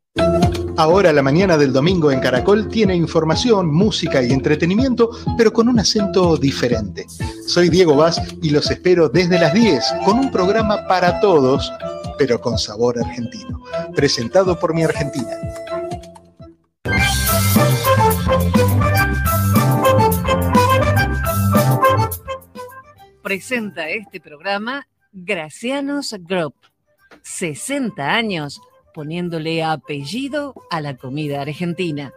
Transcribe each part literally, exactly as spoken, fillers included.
Ahora la mañana del domingo en Caracol tiene información, música y entretenimiento, pero con un acento diferente. Soy Diego Vaz y los espero desde las diez con un programa para todos, pero con sabor argentino. Presentado por mi Argentina. Presenta este programa Gracianos Group. sesenta años poniéndole apellido a la comida argentina.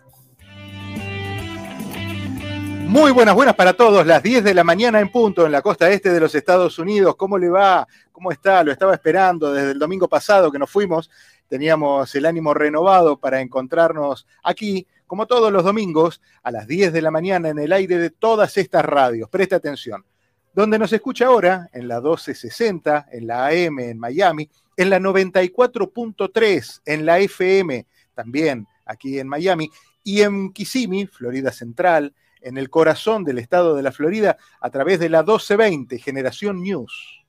Muy buenas, buenas para todos. Las diez de la mañana en punto en la costa este de los Estados Unidos. ¿Cómo le va? ¿Cómo está? Lo estaba esperando desde el domingo pasado que nos fuimos. Teníamos el ánimo renovado para encontrarnos aquí, como todos los domingos, a las diez de la mañana en el aire de todas estas radios. Preste atención. Donde nos escucha ahora, en la doce sesenta, en la A M en Miami, en la noventa y cuatro punto tres, en la F M, también aquí en Miami, y en Kissimmee, Florida Central, en el corazón del estado de la Florida, a través de la doce veinte, Generación News.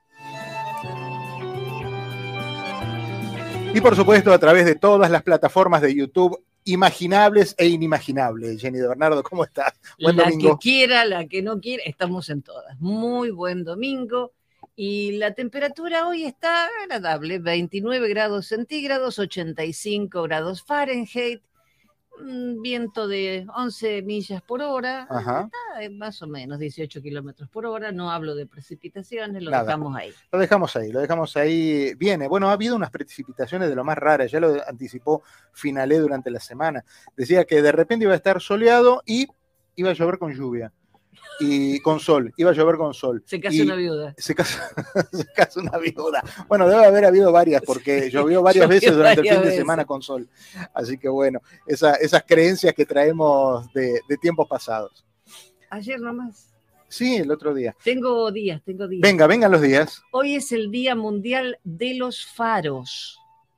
Y por supuesto, a través de todas las plataformas de YouTube imaginables e inimaginables. Jenny de Bernardo, ¿cómo estás? Buen la domingo. que quiera, la que no quiera, estamos en todas. Muy buen domingo. Y la temperatura hoy está agradable, veintinueve grados centígrados, ochenta y cinco grados Fahrenheit, un viento de once millas por hora. Ajá. Está más o menos dieciocho kilómetros por hora. No hablo de precipitaciones, lo Nada. dejamos ahí. Lo dejamos ahí, lo dejamos ahí. Viene. Bueno, ha habido unas precipitaciones de lo más raras, ya lo anticipó Finalé durante la semana. Decía que de repente iba a estar soleado y iba a llover con lluvia. Y con sol, iba a llover con sol. Se casa y una viuda. Se casa, se casa una viuda. Bueno, debe haber habido varias, porque llovió varias Llovió veces durante varias el fin de veces. semana con sol. Así que bueno, esa, esas creencias que traemos de, de tiempos pasados. Ayer nomás. Sí, el otro día. Tengo días, tengo días. Venga, vengan los días. Hoy es el Día Mundial de los Faros.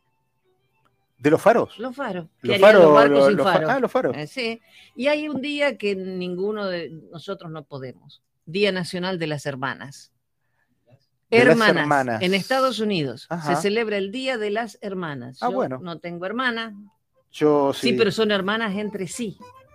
¿De los faros? Los faros. Los ¿Qué harían faros, los barcos los- sin los fa- faros? ah, los faros. Eh, sí. Y hay un día que ninguno de nosotros no podemos. Día Nacional de las Hermanas. De las Hermanas. hermanas. En Estados Unidos Ajá. se celebra el Día de las Hermanas. Ah, Yo bueno. no tengo hermanas. Yo Sí. sí. pero son hermanas entre sí.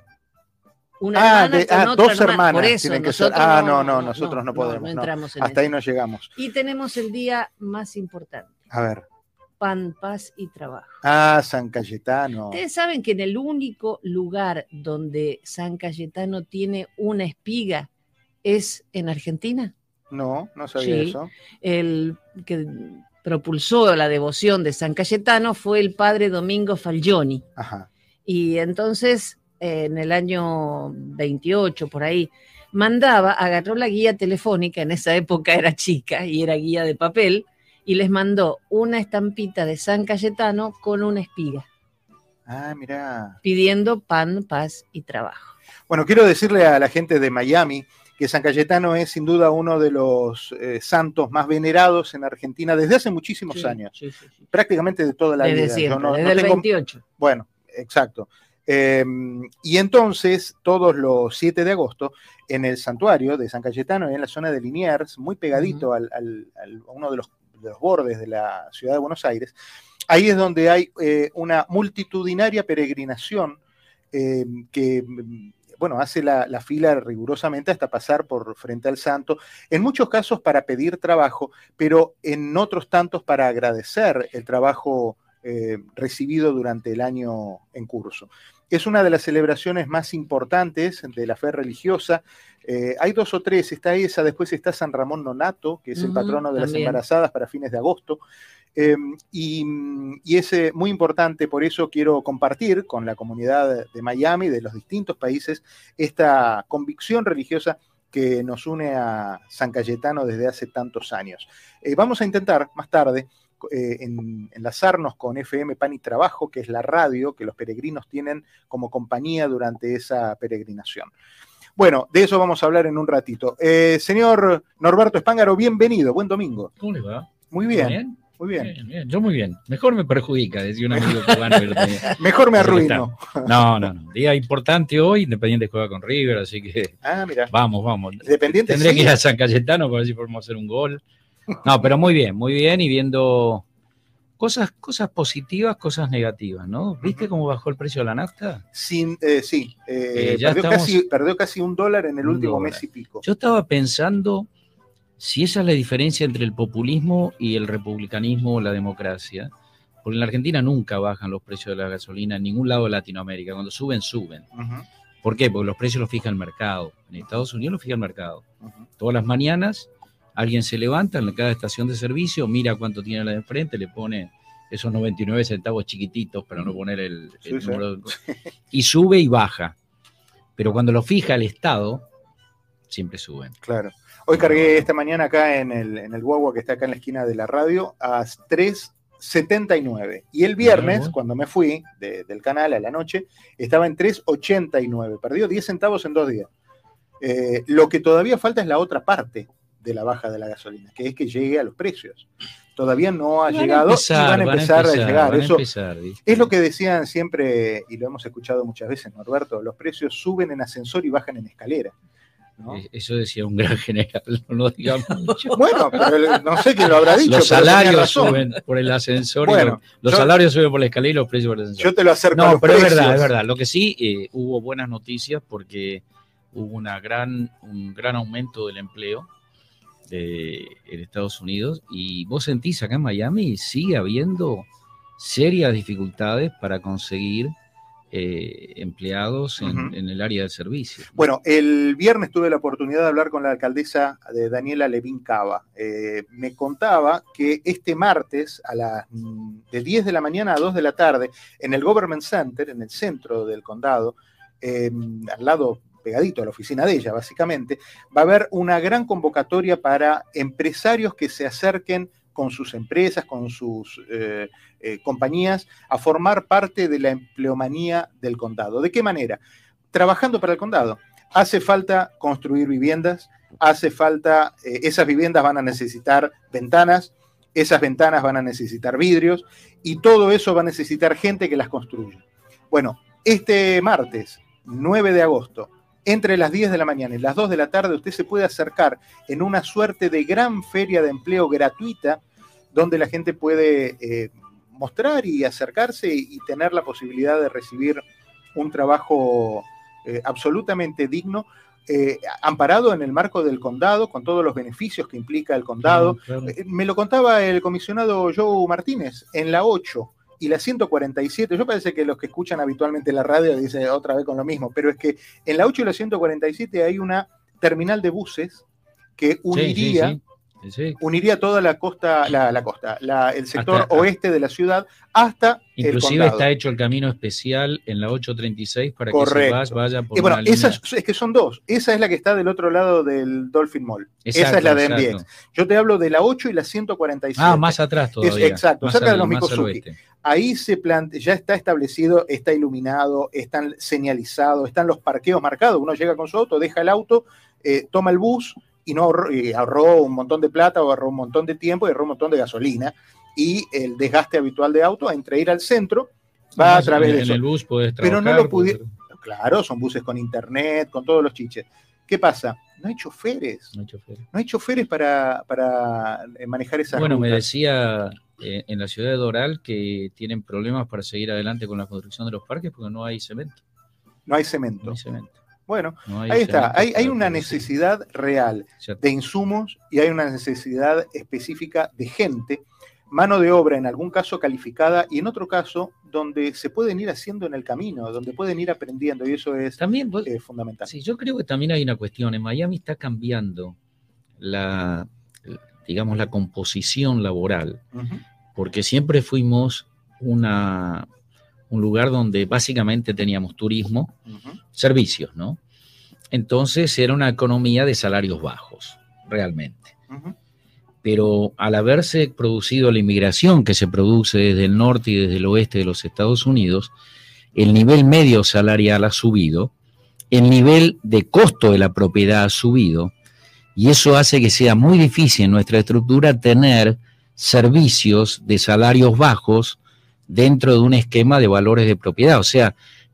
Una Ah, hermana de- con ah, otra dos hermana. hermanas Por eso, tienen que ser. nosotros Ah, no, no, nosotros no no podemos, No, no. entramos en Hasta ahí eso. no llegamos. Y tenemos el día más importante. A ver. Pan, paz y trabajo. Ah, San Cayetano. Ustedes saben que en el único lugar donde San Cayetano tiene una espiga es en Argentina. No, no sabía Sí. eso. El que propulsó la devoción de San Cayetano fue el padre Domingo Falgioni. Ajá. Y entonces, eh, en el año veintiocho, por ahí, mandaba, agarró la guía telefónica, en esa época era chica y era guía de papel, y les mandó una estampita de San Cayetano con una espiga, Ah, mirá. pidiendo pan, paz y trabajo. Bueno, quiero decirle a la gente de Miami que San Cayetano es sin duda uno de los eh, santos más venerados en Argentina desde hace muchísimos Sí, años, sí, sí, sí. prácticamente de toda la Desde vida. Yo siempre, no- no desde el tengo- veintiocho. Bueno, exacto. Eh, y entonces, todos los siete de agosto, en el santuario de San Cayetano, en la zona de Liniers, muy pegadito Ujú. al, al- al- a uno de los, de los bordes de la ciudad de Buenos Aires, ahí es donde hay eh, una multitudinaria peregrinación eh, que, mm, bueno, hace la, la fila rigurosamente hasta pasar por frente al santo, en muchos casos para pedir trabajo, pero en otros tantos para agradecer el trabajo eh, recibido durante el año en curso. Es una de las celebraciones más importantes de la fe religiosa. Eh, hay dos o tres, está esa, después está San Ramón Nonato, que es el Ujú, patrono de las también. embarazadas para fines de agosto. Eh, y, y es eh, muy importante, por eso quiero compartir con la comunidad de Miami, de los distintos países, esta convicción religiosa que nos une a San Cayetano desde hace tantos años. Eh, vamos a intentar más tarde eh, en, enlazarnos con F M Pan y Trabajo, que es la radio que los peregrinos tienen como compañía durante esa peregrinación. Bueno, de eso vamos a hablar en un ratito. Eh, señor Norberto Espángaro, bienvenido, buen domingo. ¿Cómo le va? Muy bien, ¿Bien? muy bien. Bien, bien. Yo muy bien. Mejor me perjudica, decía un amigo cubano que lo tenía. Mejor me Así que arruino. No, no, no. Día importante hoy, Independiente juega con River, así que Ah, mira. vamos, vamos. Independiente Tendré sí. que ir a San Cayetano para ver si podemos hacer un gol. No, pero muy bien, muy bien y viendo Cosas, cosas positivas, cosas negativas, ¿no? ¿Viste Ujú. cómo bajó el precio de la nafta? Sin, eh, sí, eh, Eh, ya perdió, estamos casi, perdió casi un dólar en el un último dólar. mes y pico. Yo estaba pensando si esa es la diferencia entre el populismo y el republicanismo o la democracia, porque en la Argentina nunca bajan los precios de la gasolina en ningún lado de Latinoamérica. Cuando suben, suben. Ujú, ¿Por qué? Porque los precios los fija el mercado. En Estados Unidos los fija el mercado. ujú. Todas las mañanas alguien se levanta en cada estación de servicio, mira cuánto tiene la de enfrente, le pone esos noventa y nueve centavos chiquititos para no poner el, el Sí, sí. número, y sube y baja. Pero cuando lo fija el Estado, siempre suben. Claro. Hoy cargué esta mañana acá en el, en el guagua que está acá en la esquina de la radio a tres setenta y nueve. Y el viernes, Claro. cuando me fui de- del canal a la noche, estaba en tres ochenta y nueve. Perdió diez centavos en dos días. Eh, lo que todavía falta es la otra parte de la baja de la gasolina, que es que llegue a los precios. Todavía no ha Van a llegado empezar, y van a empezar, a, llegar. van a Eso empezar, ¿viste? es lo que decían siempre, y lo hemos escuchado muchas veces, Norberto, los precios suben en ascensor y bajan en escalera, ¿no? Eh, Eso decía un gran general, no lo digamos mucho. Bueno, pero no sé quién lo habrá dicho. Los pero tenía salarios razón. suben por el ascensor, Bueno, y los, los yo- salarios suben por la escalera y los precios por el ascensor. Yo te lo acerco a No, los pero es precios. verdad, es verdad. Lo que sí, eh, hubo buenas noticias porque hubo una gran, un gran aumento del empleo de, en Estados Unidos, y vos sentís acá en Miami sigue habiendo serias dificultades para conseguir eh, empleados en, Ujú. en el área de servicio. Bueno, el viernes tuve la oportunidad de hablar con la alcaldesa de Daniela Levin Cava. Eh, me contaba que este martes a las mm, de diez de la mañana a dos de la tarde en el Government Center, en el centro del condado, eh, al lado pegadito a la oficina de ella, básicamente, va a haber una gran convocatoria para empresarios que se acerquen con sus empresas, con sus eh, eh, compañías, a formar parte de la empleomanía del condado. ¿De qué manera? Trabajando para el condado. Hace falta construir viviendas, hace falta, eh, esas viviendas van a necesitar ventanas, esas ventanas van a necesitar vidrios, y todo eso va a necesitar gente que las construya. Bueno, este martes, nueve de agosto, entre las diez de la mañana y las dos de la tarde, usted se puede acercar en una suerte de gran feria de empleo gratuita, donde la gente puede eh, mostrar y acercarse y tener la posibilidad de recibir un trabajo eh, absolutamente digno, eh, amparado en el marco del condado, con todos los beneficios que implica el condado. Claro, claro. Eh, me lo contaba el comisionado Joe Martínez, en la ocho y la ciento cuarenta y siete, yo parece que los que escuchan habitualmente la radio dicen otra vez con lo mismo, pero es que en la ocho y la ciento cuarenta y siete hay una terminal de buses que uniría, Sí, sí, sí. Sí. uniría toda la costa, la, la costa, la, el sector Hasta- oeste de la ciudad hasta el Inclusive condado. está hecho el camino especial en la ocho treinta y seis para Correcto. que se vaya, vaya por Y bueno, una línea. esas, es que son dos. Esa es la que está del otro lado del Dolphin Mall. Exacto, Esa es la de M D exacto. X. Yo te hablo de la ocho y la ciento cuarenta y siete. Ah, más atrás todavía. exacto, más cerca de al- los más al Mikosuki. oeste. Ahí se plante, ya está establecido, está iluminado, están señalizados, están los parqueos marcados. Uno llega con su auto, deja el auto, eh, toma el bus y no ahorró, y ahorró un montón de plata, o ahorró un montón de tiempo y ahorró un montón de gasolina. Y el desgaste habitual de auto entre ir al centro va a Además, través en, de en eso. el bus podés Pero trabajar. no lo podés- pudi- Claro, son buses con internet, con todos los chiches. ¿Qué pasa? No hay choferes. no hay chofer. No hay choferes para, para eh, manejar esas Bueno, me rutas. decía eh, en la ciudad de Doral que tienen problemas para seguir adelante con la construcción de los parques porque no hay cemento. No hay No cemento. hay cemento. Bueno, no hay ahí está. cemento Hay, hay para una producir. necesidad real O sea, de insumos y hay una necesidad específica de gente, mano de obra en algún caso calificada y en otro caso donde se pueden ir haciendo en el camino, donde pueden ir aprendiendo y eso es también vos- eh, fundamental. Sí, yo creo que también hay una cuestión. En Miami está cambiando la, digamos, la composición laboral, Ujú. porque siempre fuimos una, un lugar donde básicamente teníamos turismo, Ujú. servicios, ¿no? Entonces era una economía de salarios bajos, realmente. Ujú. Pero al haberse producido la inmigración que se produce desde el norte y desde el oeste de los Estados Unidos, el nivel medio salarial ha subido, el nivel de costo de la propiedad ha subido, y eso hace que sea muy difícil en nuestra estructura tener servicios de salarios bajos dentro de un esquema de valores de propiedad. O sea,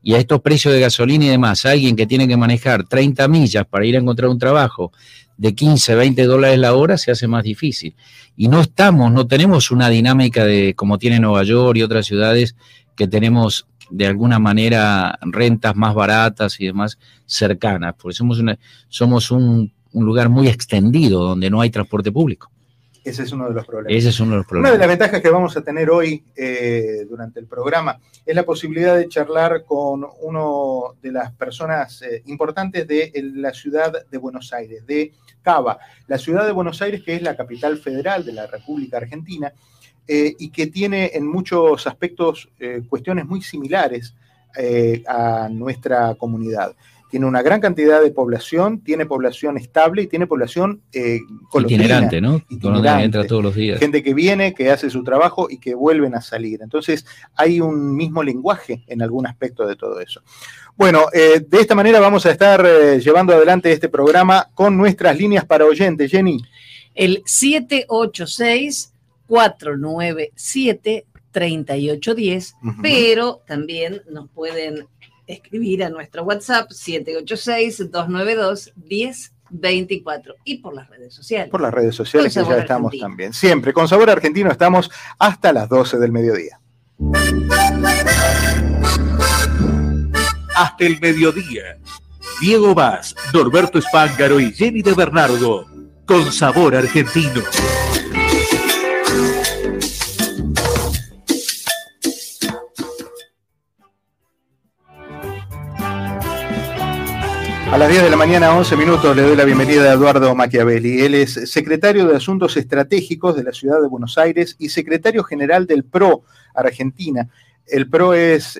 y a estos precios de gasolina y demás, alguien que tiene que manejar treinta millas para ir a encontrar un trabajo de quince, veinte dólares la hora, se hace más difícil. Y no estamos, no tenemos una dinámica de como tiene Nueva York y otras ciudades que tenemos de alguna manera rentas más baratas y demás cercanas, porque somos, una, somos un, un lugar muy extendido donde no hay transporte público. Ese es uno de los problemas. Ese es uno de los problemas. Una de las ventajas que vamos a tener hoy eh, durante el programa es la posibilidad de charlar con uno de las personas eh, importantes de la ciudad de Buenos Aires, de Cava, la ciudad de Buenos Aires, que es la capital federal de la República Argentina, eh, y que tiene en muchos aspectos eh, cuestiones muy similares eh, a nuestra comunidad. Tiene una gran cantidad de población, tiene población estable y tiene población eh, colotrina, itinerante, ¿no? Itinerante. Entra todos los días. Gente que viene, que hace su trabajo y que vuelven a salir. Entonces, hay un mismo lenguaje en algún aspecto de todo eso. Bueno, eh, de esta manera vamos a estar eh, llevando adelante este programa con nuestras líneas para oyentes. Jenny. El siete ocho seis, cuatro nueve siete, tres ocho uno cero, uh-huh. Pero también nos pueden escribir a nuestro WhatsApp siete ocho seis, dos nueve dos, uno cero dos cuatro y por las redes sociales. Por las redes sociales, que ya estamos argentino. También. Siempre, con Sabor Argentino estamos hasta las doce del mediodía. Hasta el mediodía. Diego Vaz, Norberto Espángaro y Jenny de Bernardo. Con Sabor Argentino. A las diez de la mañana, once minutos, le doy la bienvenida a Eduardo Machiavelli. Él es secretario de Asuntos Estratégicos de la Ciudad de Buenos Aires y secretario general del P R O Argentina. El P R O es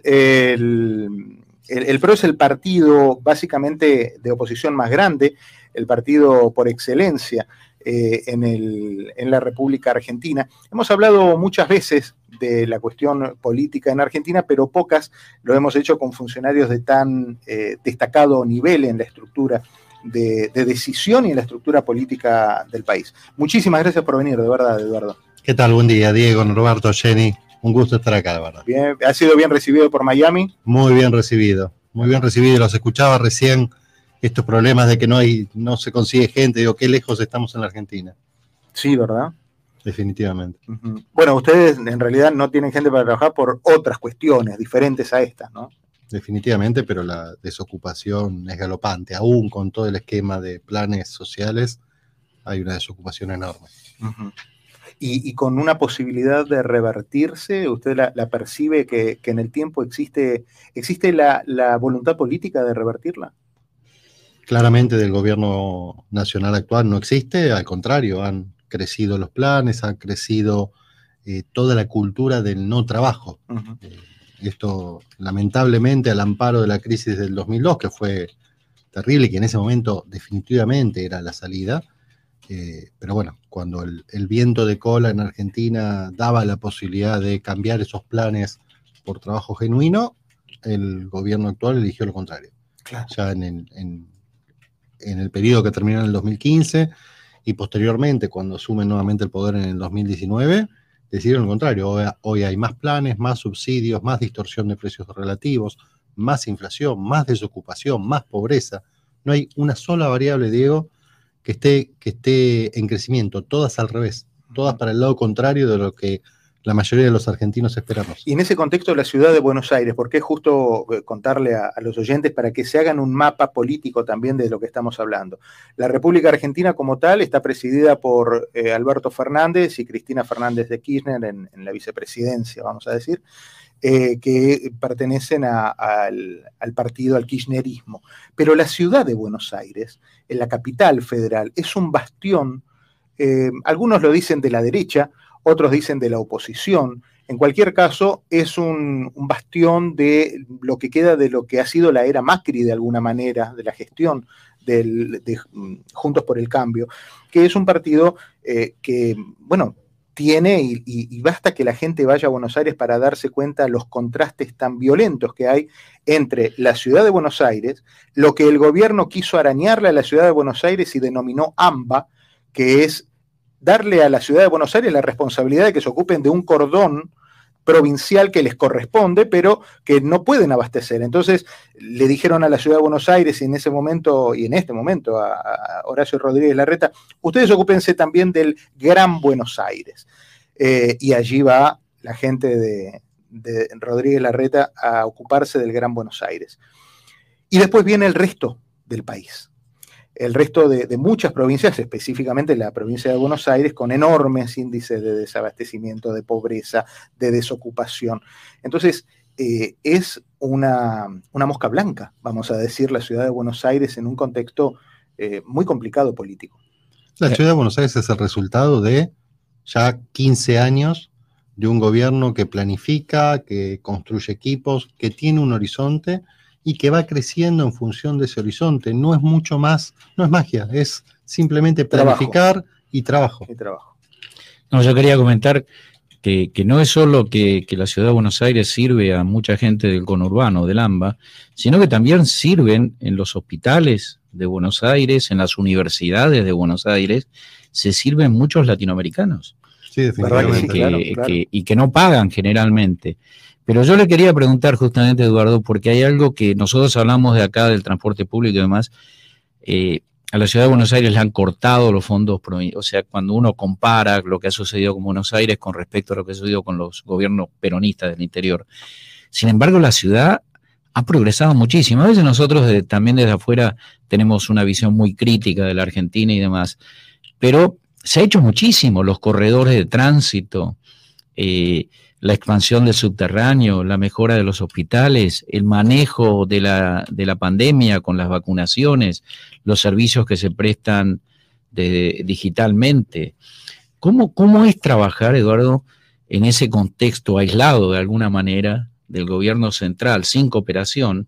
el, el, el P R O es el partido básicamente de oposición más grande, el partido por excelencia eh, en, el, en la República Argentina. Hemos hablado muchas veces de la cuestión política en Argentina, pero pocas lo hemos hecho con funcionarios de tan eh, destacado nivel en la estructura de, de decisión y en la estructura política del país. Muchísimas gracias por venir, de verdad, Eduardo. ¿Qué tal? Buen día, Diego, Norberto, Jenny. Un gusto estar acá, de verdad. Bien, ¿ha sido bien recibido por Miami? Muy bien recibido, muy bien recibido. Los escuchaba recién, estos problemas de que no hay, no se consigue gente. Digo, qué lejos estamos en la Argentina. Sí, ¿verdad? Definitivamente. Uh-huh. Bueno, ustedes en realidad no tienen gente para trabajar por otras cuestiones diferentes a estas, ¿no? Definitivamente, pero la desocupación es galopante. Aún con todo el esquema de planes sociales, hay una desocupación enorme. Uh-huh. y, y con una posibilidad de revertirse, ¿usted la, la percibe que, que en el tiempo existe, existe la, la voluntad política de revertirla? Claramente del gobierno nacional actual no existe, al contrario, han crecido los planes, ha crecido eh, toda la cultura del no trabajo. Uh-huh. Eh, esto, lamentablemente, al amparo de la crisis del dos mil dos, que fue terrible y que en ese momento definitivamente era la salida, eh, pero bueno, cuando el, el viento de cola en Argentina daba la posibilidad de cambiar esos planes por trabajo genuino, el gobierno actual eligió lo contrario. Claro. Ya en el, en, en el periodo que terminó en el dos mil quince, y posteriormente, cuando asumen nuevamente el poder en el dos mil diecinueve, decidieron lo contrario. Hoy, hoy hay más planes, más subsidios, más distorsión de precios relativos, más inflación, más desocupación, más pobreza. No hay una sola variable, Diego, que esté, que esté en crecimiento. Todas al revés. Todas para el lado contrario de lo que la mayoría de los argentinos esperamos. Y en ese contexto, la ciudad de Buenos Aires, ¿por qué justo contarle a, a los oyentes para que se hagan un mapa político también de lo que estamos hablando? La República Argentina como tal está presidida por eh, Alberto Fernández y Cristina Fernández de Kirchner en, en la vicepresidencia, vamos a decir, eh, que pertenecen a, a, al, al partido, al kirchnerismo. Pero la ciudad de Buenos Aires, en la capital federal, es un bastión, eh, algunos lo dicen de la derecha, otros dicen de la oposición. En cualquier caso, es un, un bastión de lo que queda de lo que ha sido la era Macri, de alguna manera, de la gestión del, de Juntos por el Cambio, que es un partido eh, que, bueno, tiene, y, y, y basta que la gente vaya a Buenos Aires para darse cuenta de los contrastes tan violentos que hay entre la ciudad de Buenos Aires, lo que el gobierno quiso arañarle a la ciudad de Buenos Aires y denominó AMBA, que es darle a la ciudad de Buenos Aires la responsabilidad de que se ocupen de un cordón provincial que les corresponde, pero que no pueden abastecer. Entonces le dijeron a la Ciudad de Buenos Aires, y en ese momento, y en este momento, a, a Horacio Rodríguez Larreta, ustedes ocúpense también del Gran Buenos Aires. Eh, y allí va la gente de, de Rodríguez Larreta a ocuparse del Gran Buenos Aires. Y después viene el resto del país. El resto de, de muchas provincias, específicamente la provincia de Buenos Aires, con enormes índices de desabastecimiento, de pobreza, de desocupación. Entonces, eh, es una, una mosca blanca, vamos a decir, la ciudad de Buenos Aires en un contexto eh, muy complicado político. La ciudad de Buenos Aires es el resultado de ya quince años de un gobierno que planifica, que construye equipos, que tiene un horizonte y que va creciendo en función de ese horizonte. No es mucho más, no es magia, es simplemente planificar trabajo. y trabajo. Y trabajo. No, yo quería comentar que, que no es solo que, que la ciudad de Buenos Aires sirve a mucha gente del conurbano, del AMBA, sino que también sirven en los hospitales de Buenos Aires, en las universidades de Buenos Aires, se sirven muchos latinoamericanos. Sí, definitivamente. Que, sí, claro, que, claro. Que, y que no pagan generalmente. Pero yo le quería preguntar justamente, Eduardo, porque hay algo que nosotros hablamos de acá del transporte público y demás, eh, a la ciudad de Buenos Aires le han cortado los fondos, o sea, cuando uno compara lo que ha sucedido con Buenos Aires con respecto a lo que ha sucedido con los gobiernos peronistas del interior. Sin embargo, la ciudad ha progresado muchísimo. A veces nosotros de, también desde afuera tenemos una visión muy crítica de la Argentina y demás, pero se ha hecho muchísimo, los corredores de tránsito, eh, la expansión del subterráneo, la mejora de los hospitales, el manejo de la, de la pandemia con las vacunaciones, los servicios que se prestan de, digitalmente. ¿Cómo, ¿Cómo es trabajar, Eduardo, en ese contexto aislado de alguna manera del gobierno central, sin cooperación,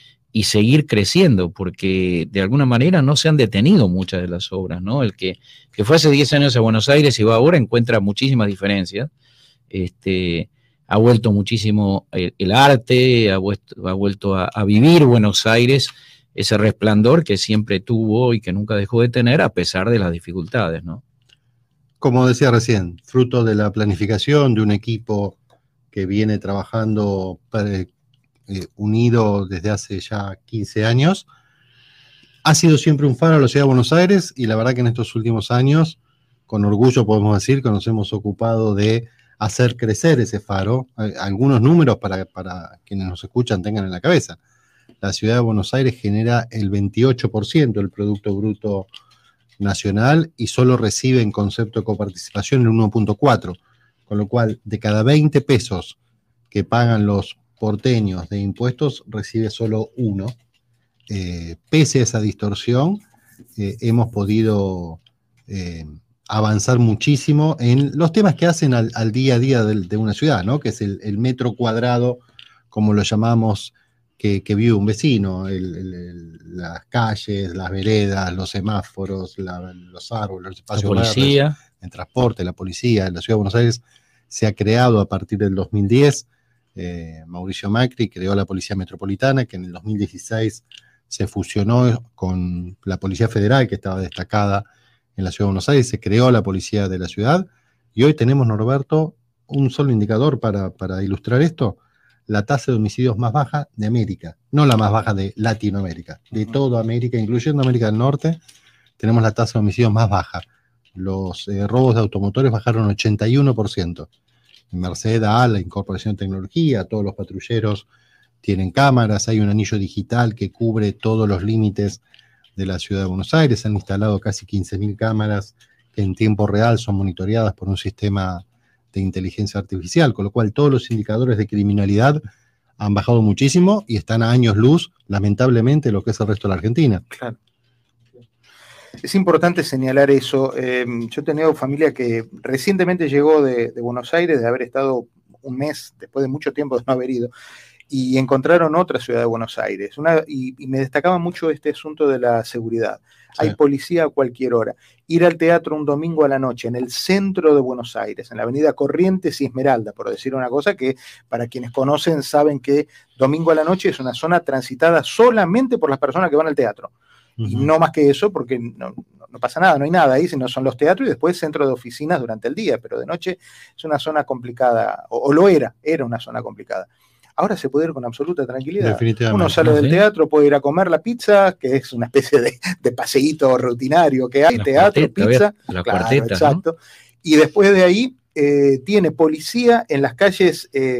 y seguir creciendo? Porque de alguna manera no se han detenido muchas de las obras, ¿no? El que, que fue hace diez años a Buenos Aires y va ahora encuentra muchísimas diferencias. Este, ha vuelto muchísimo el, el arte, ha vuelto, ha vuelto a, a vivir Buenos Aires, ese resplandor que siempre tuvo y que nunca dejó de tener a pesar de las dificultades, ¿no? Como decía recién, fruto de la planificación de un equipo que viene trabajando para, eh, unido desde hace ya quince años, ha sido siempre un faro a la ciudad de Buenos Aires y la verdad que en estos últimos años, con orgullo podemos decir que nos hemos ocupado de hacer crecer ese faro. Algunos números para, para quienes nos escuchan tengan en la cabeza. La ciudad de Buenos Aires genera el veintiocho por ciento del Producto Bruto Nacional y solo recibe en concepto de coparticipación el uno punto cuatro, con lo cual de cada veinte pesos que pagan los porteños de impuestos recibe solo uno. Eh, pese a esa distorsión, eh, hemos podido eh, avanzar muchísimo en los temas que hacen al, al día a día de, de una ciudad, ¿no? Que es el, el metro cuadrado, como lo llamamos, que, que vive un vecino, el, el, el, las calles, las veredas, los semáforos, la, los árboles, los espacios la policía, verdes, el transporte, la policía. En la ciudad de Buenos Aires se ha creado a partir del dos mil diez, eh, Mauricio Macri creó la Policía Metropolitana, que en el dos mil dieciséis se fusionó con la Policía Federal, que estaba destacada en la Ciudad de Buenos Aires, se creó la Policía de la Ciudad, y hoy tenemos, Norberto, un solo indicador para, para ilustrar esto: la tasa de homicidios más baja de América, no la más baja de Latinoamérica, de toda América, incluyendo América del Norte, tenemos la tasa de homicidios más baja. Los eh, robos de automotores bajaron ochenta y uno por ciento. Merced a la incorporación de tecnología, todos los patrulleros tienen cámaras, hay un anillo digital que cubre todos los límites de la Ciudad de Buenos Aires, se han instalado casi quince mil cámaras que en tiempo real son monitoreadas por un sistema de inteligencia artificial, con lo cual todos los indicadores de criminalidad han bajado muchísimo y están a años luz, lamentablemente, lo que es el resto de la Argentina. Claro. Es importante señalar eso. Eh, yo he tenido familia que recientemente llegó de, de Buenos Aires, de haber estado un mes, después de mucho tiempo de no haber ido, y encontraron otra ciudad de Buenos Aires. Una, y, y me destacaba mucho este asunto de la seguridad. Sí. Hay policía a cualquier hora. Ir al teatro un domingo a la noche en el centro de Buenos Aires, en la avenida Corrientes y Esmeralda, por decir una cosa que para quienes conocen saben que domingo a la noche es una zona transitada solamente por las personas que van al teatro. Uh-huh. Y no más que eso, porque no, no pasa nada, no hay nada ahí, sino son los teatros y después centro de oficinas durante el día, pero de noche es una zona complicada, o, o lo era, era una zona complicada. Ahora se puede ir con absoluta tranquilidad. Uno sale ¿no? del ¿Sí? teatro, puede ir a comer la pizza, que es una especie de, de paseíto rutinario que hay, La teatro, cuarteta, pizza, la claro, cuarteta, exacto. ¿No? Y después de ahí eh, tiene policía en las calles eh,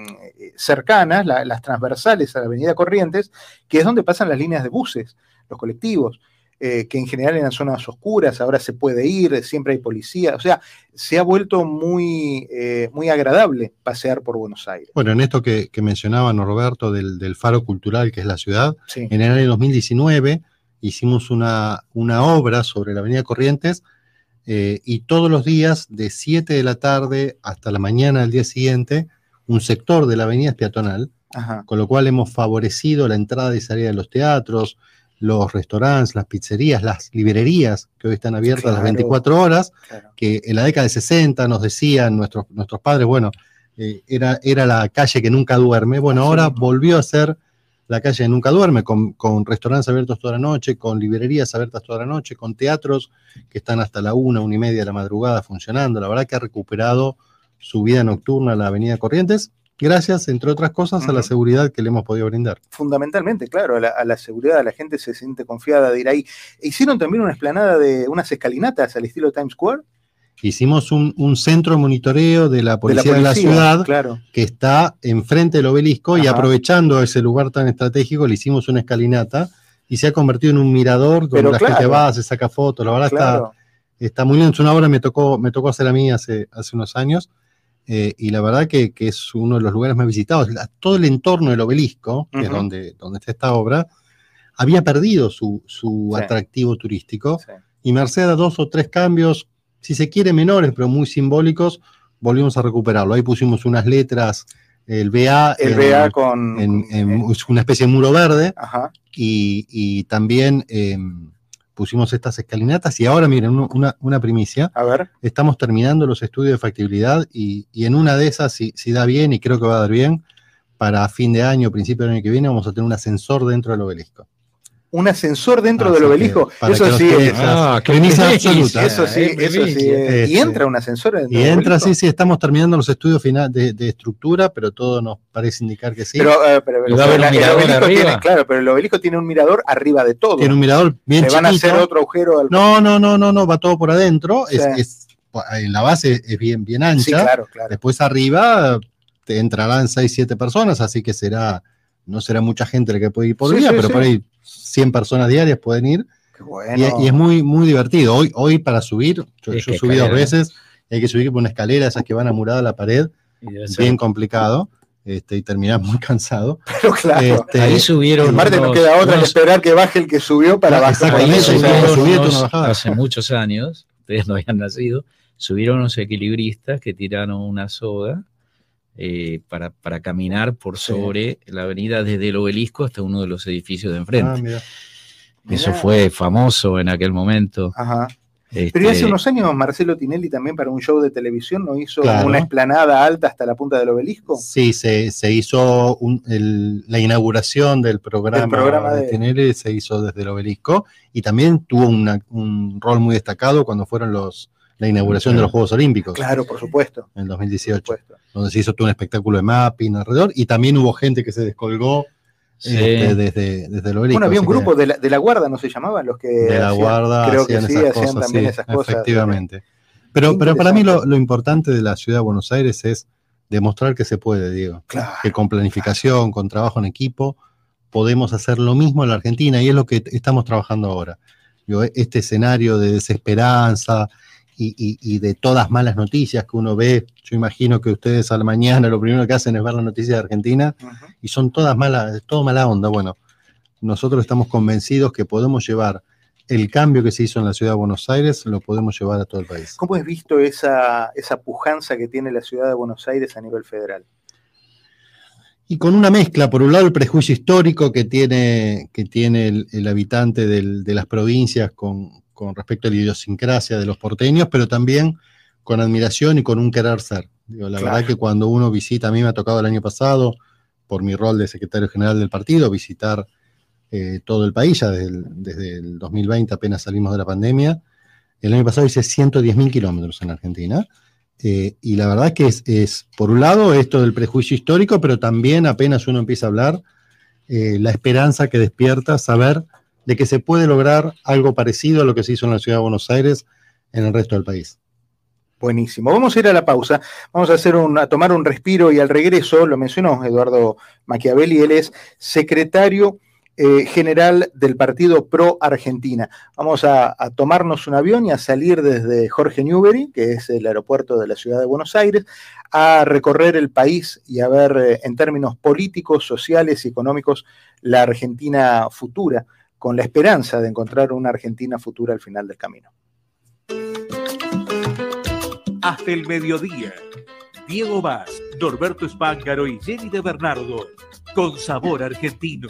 cercanas, la, las transversales a la avenida Corrientes, que es donde pasan las líneas de buses, los colectivos. Eh, que en general eran zonas oscuras, ahora se puede ir, siempre hay policía, o sea, se ha vuelto muy, eh, muy agradable pasear por Buenos Aires. Bueno, en esto que, que mencionaba Norberto del, del faro cultural que es la ciudad, sí. En el año dos mil diecinueve hicimos una, una obra sobre la avenida Corrientes eh, y todos los días de siete de la tarde hasta la mañana del día siguiente, un sector de la avenida es peatonal, Ajá. Con lo cual hemos favorecido la entrada y salida de los teatros, los restaurantes, las pizzerías, las librerías que hoy están abiertas claro, las veinticuatro horas, claro. Que en la década de sesenta nos decían nuestros, nuestros padres, bueno, eh, era, era la calle que nunca duerme. Bueno, Así ahora mismo. volvió a ser la calle que nunca duerme, con, con restaurantes abiertos toda la noche, con librerías abiertas toda la noche, con teatros que están hasta la una, una y media de la madrugada funcionando. La verdad que ha recuperado su vida nocturna la avenida Corrientes, gracias, entre otras cosas, uh-huh. a la seguridad que le hemos podido brindar. Fundamentalmente, claro, a la, a la seguridad, la gente se siente confiada de ir ahí. ¿Hicieron también una explanada de unas escalinatas al estilo Times Square? Hicimos un, un centro de monitoreo de la policía de la, policía, de la ciudad, claro. que está enfrente del obelisco, Ajá. y aprovechando ese lugar tan estratégico, le hicimos una escalinata y se ha convertido en un mirador donde Pero la claro. gente va, se saca fotos, la verdad claro. está, está muy bien. Es una obra que me tocó, me tocó hacer a mí hace, hace unos años. Eh, y la verdad que, que es uno de los lugares más visitados. Todo el entorno del obelisco, que uh-huh. es donde, donde está esta obra, había perdido su, su sí. atractivo turístico, sí. y merced a dos o tres cambios, si se quiere menores, pero muy simbólicos, volvimos a recuperarlo. Ahí pusimos unas letras, el B A, el en, B A con, en, con en, es una especie de muro verde, Ajá. y, y también eh, pusimos estas escalinatas, y ahora miren, una, una primicia, a ver. Estamos terminando los estudios de factibilidad, y, y en una de esas, si, si da bien, y creo que va a dar bien, para fin de año, principio del año que viene, vamos a tener un ascensor dentro del obelisco. Un ascensor dentro Así del obelisco, que, eso sí es ah, premisa absoluta. Eso sí, eso sí. Es, y entra un ascensor dentro y del entra, obelisco. sí, sí, estamos terminando los estudios final de, de estructura, pero todo nos parece indicar que sí. Pero, uh, pero, pero, pero el, el obelisco tiene, claro, pero el obelisco tiene un mirador arriba de todo. Tiene un mirador bien ¿Le chiquito. van a hacer otro agujero al... No, no, no, no, no, va todo por adentro. Sí. Es, es, en la base es bien, bien ancha. Sí, claro, claro. Después arriba te entrarán seis, siete personas, así que será, no será mucha gente la que puede ir por sí, día, sí, pero sí. por ahí cien personas diarias pueden ir. Qué bueno. Y, y es muy, muy divertido. Hoy, hoy para subir, yo, yo subí escalera. dos veces, hay que subir por una escalera, esas que van amurada a la pared, bien complicado, este, y terminás muy cansado. Pero claro, este, ahí subieron. En Marte no queda otra unos, que esperar que baje el que subió para bajar. Ahí subieron unos, hace muchos años, ustedes no habían nacido, subieron unos equilibristas que tiraron una soga eh, para, para caminar por sobre sí. la avenida desde el obelisco hasta uno de los edificios de enfrente. Ah, mira. Eso Mirá. Fue famoso en aquel momento. Ajá. Este, Pero hace unos años Marcelo Tinelli también para un show de televisión no hizo claro. una explanada alta hasta la punta del obelisco. Sí, se, se hizo un, el, la inauguración del programa, el programa de, de Tinelli, se hizo desde el obelisco, y también tuvo una, un rol muy destacado cuando fueron los la inauguración claro. de los Juegos Olímpicos. Claro, por supuesto. En el dos mil dieciocho, donde se hizo todo un espectáculo de mapping alrededor, y también hubo gente que se descolgó. Sí. Este, desde, desde el obelisco. Bueno, había un grupo que, de, la, de la Guarda, ¿no se llamaban? Los que de la hacían, Guarda creo hacían que sí, esas hacían cosas, también sí, esas cosas. Efectivamente. Pero, pero para mí lo, lo importante de la ciudad de Buenos Aires es demostrar que se puede, Diego. Claro. Que con planificación, con trabajo en equipo, podemos hacer lo mismo en la Argentina, y es lo que estamos trabajando ahora. Yo, este escenario de desesperanza y, y, y de todas malas noticias que uno ve, yo imagino que ustedes a la mañana lo primero que hacen es ver las noticias de Argentina, uh-huh. y son todas malas, todo mala onda. Bueno, nosotros estamos convencidos que podemos llevar el cambio que se hizo en la ciudad de Buenos Aires, lo podemos llevar a todo el país. ¿Cómo has visto esa, esa pujanza que tiene la ciudad de Buenos Aires a nivel federal? Y con una mezcla, por un lado el prejuicio histórico que tiene, que tiene el, el habitante del, de las provincias con, con respecto a la idiosincrasia de los porteños, pero también con admiración y con un querer ser. Digo, la claro. verdad que cuando uno visita, a mí me ha tocado el año pasado, por mi rol de secretario general del partido, visitar eh, todo el país, ya desde el, desde el dos mil veinte apenas salimos de la pandemia. El año pasado hice ciento diez mil kilómetros en Argentina. Eh, y la verdad que es, es, por un lado, esto del prejuicio histórico, pero también apenas uno empieza a hablar, eh, la esperanza que despierta saber de que se puede lograr algo parecido a lo que se hizo en la ciudad de Buenos Aires en el resto del país. Buenísimo. Vamos a ir a la pausa. Vamos a, hacer un, a tomar un respiro y al regreso, lo mencionó Eduardo Machiavelli, él es secretario Eh, general del Partido Pro Argentina. Vamos a, a tomarnos un avión y a salir desde Jorge Newbery, que es el aeropuerto de la ciudad de Buenos Aires, a recorrer el país y a ver eh, en términos políticos, sociales y económicos la Argentina futura, con la esperanza de encontrar una Argentina futura al final del camino. Hasta el mediodía. Diego Vaz, Norberto Spángaro y Jenny de Bernardo, con sabor argentino.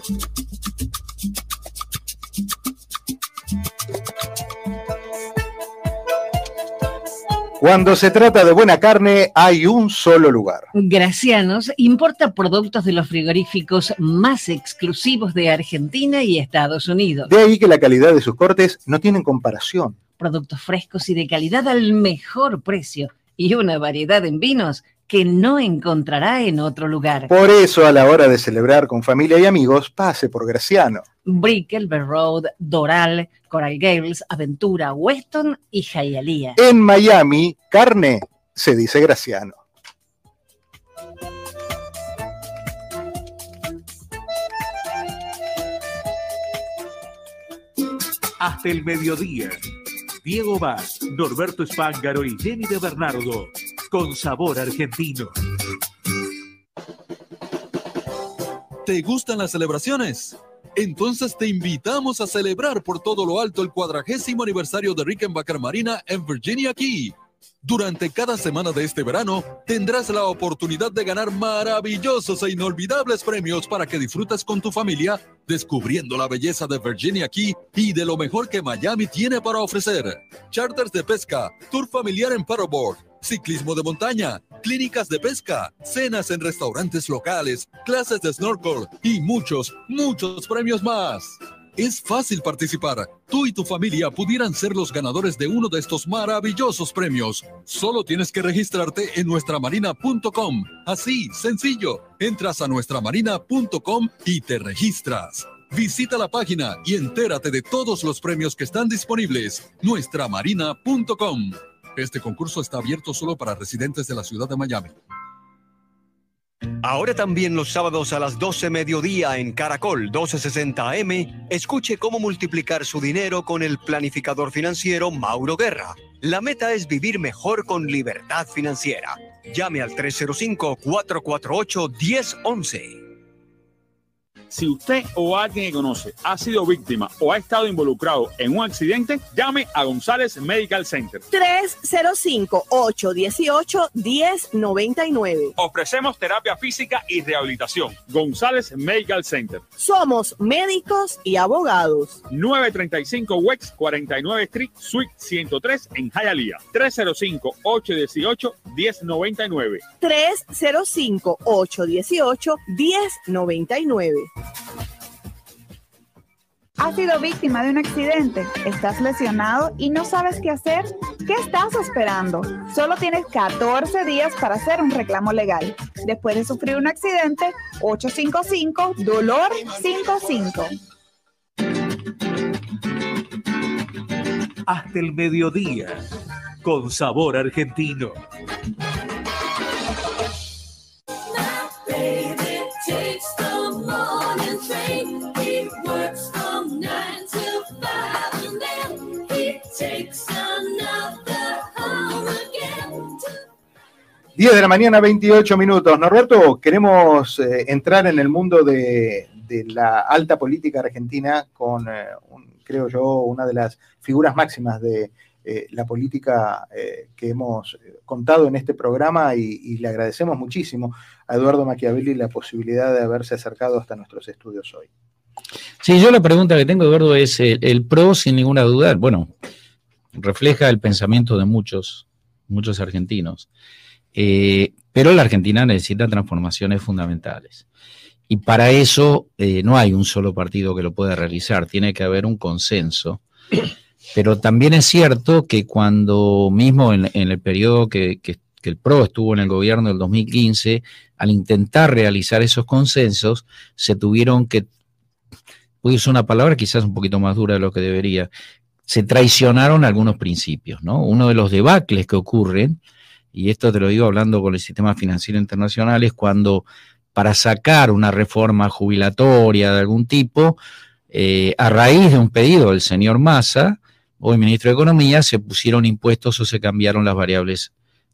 Cuando se trata de buena carne, hay un solo lugar. Gracianos importa productos de los frigoríficos más exclusivos de Argentina y Estados Unidos. De ahí que la calidad de sus cortes no tienen comparación. Productos frescos y de calidad al mejor precio y una variedad en vinos que no encontrará en otro lugar. Por eso, a la hora de celebrar con familia y amigos, pase por Graciano. Brickell, Bell Road, Doral, Coral Gables, Aventura, Weston y Hialeah. En Miami, carne se dice Graciano. Hasta el mediodía. Diego Vaz, Norberto Spángaro y Jenny de Bernardo, con sabor argentino. ¿Te gustan las celebraciones? Entonces te invitamos a celebrar por todo lo alto el cuadragésimo aniversario de Rickenbacker Marina en Virginia Key. Durante cada semana de este verano tendrás la oportunidad de ganar maravillosos e inolvidables premios para que disfrutes con tu familia, descubriendo la belleza de Virginia Key y de lo mejor que Miami tiene para ofrecer. Charters de pesca, tour familiar en paddleboard, ciclismo de montaña, clínicas de pesca, cenas en restaurantes locales, clases de snorkel y muchos, muchos premios más. Es fácil participar. Tú y tu familia pudieran ser los ganadores de uno de estos maravillosos premios. Solo tienes que registrarte en nuestra marina punto com. Así, sencillo. Entras a nuestra marina punto com y te registras. Visita la página y entérate de todos los premios que están disponibles. nuestra marina punto com. Este concurso está abierto solo para residentes de la ciudad de Miami. Ahora también los sábados a las doce mediodía en Caracol doce sesenta A M, escuche cómo multiplicar su dinero con el planificador financiero Mauro Guerra. La meta es vivir mejor con libertad financiera. Llame al tres cero cinco, cuatro cuatro ocho, uno cero uno uno. Si usted o alguien que conoce ha sido víctima o ha estado involucrado en un accidente, llame a González Medical Center. tres cero cinco, ocho uno ocho, uno cero nueve nueve. Ofrecemos terapia física y rehabilitación. González Medical Center. Somos médicos y abogados. nueve treinta y cinco West cuarenta y nueve Street, Suite ciento tres en Hialeah. tres cero cinco, ocho uno ocho, uno cero nueve nueve. tres cero cinco, ocho uno ocho, uno cero nueve nueve. ¿Has sido víctima de un accidente? ¿Estás lesionado y no sabes qué hacer? ¿Qué estás esperando? Solo tienes catorce días para hacer un reclamo legal. Después de sufrir un accidente, ocho cinco cinco, dolor cinco cinco. Hasta el mediodía, con sabor argentino. diez de la mañana, veintiocho minutos. Norberto, queremos eh, entrar en el mundo de, de la alta política argentina con, eh, un, creo yo, una de las figuras máximas de eh, la política eh, que hemos contado en este programa y, y le agradecemos muchísimo a Eduardo Machiavelli la posibilidad de haberse acercado hasta nuestros estudios hoy. Sí, yo la pregunta que tengo, Eduardo, es el, el PRO, sin ninguna duda, bueno, refleja el pensamiento de muchos, muchos argentinos. Eh, pero la Argentina necesita transformaciones fundamentales. y para eso eh, no hay un solo partido que lo pueda realizar, tiene que haber un consenso. Pero también es cierto que cuando mismo en, en el periodo que, que, que el P R O estuvo en el gobierno del dos mil quince, al intentar realizar esos consensos, se tuvieron que, voy a usar una palabra quizás un poquito más dura de lo que debería, se traicionaron algunos principios, ¿no? Uno de los debacles que ocurren, y esto te lo digo hablando con el sistema financiero internacional, es cuando para sacar una reforma jubilatoria de algún tipo, eh, a raíz de un pedido del señor Massa, hoy ministro de Economía, se pusieron impuestos o se cambiaron las variables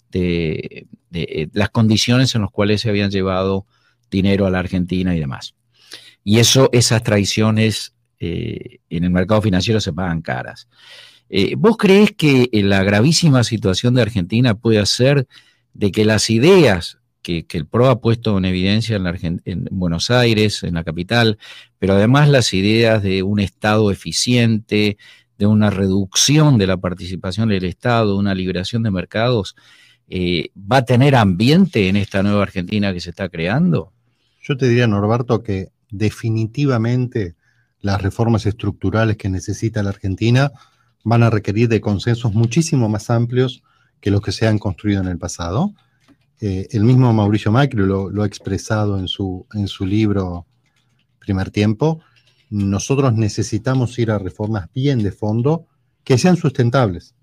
de, de, de las condiciones en las cuales se habían llevado dinero a la Argentina y demás. Y eso, esas traiciones eh, en el mercado financiero se pagan caras. Eh, ¿Vos creés que la gravísima situación de Argentina puede hacer de que las ideas que, que el P R O ha puesto en evidencia en, la Argent- en Buenos Aires, en la capital, pero además las ideas de un Estado eficiente, de una reducción de la participación del Estado, una liberación de mercados, eh, va a tener ambiente en esta nueva Argentina que se está creando? Yo te diría, Norberto, que definitivamente las reformas estructurales que necesita la Argentina van a requerir de consensos muchísimo más amplios que los que se han construido en el pasado. Eh, el mismo Mauricio Macri lo, lo ha expresado en su, en su libro Primer Tiempo. Nosotros necesitamos ir a reformas bien de fondo que sean sustentables.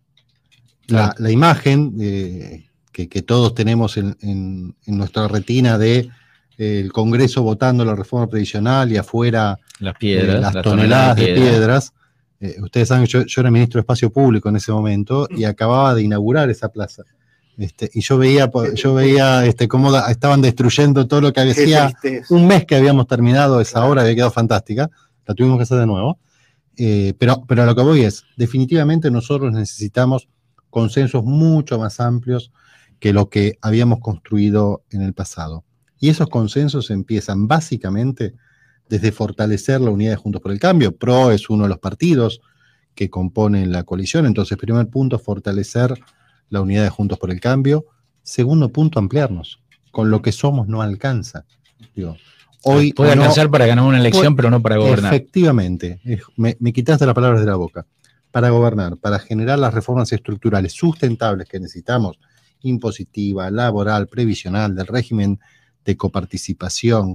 La, la imagen eh, que, que todos tenemos en, en, en nuestra retina de eh, el Congreso votando la reforma previsional y afuera las, piedras, eh, las, las toneladas, toneladas de piedra. piedras. Eh, ustedes saben que yo, yo era ministro de Espacio Público en ese momento y acababa de inaugurar esa plaza. Este, y yo veía, yo veía este, cómo da, estaban destruyendo todo lo que hacía un mes que habíamos terminado esa obra, había quedado fantástica. La tuvimos que hacer de nuevo, eh, pero, pero a lo que voy es, definitivamente nosotros necesitamos consensos mucho más amplios que lo que habíamos construido en el pasado. Y esos consensos empiezan básicamente desde fortalecer la unidad de Juntos por el Cambio. P R O es uno de los partidos que componen la coalición, entonces primer punto, fortalecer la unidad de Juntos por el Cambio. Segundo punto, ampliarnos. Con lo que somos no alcanza. Digo, Hoy puede no, alcanzar para ganar una elección, pero no para gobernar. Efectivamente, me, me quitaste las palabras de la boca. Para gobernar, para generar las reformas estructurales sustentables que necesitamos, impositiva, laboral, previsional, del régimen de coparticipación,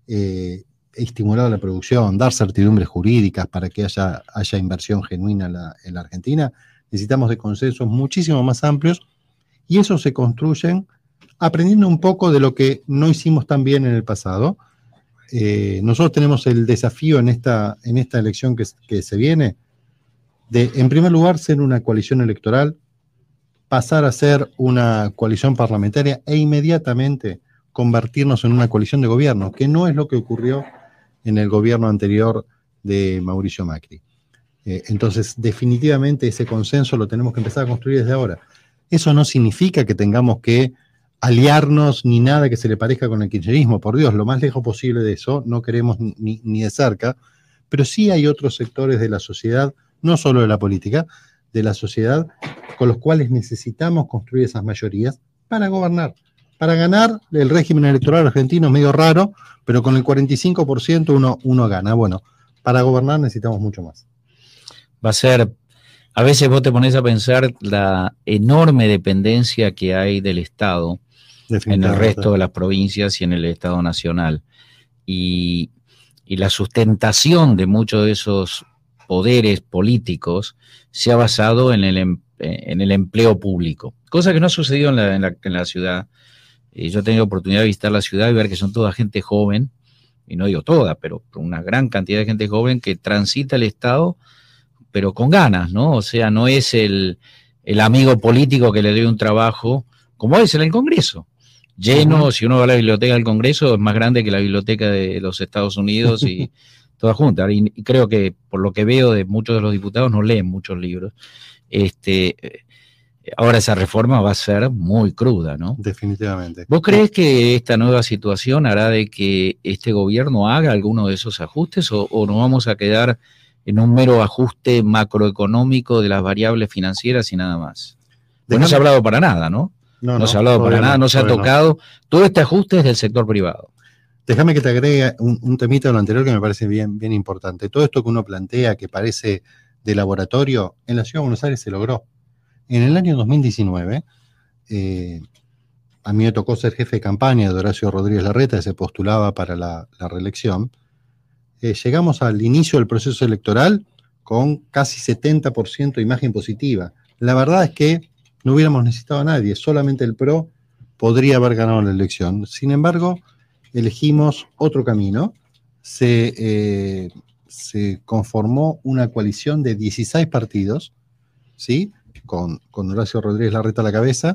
eh, estimular la producción, dar certidumbres jurídicas para que haya, haya inversión genuina en la, en la Argentina, necesitamos de consensos muchísimo más amplios y esos se construyen aprendiendo un poco de lo que no hicimos tan bien en el pasado. Eh, nosotros tenemos el desafío en esta, en esta elección que, que se viene de, en primer lugar, ser una coalición electoral, pasar a ser una coalición parlamentaria e inmediatamente convertirnos en una coalición de gobierno, que no es lo que ocurrió en el gobierno anterior de Mauricio Macri. Eh, entonces, definitivamente ese consenso lo tenemos que empezar a construir desde ahora. Eso no significa que tengamos que aliarnos ni nada que se le parezca con el kirchnerismo, por Dios, lo más lejos posible de eso, no queremos ni, ni de cerca, pero sí hay otros sectores de la sociedad, no solo de la política, de la sociedad, con los cuales necesitamos construir esas mayorías para gobernar. Para ganar, el régimen electoral argentino es medio raro, pero con el cuarenta y cinco por ciento uno, uno gana. Bueno, para gobernar necesitamos mucho más. Va a ser, a veces vos te pones a pensar la enorme dependencia que hay del Estado en el resto de las provincias y en el Estado Nacional. Y, y la sustentación de muchos de esos poderes políticos se ha basado en el, en el empleo público, cosa que no ha sucedido en la, en la, en la ciudad. Eh, yo he tenido oportunidad de visitar la ciudad y ver que son toda gente joven, y no digo toda, pero una gran cantidad de gente joven que transita el Estado, pero con ganas, ¿no? O sea, no es el, el amigo político que le dé un trabajo, como es en el Congreso. Lleno, uh-huh. Si uno va a la biblioteca del Congreso, es más grande que la biblioteca de los Estados Unidos y toda junta. Y, y creo que, por lo que veo de muchos de los diputados, no leen muchos libros. Este, ahora esa reforma va a ser muy cruda, ¿no? Definitivamente. ¿Vos crees que esta nueva situación hará de que este gobierno haga alguno de esos ajustes o, o nos vamos a quedar en un mero ajuste macroeconómico de las variables financieras y nada más? Pues no se ha hablado para nada, ¿no? No, no, no se ha hablado para nada, no se ha tocado. No. Todo este ajuste es del sector privado. Déjame que te agregue un, un temita de lo anterior que me parece bien, bien importante. Todo esto que uno plantea que parece de laboratorio, en la Ciudad de Buenos Aires se logró. En el año dos mil diecinueve, eh, a mí me tocó ser jefe de campaña de Horacio Rodríguez Larreta, que se postulaba para la, la reelección. Eh, llegamos al inicio del proceso electoral con casi setenta por ciento de imagen positiva. La verdad es que no hubiéramos necesitado a nadie, solamente el P R O podría haber ganado la elección. Sin embargo, elegimos otro camino. Se, eh, se conformó una coalición de dieciséis partidos, ¿sí? Con, con Horacio Rodríguez Larreta a la cabeza,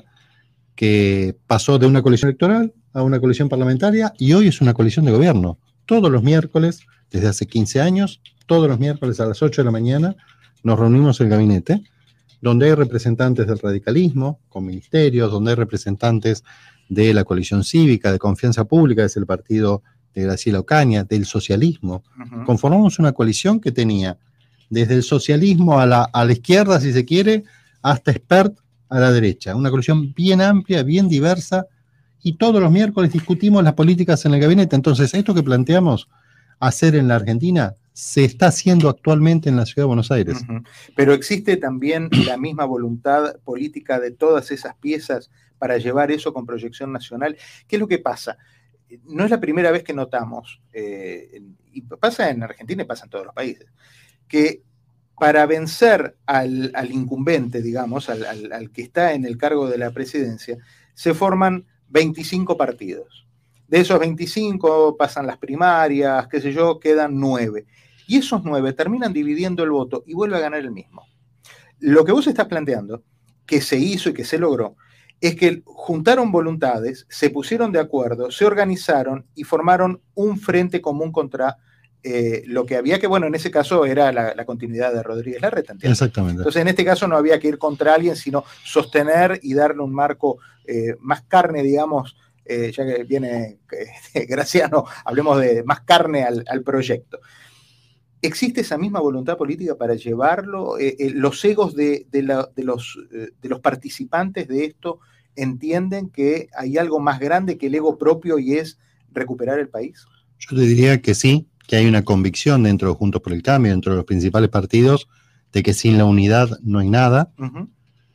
que pasó de una coalición electoral a una coalición parlamentaria y hoy es una coalición de gobierno. Todos los miércoles, desde hace quince años, todos los miércoles a las ocho de la mañana nos reunimos en el gabinete, donde hay representantes del radicalismo, con ministerios, donde hay representantes de la coalición cívica, de Confianza Pública, que es el partido de Graciela Ocaña, del socialismo. Uh-huh. Conformamos una coalición que tenía desde el socialismo a la, a la izquierda, si se quiere, hasta expert a la derecha. Una coalición bien amplia, bien diversa, y todos los miércoles discutimos las políticas en el gabinete. Entonces, esto que planteamos hacer en la Argentina se está haciendo actualmente en la Ciudad de Buenos Aires. Uh-huh. Pero existe también la misma voluntad política de todas esas piezas para llevar eso con proyección nacional. ¿Qué es lo que pasa? No es la primera vez que notamos, eh, y pasa en Argentina y pasa en todos los países, que para vencer al, al incumbente, digamos, al, al, al que está en el cargo de la presidencia, se forman veinticinco partidos. De esos veinticinco pasan las primarias, qué sé yo, quedan nueve. Y esos nueve terminan dividiendo el voto y vuelve a ganar el mismo. Lo que vos estás planteando, que se hizo y que se logró, es que juntaron voluntades, se pusieron de acuerdo, se organizaron y formaron un frente común contra eh, lo que había, que bueno, en ese caso era la, la continuidad de Rodríguez Larreta, ¿entiendes? Exactamente. Entonces, en este caso no había que ir contra alguien, sino sostener y darle un marco eh, más carne, digamos, eh, ya que viene eh, Graciano, hablemos de más carne al, al proyecto. ¿Existe esa misma voluntad política para llevarlo? Eh, eh, ¿Los egos de, de, la, de, los, eh, de los participantes de esto entienden que hay algo más grande que el ego propio y es recuperar el país? Yo te diría que sí, que hay una convicción dentro de Juntos por el Cambio, dentro de los principales partidos, de que sin la unidad no hay nada. Uh-huh.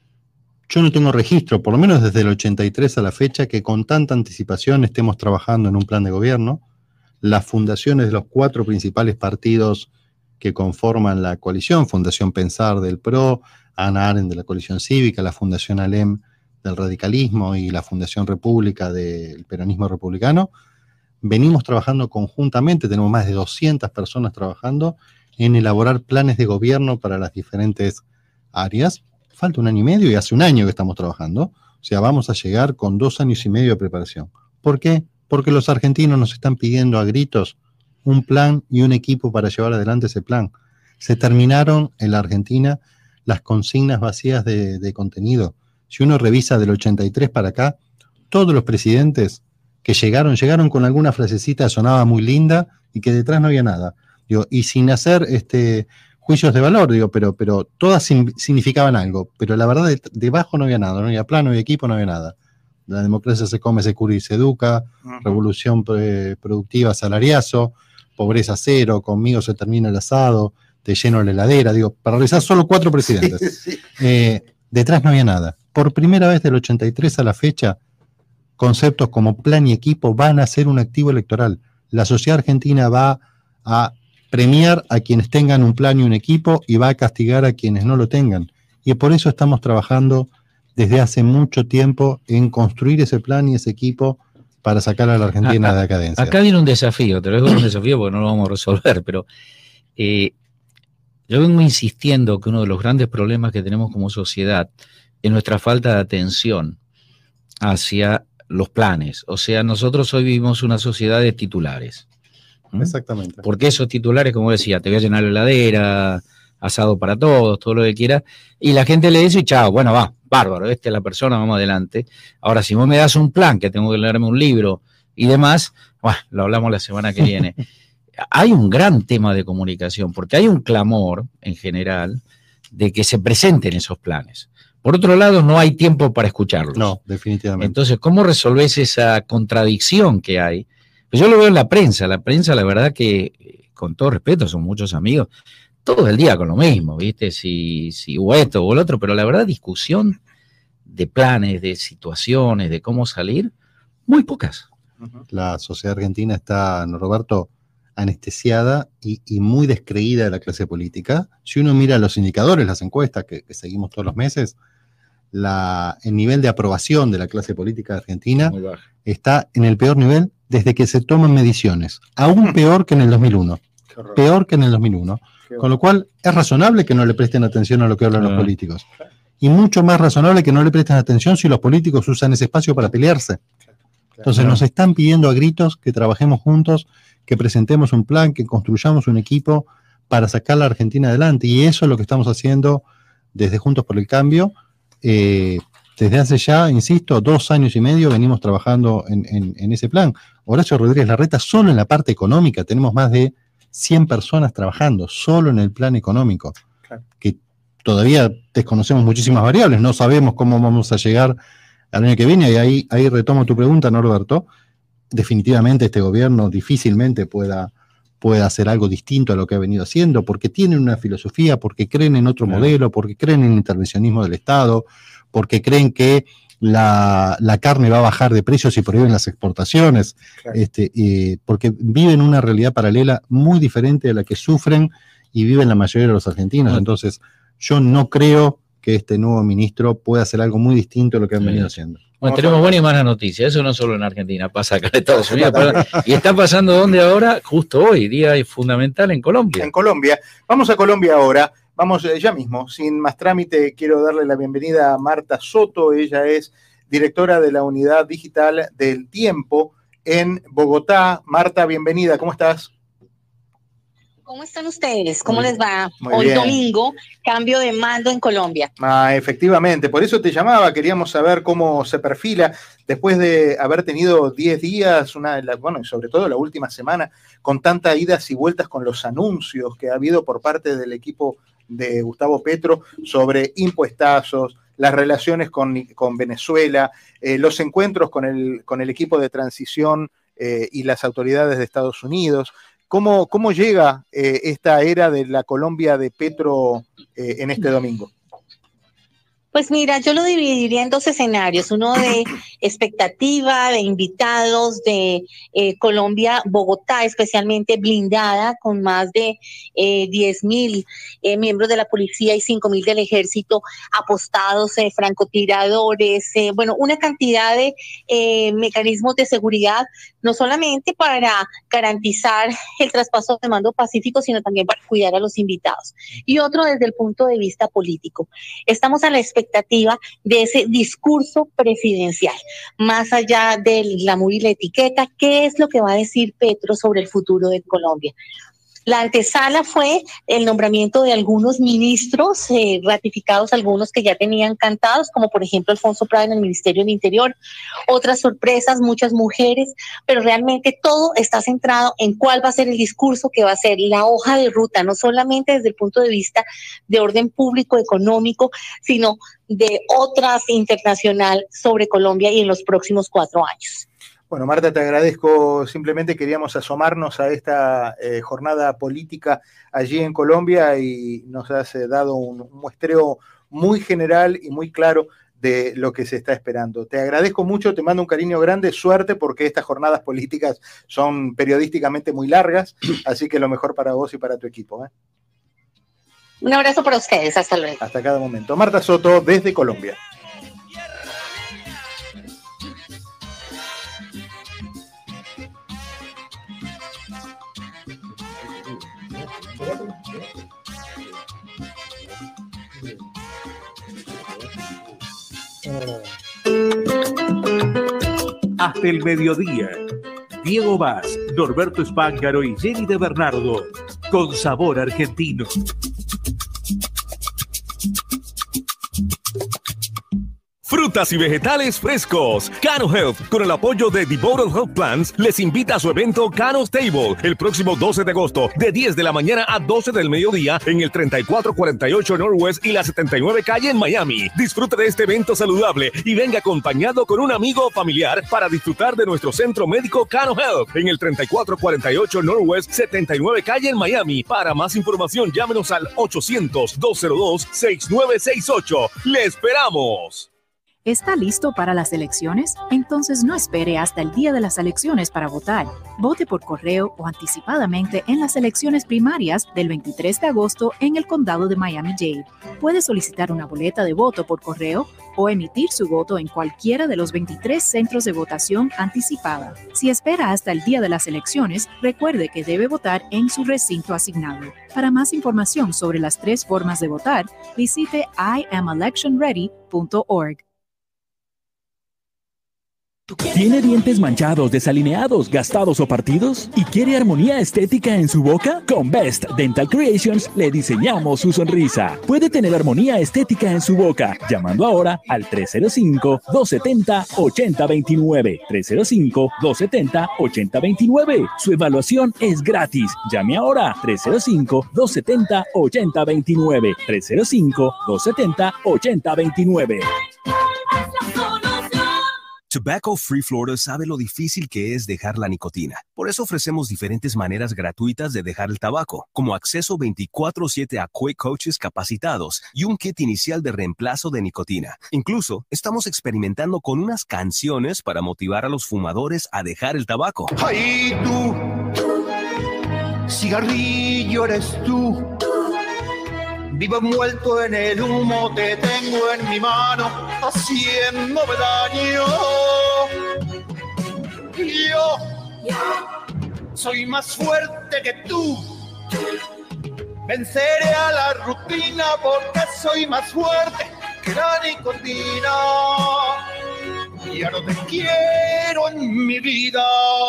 Yo no tengo registro, por lo menos desde el ochenta y tres a la fecha, que con tanta anticipación estemos trabajando en un plan de gobierno. Las fundaciones de los cuatro principales partidos que conforman la coalición, Fundación Pensar del P R O, Ana Arendt de la Coalición Cívica, la Fundación Alem del Radicalismo y la Fundación República del Peronismo Republicano, venimos trabajando conjuntamente, tenemos más de doscientas personas trabajando en elaborar planes de gobierno para las diferentes áreas. Falta un año y medio y hace un año que estamos trabajando, o sea, vamos a llegar con dos años y medio de preparación. ¿Por qué? Porque los argentinos nos están pidiendo a gritos un plan y un equipo para llevar adelante ese plan. Se terminaron en la Argentina las consignas vacías de, de contenido. Si uno revisa del ochenta y tres para acá, todos los presidentes que llegaron, llegaron con alguna frasecita que sonaba muy linda y que detrás no había nada. Digo, y sin hacer este, juicios de valor, digo, pero, pero todas sim- significaban algo. Pero la verdad, de, debajo no había nada, no había plan, no había equipo, no había nada. La democracia se come, se cura y se educa, uh-huh. Revolución eh, productiva, salariazo, pobreza cero, conmigo se termina el asado, te lleno la heladera, digo, para realizar solo cuatro presidentes. Sí, sí. Eh, detrás no había nada. Por primera vez del ochenta y tres a la fecha, conceptos como plan y equipo van a ser un activo electoral. La sociedad argentina va a premiar a quienes tengan un plan y un equipo y va a castigar a quienes no lo tengan. Y por eso estamos trabajando desde hace mucho tiempo en construir ese plan y ese equipo para sacar a la Argentina acá, de decadencia. Acá viene un desafío, te lo digo un desafío porque no lo vamos a resolver, pero eh, yo vengo insistiendo que uno de los grandes problemas que tenemos como sociedad es nuestra falta de atención hacia los planes. O sea, nosotros hoy vivimos una sociedad de titulares. ¿Mm? Exactamente. Porque esos titulares, como decía, te voy a llenar la heladera, asado para todos, todo lo que quieras, y la gente le dice, y chao, bueno, va, bárbaro, esta es la persona, vamos adelante. Ahora, si vos me das un plan, que tengo que leerme un libro y demás, bueno, lo hablamos la semana que viene. Hay un gran tema de comunicación, porque hay un clamor, en general, de que se presenten esos planes. Por otro lado, no hay tiempo para escucharlos. No, definitivamente. Entonces, ¿cómo resolvés esa contradicción que hay? Pero yo lo veo en la prensa, la prensa la verdad que, con todo respeto, son muchos amigos, todo el día con lo mismo, ¿viste? Si, si o esto o el otro, pero la verdad discusión de planes, de situaciones, de cómo salir, muy pocas. La sociedad argentina está, Roberto, anestesiada y, y muy descreída de la clase política. Si uno mira los indicadores, las encuestas que, que seguimos todos los meses, la, el nivel de aprobación de la clase política argentina está en el peor nivel desde que se toman mediciones, aún peor que en el dos mil uno. Peor que en el dos mil uno. Con lo cual, es razonable que no le presten atención a lo que hablan los políticos. Y mucho más razonable que no le presten atención si los políticos usan ese espacio para pelearse. Entonces nos están pidiendo a gritos que trabajemos juntos, que presentemos un plan, que construyamos un equipo para sacar a la Argentina adelante. Y eso es lo que estamos haciendo desde Juntos por el Cambio. Eh, desde hace ya, insisto, dos años y medio venimos trabajando en, en, en ese plan. Horacio Rodríguez Larreta, solo en la parte económica, tenemos más de cien personas trabajando, solo en el plan económico. Claro. Que todavía desconocemos muchísimas variables, no sabemos cómo vamos a llegar al año que viene, y ahí, ahí retomo tu pregunta, Norberto. Definitivamente este gobierno difícilmente pueda, pueda hacer algo distinto a lo que ha venido haciendo, porque tienen una filosofía, porque creen en otro claro. modelo, porque creen en el intervencionismo del Estado, porque creen que la, la carne va a bajar de precio si prohíben las exportaciones, claro. este, eh, porque viven una realidad paralela muy diferente a la que sufren y viven la mayoría de los argentinos. Entonces, yo no creo que este nuevo ministro pueda hacer algo muy distinto a lo que han sí. venido haciendo. Bueno, tenemos buenas y malas noticias, eso no solo en Argentina, pasa acá en Estados Unidos, y está pasando ¿dónde ahora? Justo hoy, día fundamental en Colombia. En Colombia. Vamos a Colombia ahora, vamos eh, ya mismo, sin más trámite, quiero darle la bienvenida a Marta Soto, ella es directora de la Unidad Digital del Tiempo en Bogotá. Marta, bienvenida, ¿cómo estás? ¿Cómo están ustedes? ¿Cómo muy, les va? Hoy bien. Domingo, cambio de mando en Colombia. Ah, efectivamente, por eso te llamaba, queríamos saber cómo se perfila después de haber tenido diez días, una, bueno, y sobre todo la última semana, con tantas idas y vueltas con los anuncios que ha habido por parte del equipo de Gustavo Petro sobre impuestazos, las relaciones con, con Venezuela, eh, los encuentros con el, con el equipo de transición eh, y las autoridades de Estados Unidos. ¿Cómo, cómo llega eh, esta era de la Colombia de Petro eh, en este domingo? Pues mira, yo lo dividiría en dos escenarios, uno de expectativa, de invitados, de eh, Colombia, Bogotá especialmente blindada, con más de eh, diez mil eh, miembros de la policía y cinco mil del ejército apostados, eh, francotiradores, eh, bueno, una cantidad de eh, mecanismos de seguridad, no solamente para garantizar el traspaso de mando pacífico, sino también para cuidar a los invitados. Y otro desde el punto de vista político. Estamos a la expectativa expectativa de ese discurso presidencial, más allá de la muy la etiqueta, ¿qué es lo que va a decir Petro sobre el futuro de Colombia? La antesala fue el nombramiento de algunos ministros, eh, ratificados algunos que ya tenían cantados, como por ejemplo Alfonso Prada en el Ministerio del Interior, otras sorpresas, muchas mujeres, pero realmente todo está centrado en cuál va a ser el discurso que va a ser la hoja de ruta, no solamente desde el punto de vista de orden público, económico, sino de otras internacional sobre Colombia y en los próximos cuatro años. Bueno, Marta, te agradezco. Simplemente queríamos asomarnos a esta eh, jornada política allí en Colombia y nos has eh, dado un, un muestreo muy general y muy claro de lo que se está esperando. Te agradezco mucho, te mando un cariño grande, suerte, porque estas jornadas políticas son periodísticamente muy largas, así que lo mejor para vos y para tu equipo, ¿eh? Un abrazo para ustedes, hasta luego. Hasta cada momento. Marta Soto, desde Colombia. Hasta el mediodía. Diego Vaz, Norberto Spángaro y Jenny de Bernardo, con sabor argentino. Fruta frutas y vegetales frescos. Cano Health, con el apoyo de Devoted Health Plans, les invita a su evento Cano's Table el próximo doce de agosto, de diez de la mañana a doce del mediodía, en el treinta y cuatro cuarenta y ocho Northwest y la setenta y nueve calle en Miami. Disfrute de este evento saludable y venga acompañado con un amigo o familiar para disfrutar de nuestro centro médico Cano Health en el treinta y cuatro cuarenta y ocho Northwest setenta y nueve calle en Miami. Para más información, llámenos al ochocientos, dos cero dos, seis nueve seis ocho. ¡Le esperamos! ¿Está listo para las elecciones? Entonces no espere hasta el día de las elecciones para votar. Vote por correo o anticipadamente en las elecciones primarias del veintitrés de agosto en el condado de Miami-Dade. Puede solicitar una boleta de voto por correo o emitir su voto en cualquiera de los veintitrés centros de votación anticipada. Si espera hasta el día de las elecciones, recuerde que debe votar en su recinto asignado. Para más información sobre las tres formas de votar, visite i am election ready punto org. ¿Tiene dientes manchados, desalineados, gastados o partidos? ¿Y quiere armonía estética en su boca? Con Best Dental Creations le diseñamos su sonrisa. Puede tener armonía estética en su boca llamando ahora al tres cero cinco, dos siete cero, ocho cero dos nueve. tres cero cinco, dos siete cero, ocho cero dos nueve. Su evaluación es gratis. Llame ahora tres cero cinco, dos siete cero, ocho cero dos nueve. tres cero cinco, dos siete cero, ocho cero dos nueve. Tobacco Free Florida sabe lo difícil que es dejar la nicotina. Por eso ofrecemos diferentes maneras gratuitas de dejar el tabaco, como acceso veinticuatro siete a Quick Coaches capacitados y un kit inicial de reemplazo de nicotina. Incluso, estamos experimentando con unas canciones para motivar a los fumadores a dejar el tabaco. ¡Ay, tú! Cigarrillo eres tú. Vivo envuelto en el humo, te tengo en mi mano, haciéndome daño. Y yo soy más fuerte que tú. Venceré a la rutina porque soy más fuerte que la nicotina. Ya no te quiero en mi vida.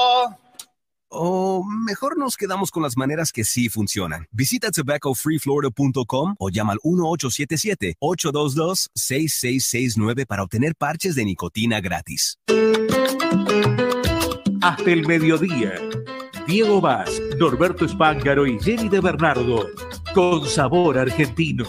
O mejor nos quedamos con las maneras que sí funcionan. Visita tobacco free florida punto com o llama al uno ocho siete siete, ocho dos dos, seis seis seis nueve para obtener parches de nicotina gratis. Hasta el mediodía. Diego Vaz, Norberto Spángaro y Jenny de Bernardo. Con sabor argentino.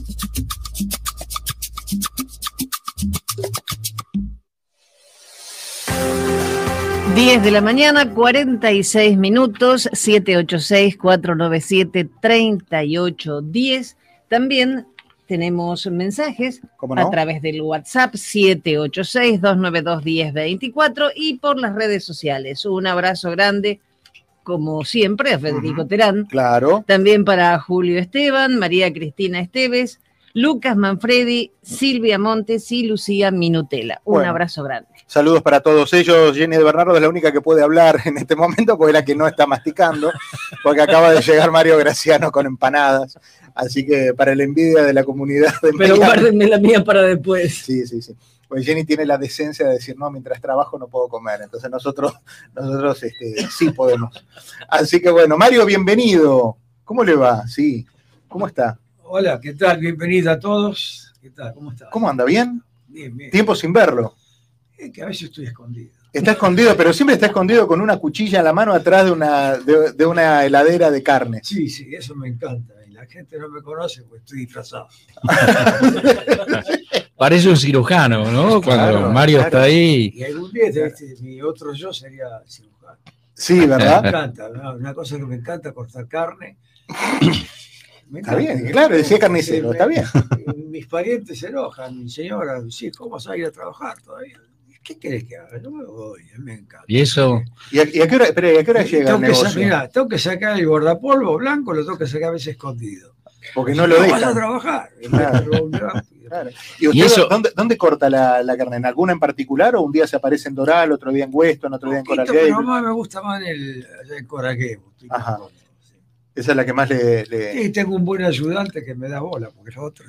diez de la mañana, cuarenta y seis minutos, siete ocho seis, cuatro nueve siete, tres ocho uno cero. También tenemos mensajes ¿Cómo no? a través del WhatsApp siete ocho seis, dos nueve dos, uno cero dos cuatro y por las redes sociales. Un abrazo grande, como siempre, a Federico uh-huh. Terán. Claro. También para Julio Esteban, María Cristina Esteves, Lucas Manfredi, Silvia Montes y Lucía Minutela. Un bueno, abrazo grande. Saludos para todos ellos. Jenny de Bernardo es la única que puede hablar en este momento porque es la que no está masticando, porque acaba de llegar Mario Graciano con empanadas. Así que para la envidia de la comunidad de Pero guárdenme la mía para después. Sí, sí, sí. Pues Jenny tiene la decencia de decir, no, mientras trabajo no puedo comer. Entonces nosotros, nosotros este, sí podemos. Así que bueno, Mario, bienvenido. ¿Cómo le va? Sí. ¿Cómo está? Hola, ¿qué tal? Bienvenido a todos. ¿Qué tal? ¿Cómo estás? ¿Cómo anda? ¿Bien? Bien, bien. Tiempo sin verlo. Es que a veces estoy escondido. Está escondido, pero siempre está escondido con una cuchilla en la mano atrás de una, de, de una heladera de carne. Sí, sí, eso me encanta. Y la gente no me conoce porque estoy disfrazado. Parece un cirujano, ¿no? Cuando Claro, Mario claro. está ahí. Y algún día este, mi otro yo sería cirujano. Sí, ¿verdad? Me encanta, ¿no? Una cosa que me encanta, cortar carne. Me Está bien, claro, decía carnicero, está bien. Mis parientes se enojan, mi señora, sí, ¿cómo vas a ir a trabajar todavía? ¿Qué querés que haga? No me voy, me encanta. Y eso. ¿Y a, y a qué hora, espera, ¿y a qué hora llega Tengo el que, negocio? sa- mirá, tengo que sacar el guardapolvo blanco, lo tengo que sacar a veces escondido. Porque no lo vas dejan. a trabajar. Claro. Claro. ¿Y usted Y eso- ¿dónde, dónde corta la, la carne? ¿En alguna en particular o un día se aparece en Doral, otro día en Weston, otro día en Coral Pero Gable? más me gusta más en el, allá en Coral Gable. Estoy más Ajá. cómodo. Esa es la que más le... le- Y tengo un buen ayudante que me da bola, porque los otros.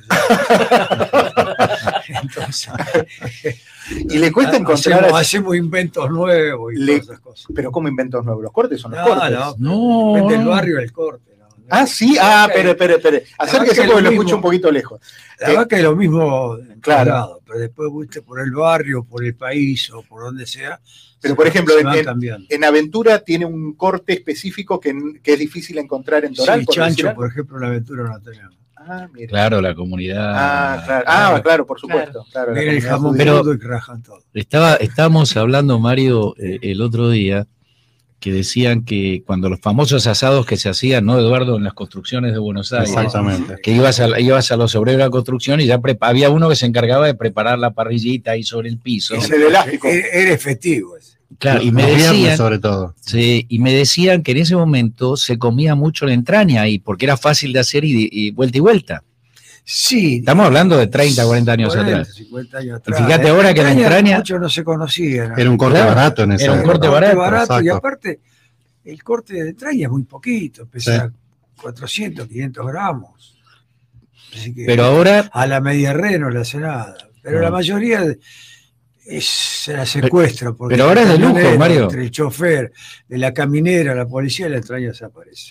Entonces, Y le cuesta encontrar... hacemos, así- hacemos inventos nuevos y Le- todas esas cosas. Pero ¿cómo inventos nuevos? Los cortes son los No, cortes. no, No, depende del no. barrio el corte. No, Ah, sí, ah, espere, espere, espere. Acérquese porque lo escucho un poquito lejos. La Eh, vaca es lo mismo en claro. todos lados, pero después fuiste por el barrio, por el país o por donde sea. Pero, se por va- ejemplo, se en, van en- cambiando. en Aventura tiene un corte específico que, que es difícil encontrar en Toral. Sí, por decir chancho, algo. por ejemplo, en Aventura no tenemos. Ah, mira. Claro, la comunidad. Ah, claro, ah, claro, por supuesto. Claro, la Viene el comunidad jamón judía. Pero- crudo y rajan todo. Estaba, estábamos hablando, Mario, eh, el otro día, que decían que cuando los famosos asados que se hacían, ¿no, Eduardo? En las construcciones de Buenos Aires. Exactamente. Que ibas a, ibas a los obreros de la construcción y ya prepa- había uno que se encargaba de preparar la parrillita ahí sobre el piso. Es el elástico. Era, era efectivo. ese. Claro, y me Los viernes, decían, sobre todo. sí, y me decían que en ese momento se comía mucho la entraña ahí, porque era fácil de hacer y, y vuelta y vuelta. Sí. Estamos hablando de treinta, cuarenta años cuarenta, atrás. cincuenta años Y atrás. fíjate ahora que la entraña- Muchos no se conocían. Era un corte Claro, barato en esa era un época. corte barato, y exacto. aparte, el corte de entraña es muy poquito, pesa cuatrocientos, quinientos gramos. Así que Pero ahora, a la media red no le hace nada. Pero No. la mayoría de- es, se la secuestro. Porque pero ahora el es de lujo, camionero, Mario. Entre el chofer, de la caminera, la policía, la entraña desaparece.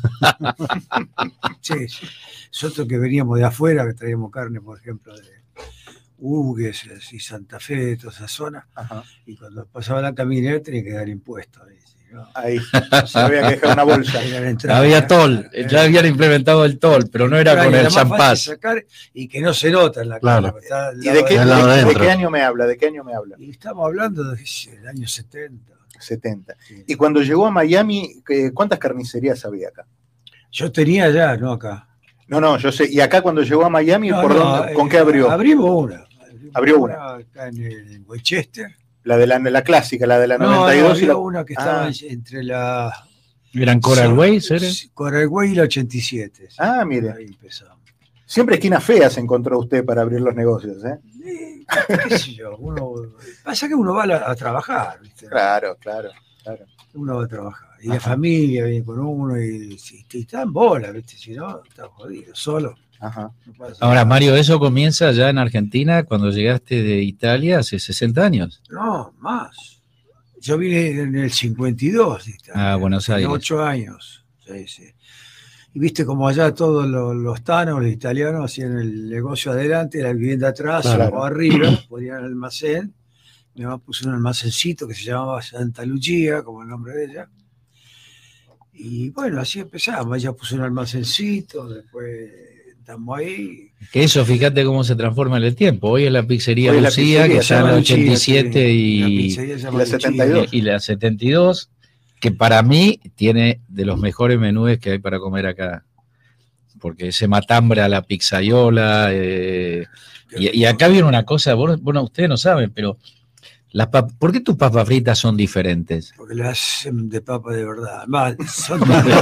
Sí, sí. Nosotros que veníamos de afuera, que traíamos carne, por ejemplo, de Hugues y Santa Fe, de toda esa zona, Ajá. y cuando pasaba la caminera tenía que dar impuestos. Ahí, ¿sí? ¿no? Ahí. Se había que dejar una bolsa. Era la entrada. había tol, ya habían implementado el tol, pero no era con Entraña, el la más fácil champás. sacar y que no se nota en la Claro. cara. Está al ¿Y lado de qué, de- Al lado de- de adentro. qué año me habla? ¿De qué año me habla? Y estamos hablando del año setenta. setenta. Y cuando llegó a Miami, ¿qué- ¿cuántas carnicerías había acá? Yo tenía ya, no acá. No, no, yo sé. ¿Y acá cuando llegó a Miami, No, por no, dónde- con eh, qué abrió? Abrimos una. Abrimos Abrió una. Acá en el Westchester. La de la, la clásica, la de la No, noventa y dos no, y había la... una que estaba Ah. entre la ¿Eran Coral Ways? ¿era? Coral Way y la ochenta y siete. sí. Ah, mire. Ahí empezamos. Siempre esquinas feas encontró usted para abrir los negocios, ¿eh? Eh, ¿Qué sé yo? Uno, pasa que uno va a, la- a trabajar, ¿viste? Claro, claro, claro. Uno va a trabajar. Y la Ajá. familia viene con uno y, y, y está en bola, ¿viste? Si no, está jodido, solo. Ajá. No pasa Ahora, nada. Mario, eso comienza ya en Argentina cuando llegaste de Italia hace sesenta años. No, más. Yo vine en el cincuenta y dos, ¿viste? A Buenos Tenía Aires. ocho años. Sí, sí. Y viste como allá todos los, los tanos, los italianos, hacían el negocio adelante, la vivienda atrás, Claro. o arriba, ponían el almacén. Mi mamá puso un almacencito que se llamaba Santa Lucía, como el nombre de ella. Y bueno, así empezamos. Ella puso un almacencito, después estamos ahí. Que eso, fíjate cómo se transforma en el tiempo. Hoy es la pizzería Hoy es la Lucía, pizzería, que se está en llama la Lucía, ochenta y siete sí. La y, pizzería se llama y la Lucía. setenta y dos. y la setenta y dos, que para mí tiene de los mejores menús que hay para comer acá. Porque ese matambre a la pizzaiola. eh, y, y acá viene una cosa, vos- bueno, ustedes no saben, pero las pap- ¿por qué tus papas fritas son diferentes? Porque las hacen de papa de verdad. Va, son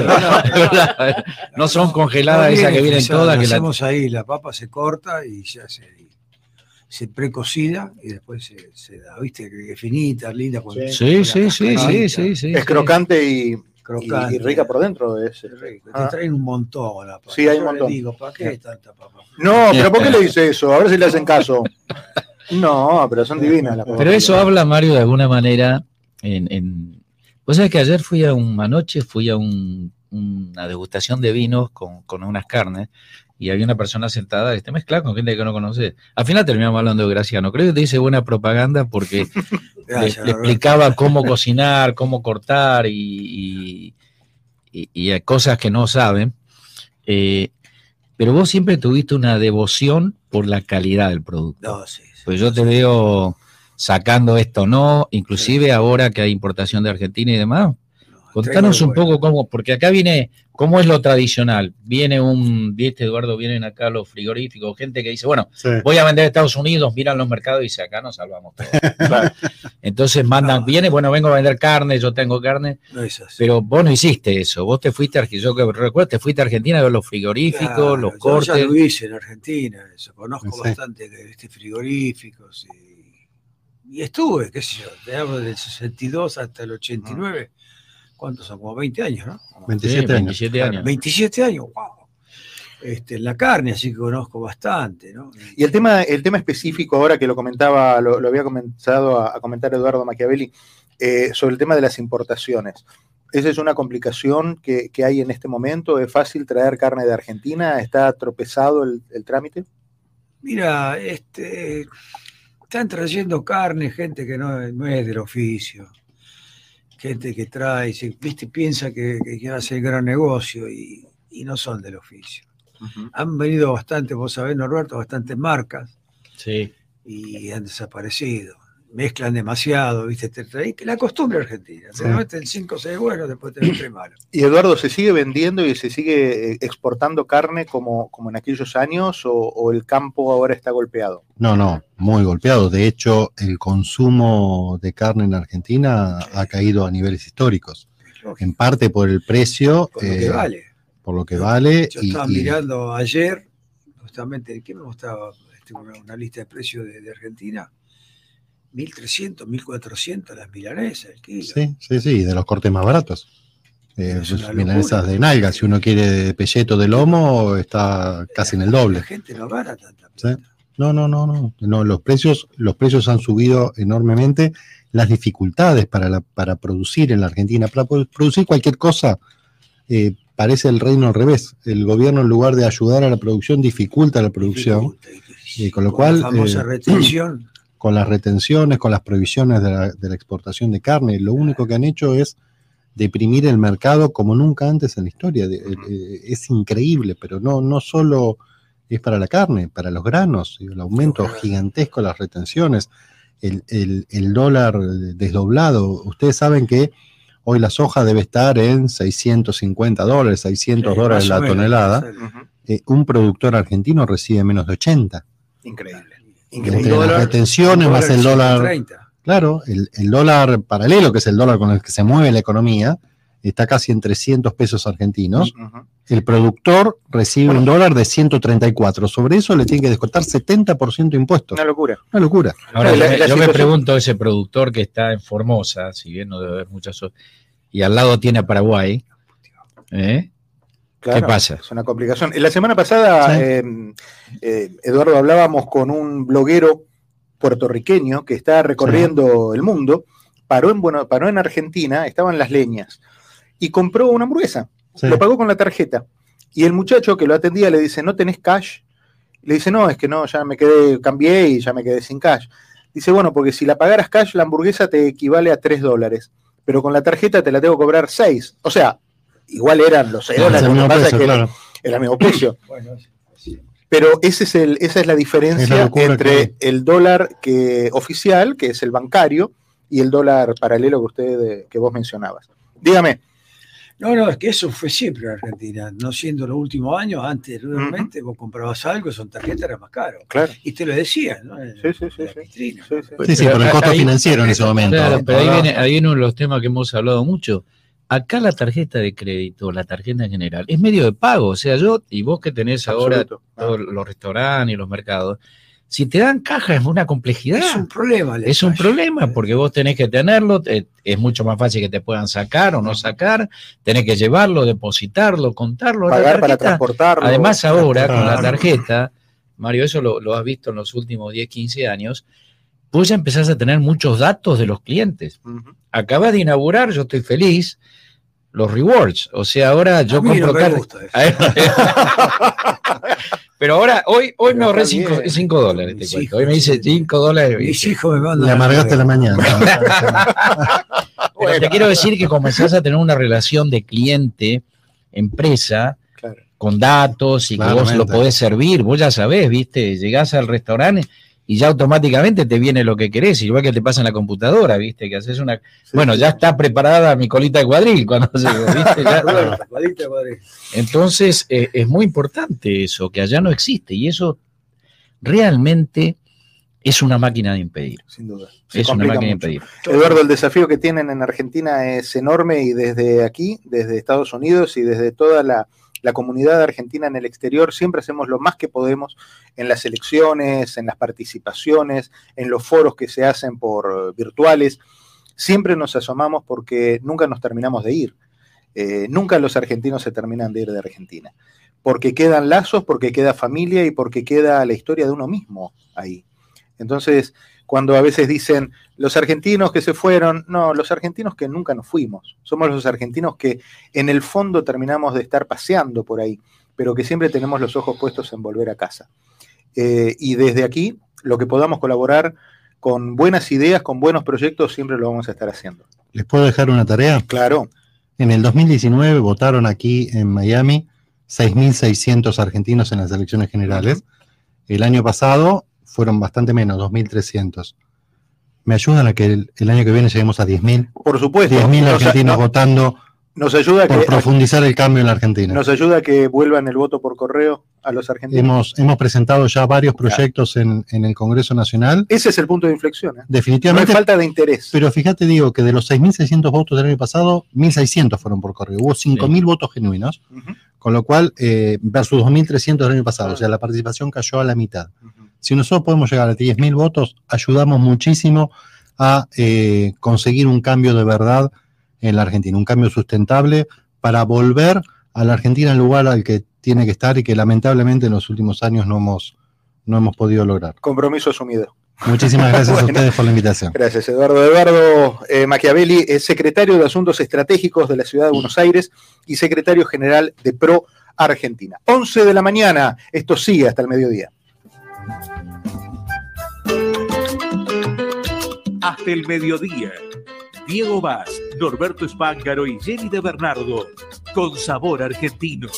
No son congeladas esas que vienen frisadas, todas. lo Que la- hacemos ahí, la papa se corta y se hace ahí. Se precocida y después se, se da, ¿viste? Que es finita, linda. con- Sí, con sí, la sí, cascarita, sí, sí, sí. Es crocante y, crocante. y- y rica por dentro. Es, Es rico. Ah. Te traen un montón la papa. Sí, hay un Yo le montón. digo, ¿para qué tanta papa? No, pero ¿por qué le dice eso? A ver si le hacen caso. No, pero son divinas las papas. Pero eso habla, Mario, de alguna manera. En, en... Vos sabés que ayer fui a un, anoche fui a un- una degustación de vinos con, con unas carnes y había una persona sentada que te mezcla con gente que no conoces. Al final terminamos hablando de Graciano. Creo que te hice buena propaganda porque le, Gracias, le Norberto. explicaba cómo cocinar, cómo cortar y, y- y- y cosas que no saben. Eh, pero vos siempre tuviste una devoción por la calidad del producto. No, sí, sí. Pues yo te veo sacando esto, ¿no? Inclusive ahora que hay importación de Argentina y demás. Contanos un poco cómo, porque acá viene, ¿cómo es lo tradicional? Viene un, viste Eduardo, vienen acá los frigoríficos, gente que dice, bueno, Sí. voy a vender a Estados Unidos, miran los mercados y dice, acá nos salvamos todos. Claro. Entonces mandan, No. viene, bueno, vengo a vender carne, yo tengo carne, No es así. pero vos no hiciste eso, vos te fuiste a Argentina, yo que recuerdo, te fuiste a Argentina a ver los frigoríficos, Claro, los yo cortes. ya lo hice en Argentina, eso, conozco Sí. bastante de este frigoríficos y, y estuve, qué sé yo, te hablo del sesenta y dos hasta el ochenta y nueve. ¿Cuántos son? Como veinte años, ¿no? veintisiete Sí, años. veintisiete años. veintisiete años, wow. Este, en la carne, así que conozco bastante, ¿no? Y el tema, el tema específico, ahora que lo comentaba, lo, lo había comenzado a, a comentar Eduardo Machiavelli, eh, sobre el tema de las importaciones. ¿Esa es una complicación que, que hay en este momento? ¿Es fácil traer carne de Argentina? ¿Está tropezado el, el trámite? Mira, este, están trayendo carne gente que no, no es del oficio, gente que trae, se, viste, piensa que, que, que hace el gran negocio y, y no son del oficio. Uh-huh. Han venido bastante, vos sabés, Norberto, bastantes marcas. Sí. Y han desaparecido. Mezclan demasiado, ¿viste? Te trae, la costumbre argentina. Se meten cinco o seis buenos, después te meten malos. ¿Y Eduardo, se sigue vendiendo y se sigue exportando carne como, como en aquellos años o, o el campo ahora está golpeado? No, no, muy golpeado. De hecho, el consumo de carne en Argentina ha caído a niveles históricos. En parte por el precio. Por lo eh, que vale. Por lo que vale. Yo estaba y, mirando y... ayer, justamente, ¿qué me mostraba? Una, una lista de precios de, de Argentina. mil trescientos, mil cuatrocientos las milanesas, el kilo. Sí, sí, sí, de los cortes más baratos. Eh, milanesas de nalga, si uno quiere de pelleto de lomo, está casi en el doble. La gente no gana tanta ¿Sí? No, no, no, no. no los, precios, los precios han subido enormemente. Las dificultades para, la, para producir en la Argentina, para producir cualquier cosa, eh, parece el reino al revés. El gobierno, en lugar de ayudar a la producción, dificulta la producción. Y con lo con cual. La famosa eh, retención. Con las retenciones, con las prohibiciones de la, de la exportación de carne, lo único que han hecho es deprimir el mercado como nunca antes en la historia. De, de, es increíble, pero no, no solo es para la carne, para los granos, el aumento gigantesco de las retenciones, el, el, el dólar desdoblado. Ustedes saben que hoy la soja debe estar en seiscientos cincuenta dólares, seiscientos sí, dólares la tonelada. Uh-huh. Eh, un productor argentino recibe menos de ochenta. Increíble. Entre dólar, las retenciones más el dólar, treinta. Claro, el, el dólar paralelo, que es el dólar con el que se mueve la economía, está casi en trescientos pesos argentinos. Uh-huh. El productor recibe bueno. un dólar de ciento treinta y cuatro. Sobre eso le tiene que descontar setenta por ciento de impuestos. Una locura. Una locura. Ahora, la, la, yo situación... me pregunto, ese productor que está en Formosa, si bien no debe haber muchas, y al lado tiene a Paraguay, ¿eh? Claro, ¿qué pasa? Es una complicación. En la semana pasada, sí. eh, eh, Eduardo, hablábamos con un bloguero puertorriqueño que está recorriendo sí. el mundo, paró en, bueno, paró en Argentina, estaban Las Leñas, y compró una hamburguesa. Sí. Lo pagó con la tarjeta. Y el muchacho que lo atendía le dice, ¿no tenés cash? Le dice, no, es que no, ya me quedé, cambié y ya me quedé sin cash. Dice, bueno, porque si la pagaras cash, la hamburguesa te equivale a tres dólares, pero con la tarjeta te la tengo que cobrar seis. O sea, igual eran los seis dólares, lo que pasa es que claro. era el mismo precio. Bueno, sí. Pero ese es el, esa es la diferencia es la entre que... el dólar que, oficial, que es el bancario, y el dólar paralelo que usted que vos mencionabas. Dígame. No, no, es que eso fue siempre en Argentina, no siendo los últimos años, anteriormente uh-huh. vos comprabas algo, son tarjetas, era más caro. Claro. Y te lo decían, ¿no? En, sí, sí, sí. sí. Sí, sí, sí, sí, por el costo ahí, financiero en ese momento. Claro, pero ahí viene, ahí viene uno de los temas que hemos hablado mucho. Acá la tarjeta de crédito, la tarjeta en general, es medio de pago. O sea, yo y vos que tenés ahora Absoluto. todos los restaurantes y los mercados, si te dan caja es una complejidad. Es un problema. Es un problema porque vos tenés que tenerlo, es mucho más fácil que te puedan sacar o no sacar, tenés que llevarlo, depositarlo, contarlo. Pagar para transportarlo. Además ahora con la tarjeta, Mario, eso lo, lo has visto en los últimos diez, quince años, vos ya empezás a tener muchos datos de los clientes. Uh-huh. Acabas de inaugurar, yo estoy feliz, los rewards. O sea, ahora yo compro no me gusta eso. Pero ahora, hoy, hoy me ahorré cinco dólares, te cuento. Hoy me dice cinco dólares. Mis hijos me mandan. Le amargaste la mañana. Pero te quiero decir que comenzás a tener una relación de cliente-empresa claro. con datos y Claramente. que vos lo podés servir. Vos ya sabés, ¿viste? Llegás al restaurante y ya automáticamente te viene lo que querés, igual que te pasa en la computadora, ¿viste? Que haces una... Sí, bueno, sí. ya está preparada mi colita de cuadril cuando llego, ¿viste? Ya... Entonces, eh, es muy importante eso, que allá no existe, y eso realmente es una máquina de impedir. Sin duda. Se es una máquina mucho. de impedir. Eduardo, el desafío que tienen en Argentina es enorme, y desde aquí, desde Estados Unidos y desde toda la... la comunidad argentina en el exterior, siempre hacemos lo más que podemos en las elecciones, en las participaciones, en los foros que se hacen por virtuales. Siempre nos asomamos porque nunca nos terminamos de ir. Eh, nunca los argentinos se terminan de ir de Argentina. Porque quedan lazos, porque queda familia y porque queda la historia de uno mismo ahí. Entonces, cuando a veces dicen los argentinos que se fueron, no, los argentinos que nunca nos fuimos, somos los argentinos que en el fondo terminamos de estar paseando por ahí, pero que siempre tenemos los ojos puestos en volver a casa. Eh, y desde aquí, lo que podamos colaborar con buenas ideas, con buenos proyectos, siempre lo vamos a estar haciendo. ¿Les puedo dejar una tarea? Claro. En el dos mil diecinueve votaron aquí en Miami seis mil seiscientos argentinos en las elecciones generales. El año pasado fueron bastante menos, dos mil trescientos. ¿Me ayudan a que el, el año que viene lleguemos a diez mil? Por supuesto. diez mil argentinos no, votando nos ayuda por que, profundizar el cambio en la Argentina. Nos ayuda a que vuelvan el voto por correo a los argentinos. Hemos, hemos presentado ya varios proyectos claro. en, en el Congreso Nacional. Ese es el punto de inflexión. ¿eh? Definitivamente. No hay falta de interés. Pero fíjate, digo, que de los seis mil seiscientos votos del año pasado, mil seiscientos fueron por correo. Hubo cinco mil sí. votos genuinos, uh-huh. con lo cual, eh, versus dos mil trescientos del año pasado, uh-huh. o sea, la participación cayó a la mitad. Uh-huh. Si nosotros podemos llegar a diez mil votos, ayudamos muchísimo a eh, conseguir un cambio de verdad en la Argentina, un cambio sustentable para volver a la Argentina al lugar al que tiene que estar y que lamentablemente en los últimos años no hemos, no hemos podido lograr. Compromiso asumido. Muchísimas gracias bueno, a ustedes por la invitación. Gracias, Eduardo. Eduardo eh, Machiavelli es secretario de Asuntos Estratégicos de la Ciudad de Buenos Aires y secretario general de Pro Argentina. once de la mañana, esto sigue hasta el mediodía. Hasta el mediodía. Diego Vaz, Norberto Espángaro y Jenny de Bernardo, con sabor argentino.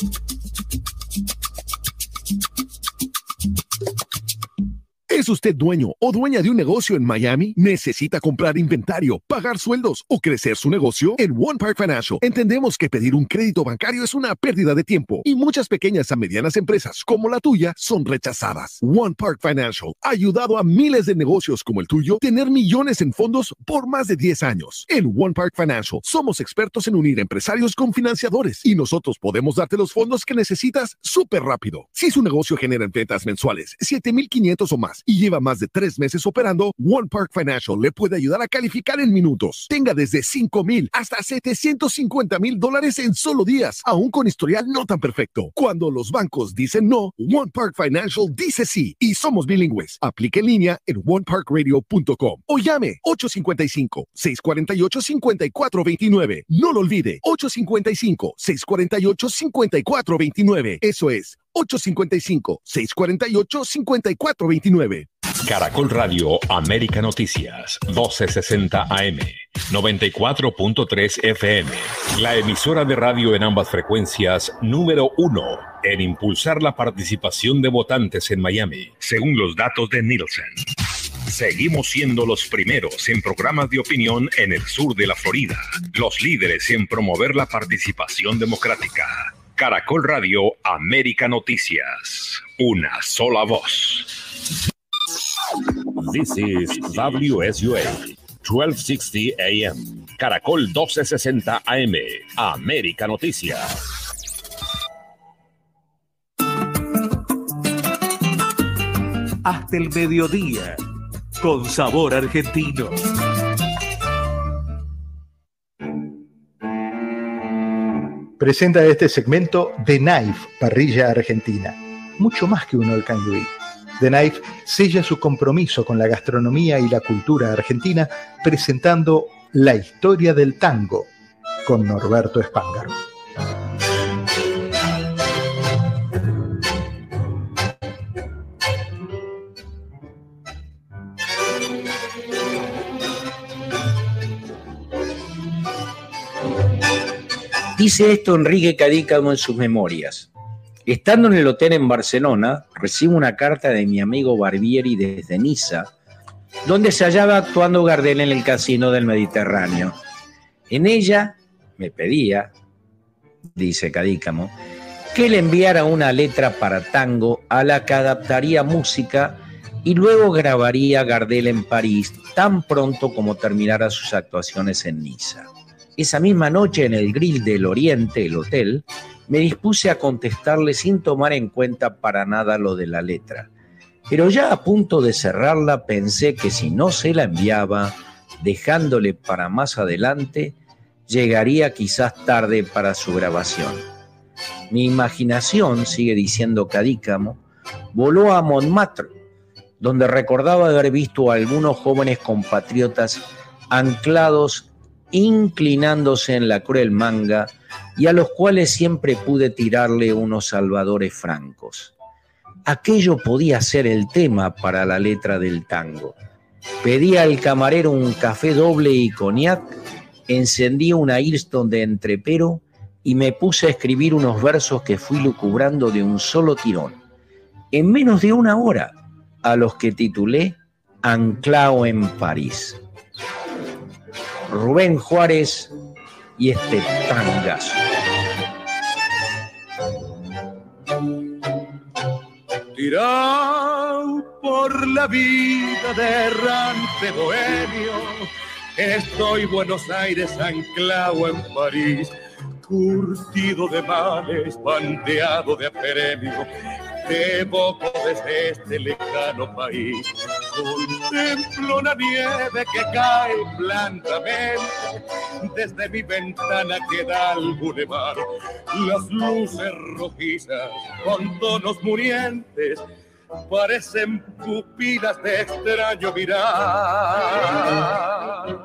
¿Es usted dueño o dueña de un negocio en Miami? ¿Necesita comprar inventario, pagar sueldos o crecer su negocio? En One Park Financial entendemos que pedir un crédito bancario es una pérdida de tiempo y muchas pequeñas a medianas empresas como la tuya son rechazadas. One Park Financial ha ayudado a miles de negocios como el tuyo a tener millones en fondos por más de diez años. En One Park Financial somos expertos en unir empresarios con financiadores y nosotros podemos darte los fondos que necesitas súper rápido. Si su negocio genera ventas mensuales siete mil quinientos o más y lleva más de tres meses operando, One Park Financial le puede ayudar a calificar en minutos. Tenga desde cinco mil hasta setecientos cincuenta mil dólares en solo días, aún con historial no tan perfecto. Cuando los bancos dicen no, One Park Financial dice sí y somos bilingües. Aplique en línea en one park radio punto com o llame ocho cinco cinco, seis cuatro ocho, cinco cuatro dos nueve. No lo olvide, ocho cinco cinco, seis cuatro ocho, cinco cuatro dos nueve. Eso es ocho cinco cinco, seis cuatro ocho, cinco cuatro dos nueve. Caracol Radio América Noticias, doce sesenta A M, noventa y cuatro punto tres F M. La emisora de radio en ambas frecuencias número uno en impulsar la participación de votantes en Miami, según los datos de Nielsen. Seguimos siendo los primeros en programas de opinión en el sur de la Florida, los líderes en promover la participación democrática. Caracol Radio América Noticias, una sola voz. This is W S U A, twelve sixty A M, Caracol doce sesenta A M, América Noticias. Hasta el mediodía, con sabor argentino. Presenta este segmento The Knife, parrilla argentina. Mucho más que un all can you eat. The Knife sella su compromiso con la gastronomía y la cultura argentina presentando la historia del tango con Norberto Espángaro. Dice esto Enrique Cadícamo en sus memorias. Estando en el hotel en Barcelona, recibo una carta de mi amigo Barbieri desde Niza, donde se hallaba actuando Gardel en el Casino del Mediterráneo. En ella me pedía, dice Cadícamo, que le enviara una letra para tango a la que adaptaría música y luego grabaría Gardel en París tan pronto como terminara sus actuaciones en Niza. Esa misma noche en el Grill del Oriente, el hotel, me dispuse a contestarle sin tomar en cuenta para nada lo de la letra. Pero ya a punto de cerrarla pensé que si no se la enviaba, dejándole para más adelante, llegaría quizás tarde para su grabación. Mi imaginación, sigue diciendo Cadícamo, voló a Montmartre donde recordaba haber visto a algunos jóvenes compatriotas anclados, inclinándose en la cruel manga, y a los cuales siempre pude tirarle unos salvadores francos. Aquello podía ser el tema para la letra del tango. Pedí al camarero un café doble y cognac, encendí una Easton de entrepero y me puse a escribir unos versos que fui lucubrando de un solo tirón, en menos de una hora, a los que titulé Anclao en París. Rubén Juárez y este tangazo. Tirado por la vida de errante bohemio, estoy Buenos Aires anclado en París, curtido de males, bandeado de apremio, te evoco desde este lejano país. Contemplo la nieve que cae blandamente desde mi ventana que da al bulevar. Las luces rojizas con tonos murientes parecen pupilas de extraño mirar.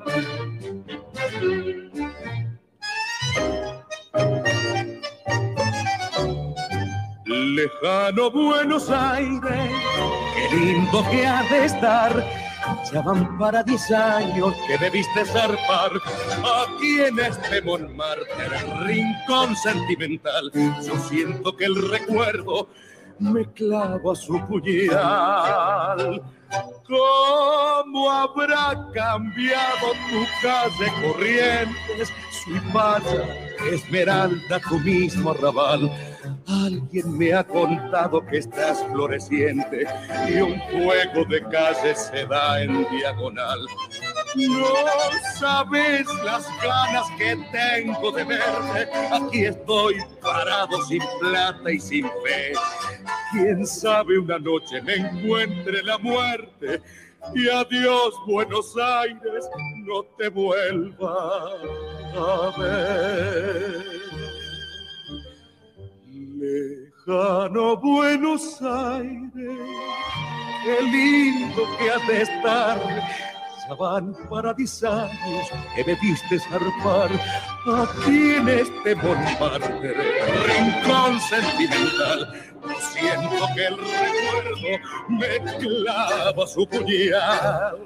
Lejano Buenos Aires, qué lindo que ha de estar. Ya van para diez años que debiste zarpar aquí en este Montmartre, rincón sentimental. Yo siento que el recuerdo me clava a su puñal. ¿Cómo habrá cambiado tu calle Corrientes, Suipacha, Esmeralda, tu mismo arrabal? Alguien me ha contado que estás floreciente y un juego de calles se da en diagonal. No sabes las ganas que tengo de verte. Aquí estoy parado sin plata y sin fe. Quién sabe una noche me encuentre la muerte y adiós Buenos Aires, no te vuelva a ver. Lejano Buenos Aires, qué lindo que has de estar. Ya van para diez años que me viste zarpar aquí en este Montmartre, rincón sentimental. Siento que el recuerdo me clava su puñal.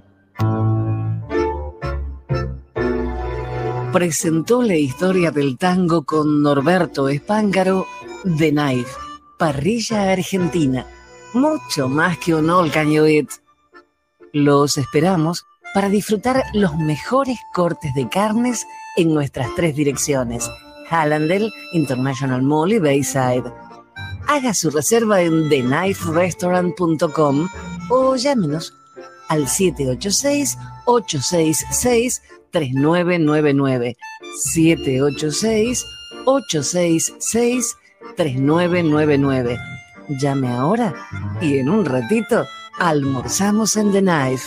Presentó la historia del tango con Norberto Espángaro, The Knife, parrilla argentina, mucho más que un all can you eat. Los esperamos para disfrutar los mejores cortes de carnes en nuestras tres direcciones, Hallandale, International Mall y Bayside. Haga su reserva en the knife restaurant punto com o llámenos al siete ocho seis, ocho seis seis, tres nueve nueve nueve, siete ocho seis, ocho seis seis, tres nueve nueve nueve. Llame ahora y en un ratito almorzamos en The Knife.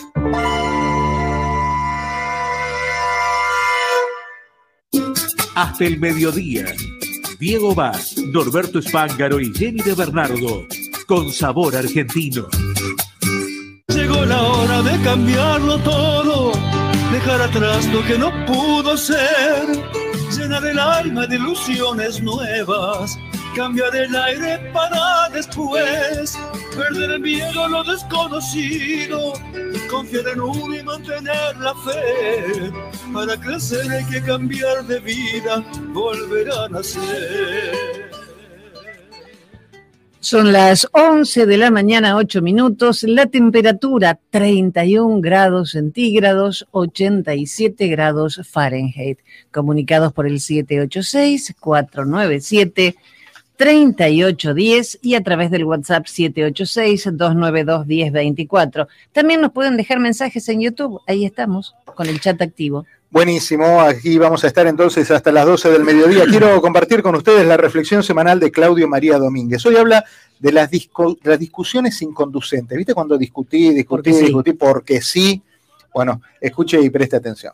Hasta el mediodía. Diego Vaz, Norberto Espángaro y Jenny de Bernardo, con sabor argentino. Llegó la hora de cambiarlo todo, dejar atrás lo que no pudo ser, llenar el alma de ilusiones nuevas, cambiar el aire para después, perder el miedo a lo desconocido, confiar en uno y mantener la fe. Para crecer hay que cambiar de vida, volver a nacer. Son las once de la mañana, ocho minutos, la temperatura treinta y un grados centígrados, ochenta y siete grados Fahrenheit. Comunicados por el siete ocho seis, cuatro nueve siete, tres ocho uno cero y a través del WhatsApp siete ocho seis, dos nueve dos, uno cero dos cuatro. También nos pueden dejar mensajes en YouTube, ahí estamos, con el chat activo. Buenísimo, aquí vamos a estar entonces hasta las doce del mediodía. Quiero compartir con ustedes la reflexión semanal de Claudio María Domínguez. Hoy habla de las, disco, de las discusiones inconducentes. ¿Viste cuando discutí, discutí, porque discutí sí. porque sí? Bueno, escuche y preste atención.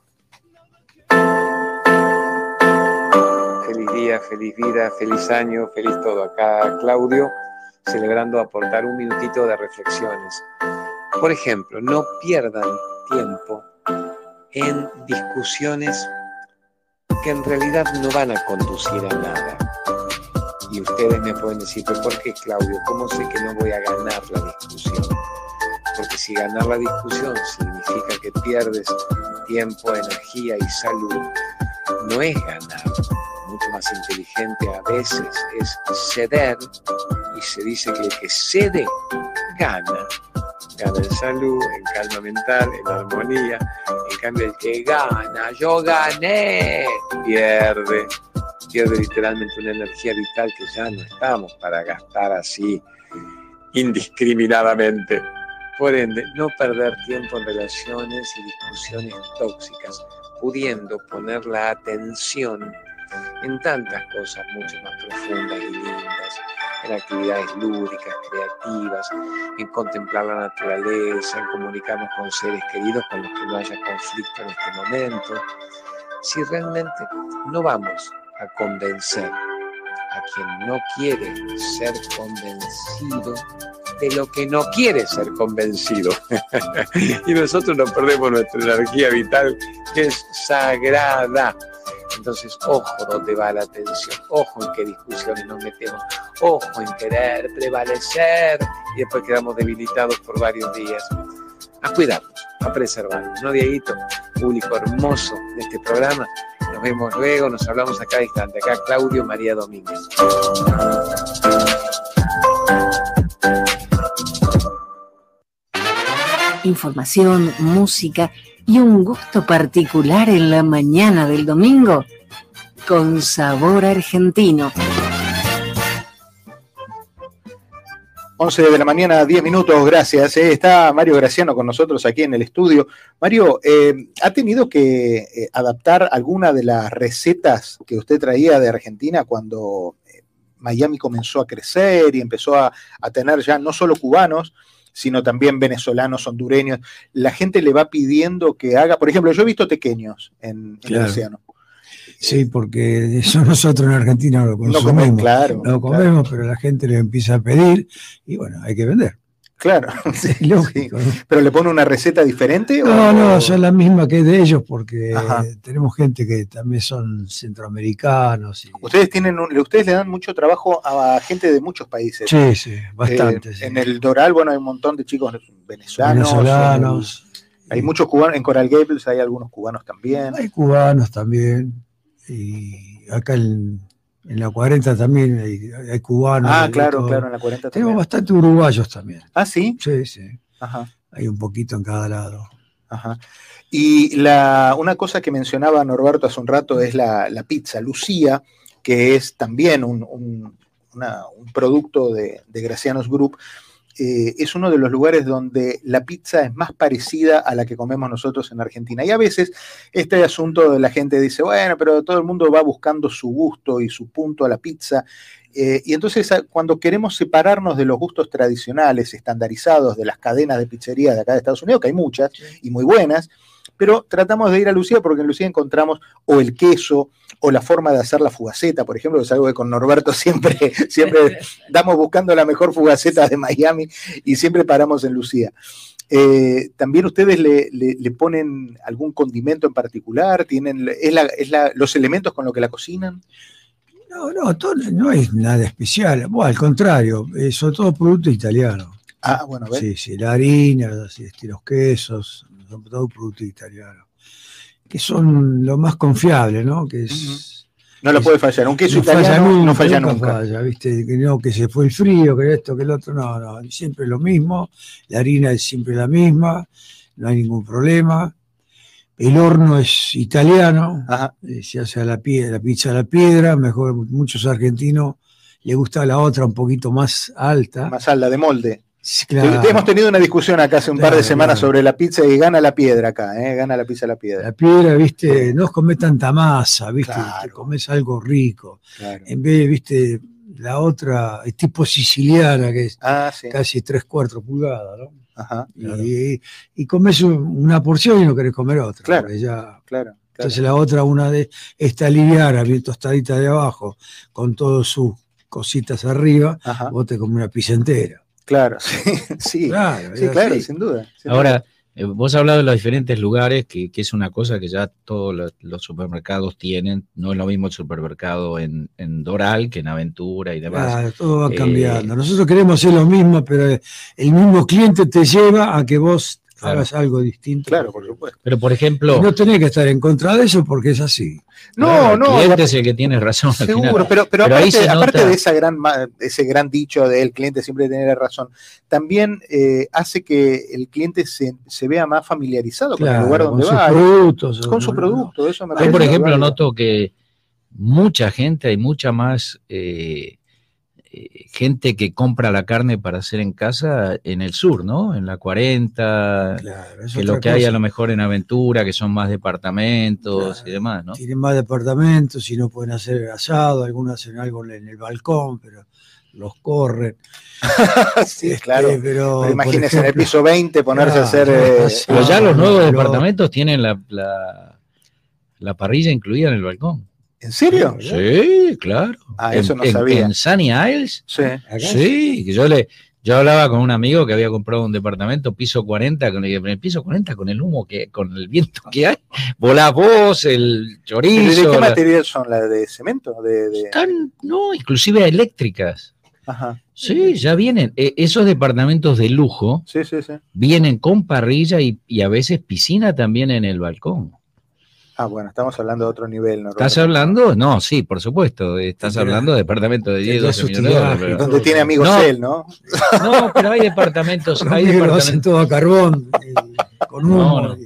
Feliz día, feliz vida, feliz año, feliz todo. Acá Claudio, celebrando aportar un minutito de reflexiones. Por ejemplo, no pierdan tiempo en discusiones que en realidad no van a conducir a nada. Y ustedes me pueden decir, ¿pero por qué, Claudio? ¿Cómo sé que no voy a ganar la discusión? Porque si ganar la discusión significa que pierdes tiempo, energía y salud, no es ganar. Mucho más inteligente a veces es ceder, y se dice que el que cede gana. Gana en salud, en calma mental, en armonía. En cambio, el que gana, yo gané, pierde. Pierde literalmente una energía vital que ya no estamos para gastar así indiscriminadamente. Por ende, no perder tiempo en relaciones y discusiones tóxicas, pudiendo poner la atención en tantas cosas mucho más profundas y lindas, en actividades lúdicas, creativas, en contemplar la naturaleza, en comunicarnos con seres queridos con los que no haya conflicto en este momento. Si realmente no vamos a convencer a quien no quiere ser convencido de lo que no quiere ser convencido. Y nosotros nos perdemos nuestra energía vital, que es sagrada. Entonces, ojo donde va la atención, ojo en qué discusiones nos metemos, ojo en querer prevalecer y después quedamos debilitados por varios días. A cuidarnos, a preservarnos, ¿no, Dieguito? Público hermoso de este programa. Nos vemos luego, nos hablamos a cada instante. Acá Claudio María Domínguez. Información, música y un gusto particular en la mañana del domingo con sabor argentino. once de la mañana, diez minutos, gracias. Eh, está Mario Graciano con nosotros aquí en el estudio. Mario, eh, ¿ha tenido que eh, adaptar alguna de las recetas que usted traía de Argentina cuando eh, Miami comenzó a crecer y empezó a, a tener ya no solo cubanos, sino también venezolanos, hondureños? La gente le va pidiendo que haga, por ejemplo, yo he visto tequeños en, en Claro. el océano. Sí, porque eso nosotros en Argentina lo consumimos, No comemos, claro, lo comemos, pero la gente le empieza a pedir y bueno, hay que vender. Claro, sí, lógico. ¿no? ¿Pero le pone una receta diferente? No, o... no, son la misma que es de ellos porque Ajá. tenemos gente que también son centroamericanos. Y... Ustedes tienen un- ustedes le dan mucho trabajo a gente de muchos países. Sí, sí, bastante. Eh, sí. En el Doral, bueno, hay un montón de chicos venezolanos. Venezolanos. en el- hay muchos cubanos, en Coral Gables hay algunos cubanos también. Hay cubanos también. Y acá en, en la cuarenta también hay, hay cubanos. Ah, hay claro, todo. claro, en la cuarenta Tenemos también. bastante uruguayos también. ¿Ah, sí? Sí, sí. Ajá. Hay un poquito en cada lado. Ajá. Y la, una cosa que mencionaba Norberto hace un rato es la, la pizza Lucía, que es también un, un, una- un producto de, de Gracianos Group. Eh, es uno de los lugares donde la pizza es más parecida a la que comemos nosotros en Argentina. Y a veces este asunto de la gente dice, bueno, pero todo el mundo va buscando su gusto y su punto a la pizza. Eh, y entonces a- cuando queremos separarnos de los gustos tradicionales, estandarizados de las cadenas de pizzería de acá de Estados Unidos, que hay muchas y muy buenas, pero tratamos de ir a Lucía porque en Lucía encontramos o el queso o la forma de hacer la fugaceta, por ejemplo, que es algo que con Norberto siempre, siempre damos buscando la mejor fugaceta de Miami y siempre paramos en Lucía. Eh, ¿También ustedes le, le- le ponen algún condimento en particular? ¿Tienen, es la- es la- los elementos con los que la cocinan? No, no, todo- no es nada especial. Bueno, al contrario, eh, sobre todo producto italiano. Ah, bueno, ¿ves? Sí, sí, la harina, los, este, los quesos, son todo producto italiano. Que son lo más confiable, ¿no? Que es, No lo es- puede fallar. Un queso no falla italiano no falla nunca. falla, ¿viste? Que no, que se fue el frío, que esto, que el otro, no, no, siempre lo mismo. La harina es siempre la misma, no hay ningún problema. El horno es italiano, eh, se hace a la, pie- la pizza a la piedra, mejor muchos argentinos les gusta la otra un poquito más alta. Más alta, de molde. Sí, claro. Hemos tenido una discusión acá hace un par de Claro, semanas claro. sobre la pizza y gana la piedra acá, ¿eh? Gana la pizza a la piedra. La piedra, viste, no comes tanta masa, viste, te comes algo rico. Claro. En vez, viste, la otra es tipo siciliana, que es Ah, sí. casi tres cuartos pulgadas, ¿no? Ajá, Y, y comes un- una porción y no querés comer otra. Claro, porque ya, claro. entonces la otra, una de esta liviana, bien tostadita de abajo, con todas sus cositas arriba, Ajá. vos te comes una pizza entera. Claro, sí, sí, Claro, sí, es claro, así. sin duda. sin Ahora, duda. eh, vos has hablado de los diferentes lugares, que, que es una cosa que ya todos los, los supermercados tienen. No es lo mismo el supermercado en, en Doral que en Aventura y demás. Claro, todo va Eh, cambiando. Nosotros queremos hacer lo mismo, pero el mismo cliente te lleva a que vos Claro. hagas algo distinto. Claro, por supuesto. Pero, por ejemplo, Y no tenés que estar en contra de eso porque es así. No, claro, no, el cliente y- es el que tiene razón al Seguro, final. pero, pero, ahí aparte, se aparte nota- de esa gran, ma- ese gran dicho de el cliente siempre tiene razón, también eh, hace que el cliente se, se vea más familiarizado con el Claro, lugar con donde sus va. productos, Con o- su producto, eso me Yo, parece por ejemplo, válido. noto que mucha gente, hay mucha más eh, eh, gente que compra la carne para hacer en casa en el sur, ¿no? En la cuarenta, Claro, es que otra lo que hay a cosa. lo mejor en Aventura, que son más departamentos Claro. y demás, ¿no? Tienen más departamentos y no pueden hacer asado, algunos hacen algo en el balcón, pero los corren. Sí, Este, claro. pero, Pero por imagínense en el ejemplo, piso veinte ponerse a claro, hacer. ya, eh, sí. Pero ya los no, nuevos no, departamentos tienen la, la, la parrilla incluida en el balcón. ¿En serio? Sí, claro. Ah, En- eso no en, sabía. En Sunny Isles, Sí. acá sí, que yo le yo hablaba con un amigo que había comprado un departamento piso cuarenta, con el, en el piso cuarenta con el humo que, con el viento que hay, volás vos, el ¿Pero ¿De chorizo, qué la- material son? ¿La de cemento? De, de- están, no, inclusive eléctricas. Ajá. Sí, ya vienen. Eh, esos departamentos de lujo Sí, sí, sí. vienen con parrilla y, y a veces piscina también en el balcón. Ah, bueno, estamos hablando de otro nivel, ¿no? ¿Estás hablando? No, sí, por supuesto. Estás hablando de departamentos de diez, tendrá doce su millones de dólares. tiraje, pero- Donde tiene amigos No. él, ¿no? No, pero hay departamentos, Los hay míos lo hacen departamentos. todo a carbón, y con humo. No, no. y-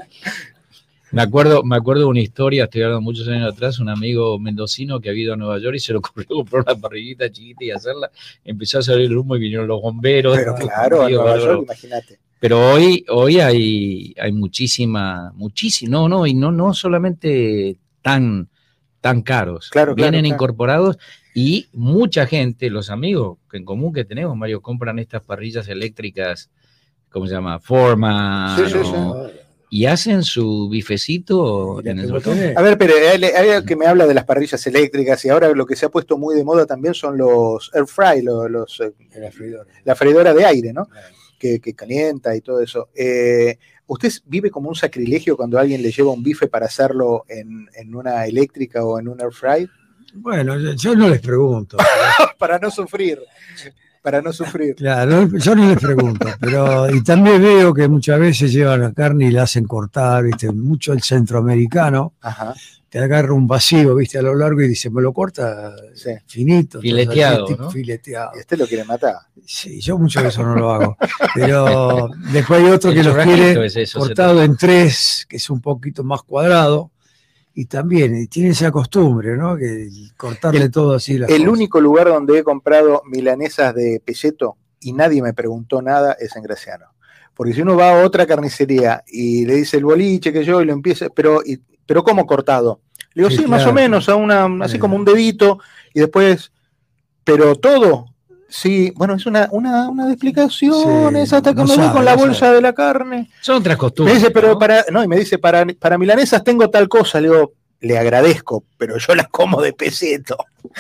Me acuerdo, me acuerdo de una historia, estoy hablando muchos años atrás, un amigo mendocino que había ido a Nueva York y se le ocurrió comprar una parrillita chiquita y hacerla. Empezó a salir el humo y vinieron los bomberos. Pero claro, en Digo, Nueva bárbaro. York, imagínate. Pero hoy, hoy hay, hay muchísima, muchísima, no, no, y no, no solamente tan, tan caros. Claro, claro, Vienen claro. incorporados y mucha gente, los amigos que en común que tenemos, Mario, compran estas parrillas eléctricas, ¿cómo se llama? Foreman. Sí, sí, sí. o- Y hacen su bifecito en el balcón. A ver, pero hay hay algo que me habla de las parrillas eléctricas y ahora lo que se ha puesto muy de moda también son los air fry, los, los, eh, La freidora. la freidora de aire, ¿no? Que, que calienta y todo eso. Eh, ¿Usted vive como un sacrilegio cuando alguien le lleva un bife para hacerlo en, en una eléctrica o en un air fry? Bueno, yo, yo no les pregunto. Para no sufrir. Para no sufrir. Claro, yo no les pregunto, pero y también veo que muchas veces llevan la carne y la hacen cortar, viste, mucho el centroamericano, Ajá. te agarra un vacío, viste, a lo largo y dice, me lo corta Sí. finito. Fileteado, entonces, ¿no? Fileteado. Y usted lo quiere matar. Sí, yo mucho de eso no lo hago, pero después hay otro El que lo churrasquito quiere es eso, cortado en tres, que es un poquito más cuadrado, y también eh, tiene esa costumbre, ¿no? Que cortarle todo así las El cosas. único lugar donde he comprado milanesas de pelleto y nadie me preguntó nada es en Graciano. Porque si uno va a otra carnicería y le dice el boliche que yo y lo empieza, pero, y- pero ¿cómo cortado? Le digo, sí, Sí, más claro. o menos, a una, así Eh. como un dedito, y después, pero todo. Sí, bueno, es una, una, una de explicaciones Sí, hasta que no me voy sabe, con la no bolsa sabe. de la carne. Son otras Me costumbres. dice, pero ¿no? para, no, y me dice, para, para milanesas tengo tal cosa. Le digo, le agradezco, pero yo las como de peseto.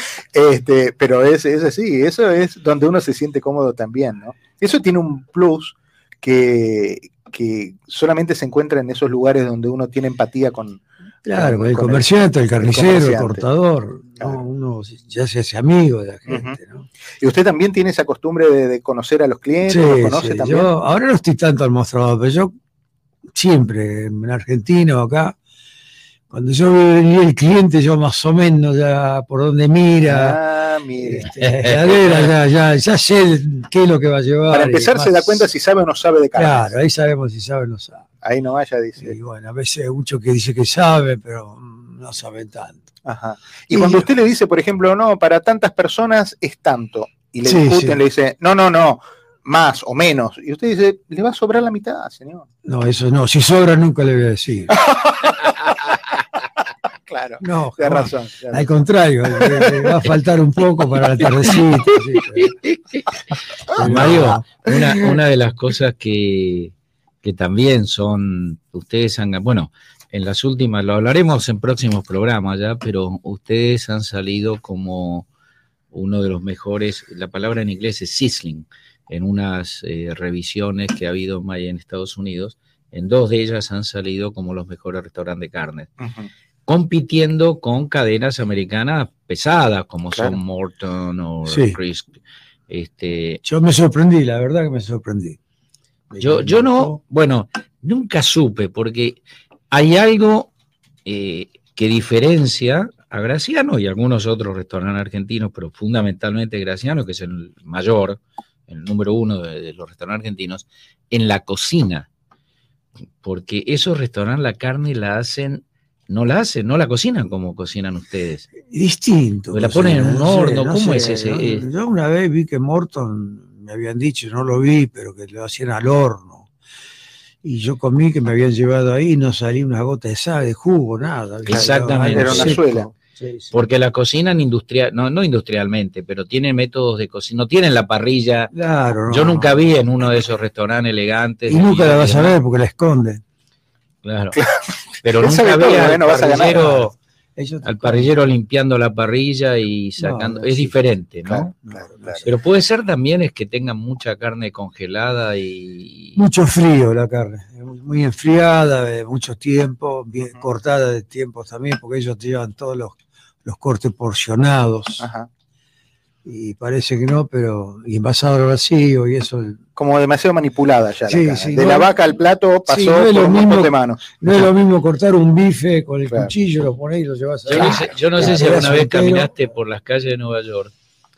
Este, pero es, es así, eso es donde uno se siente cómodo también, ¿no? Eso tiene un plus que, que solamente se encuentra en esos lugares donde uno tiene empatía con. Claro, con- el con comerciante, el carnicero, el, comerciante. cortador, Claro. ¿no? Uno ya se hace amigo de la gente, ¿no? Y usted también tiene esa costumbre de, de conocer a los clientes, Sí, ¿los conoce sí, también? yo ahora no estoy tanto al mostrador, pero yo siempre en Argentina o acá, cuando yo venía el cliente, yo más o menos ya por donde mira, Ah, mire. este, la heladera, ya, ya, ya sé qué es lo que va a llevar. Para y empezar se demás. da cuenta si sabe o no sabe de carne. Claro, ahí sabemos si sabe o no sabe. Ahí no vaya, dice. Y bueno, a veces hay muchos que dicen que saben, pero mm, no saben tanto. Ajá. Y cuando usted le dice, por ejemplo, no, para tantas personas es tanto, y le Sí, discuten, sí. le dice, no, no, no, más o menos, y usted dice, le va a sobrar la mitad, señor. No, eso no, si sobra nunca le voy a decir. Claro, No, tiene jamás. razón. tiene Al razón. contrario, le, le va a faltar un poco para la tardecita. sí, pero- Mario, una, una de las cosas que, que también son, ustedes han, bueno, en las últimas, lo hablaremos en próximos programas ya, pero ustedes han salido como uno de los mejores, la palabra en inglés es sizzling, en unas eh, revisiones que ha habido en Estados Unidos, en dos de ellas han salido como los mejores restaurantes de carne, uh-huh. compitiendo con cadenas americanas pesadas como claro. son Morton o sí. Chris. Este, yo me sorprendí, la verdad que me sorprendí. Yo, yo no, bueno, nunca supe, porque hay algo eh, que diferencia a Graciano y algunos otros restaurantes argentinos, pero fundamentalmente Graciano, que es el mayor, el número uno de, de los restaurantes argentinos, en la cocina. Porque esos restaurantes la carne la hacen, no la hacen, no la cocinan como cocinan ustedes. Distinto. La ponen en un no horno, sé, no ¿cómo sé, es ese? Yo, yo una vez vi que Morton, me habían dicho, no lo vi, pero que lo hacían al horno. Y yo comí que me habían llevado ahí y no salí una gota de sal, de jugo, nada. Exactamente. Era una suela. Sí, sí. Porque la cocinan industrial, no, no industrialmente, pero tienen métodos de cocina, no tienen la parrilla. Claro, no, yo nunca vi en uno de esos restaurantes elegantes. Y nunca la vas a ver porque la esconden. Claro. Pero nunca vi al bueno, parrillero, al parrillero limpiando la parrilla y sacando. No, no, es sí, diferente, ¿no? Claro, claro, claro. Pero puede ser también es que tengan mucha carne congelada y. Mucho frío la carne, muy enfriada, de mucho tiempo, bien uh-huh. cortada de tiempo también, porque ellos llevan todos los. los cortes porcionados. Ajá. Y parece que no, pero y envasado al vacío y eso. Como demasiado manipulada ya. Sí, la sí, de no, la vaca al plato pasó sí, no por un mismo, montón de manos. No es lo mismo cortar un bife con el claro. cuchillo, lo ponés y lo llevas yo a no sé, yo no sé si alguna vez caminaste por las calles de Nueva York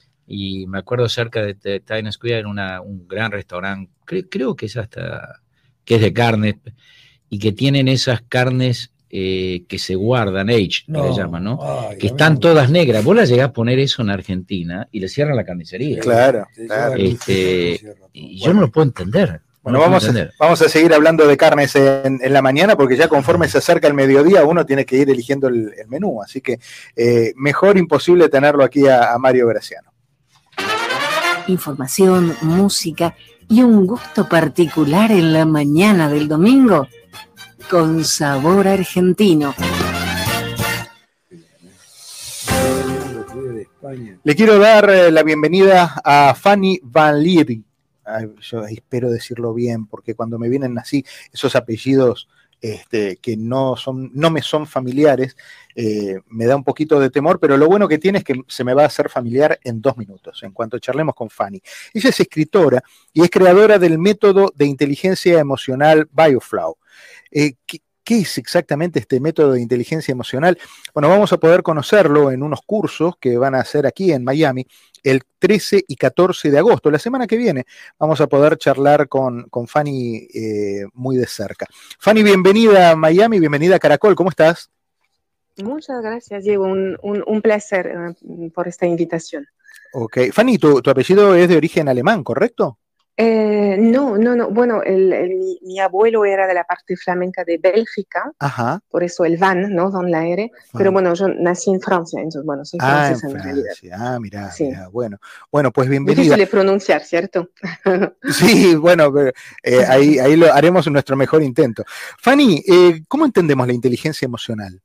y me acuerdo cerca de, de Times Square en una, un gran restaurante, creo, creo que es hasta que es de carne y que tienen esas carnes Eh, que se guardan, age, no, que le llaman, ¿no? Ay, que están todas negras. Vos las llegás a poner eso en Argentina y le cierran la carnicería. Claro, claro. Este, y yo no lo puedo entender. Bueno, no vamos, a, vamos a seguir hablando de carnes en, en la mañana porque ya conforme se acerca el mediodía uno tiene que ir eligiendo el, el menú. Así que eh, mejor imposible tenerlo aquí a, a Mario Graciano. Información, música y un gusto particular en la mañana del domingo. Con sabor argentino. Le quiero dar eh, la bienvenida a Fanny Van Lier. Ay, yo espero decirlo bien, porque cuando me vienen así esos apellidos este, que no, son, no me son familiares, eh, me da un poquito de temor, pero lo bueno que tiene es que se me va a hacer familiar en dos minutos, en cuanto charlemos con Fanny. Ella es escritora y es creadora del método de inteligencia emocional BioFlow. Eh, ¿qué, ¿Qué es exactamente este método de inteligencia emocional? Bueno, vamos a poder conocerlo en unos cursos que van a hacer aquí en Miami el trece y catorce de agosto. La semana que viene vamos a poder charlar con, con Fanny eh, muy de cerca. Fanny, bienvenida a Miami, bienvenida a Caracol, ¿cómo estás? Muchas gracias, Diego, un, un, un placer uh, por esta invitación. Ok, Fanny, tu, tu apellido es de origen alemán, ¿correcto? Eh, no, no, no. Bueno, el, el, mi, mi abuelo era de la parte flamenca de Bélgica, Ajá. Por eso el van, ¿no? Don la R. Ah. Pero bueno, yo nací en Francia, entonces, bueno, soy ah, francesa en, en realidad. Ah, mira, sí. Mira, bueno. Bueno, pues bienvenida. Difícil de pronunciar, ¿cierto? Sí, bueno, eh, ahí, ahí lo haremos nuestro mejor intento. Fanny, eh, ¿cómo entendemos la inteligencia emocional?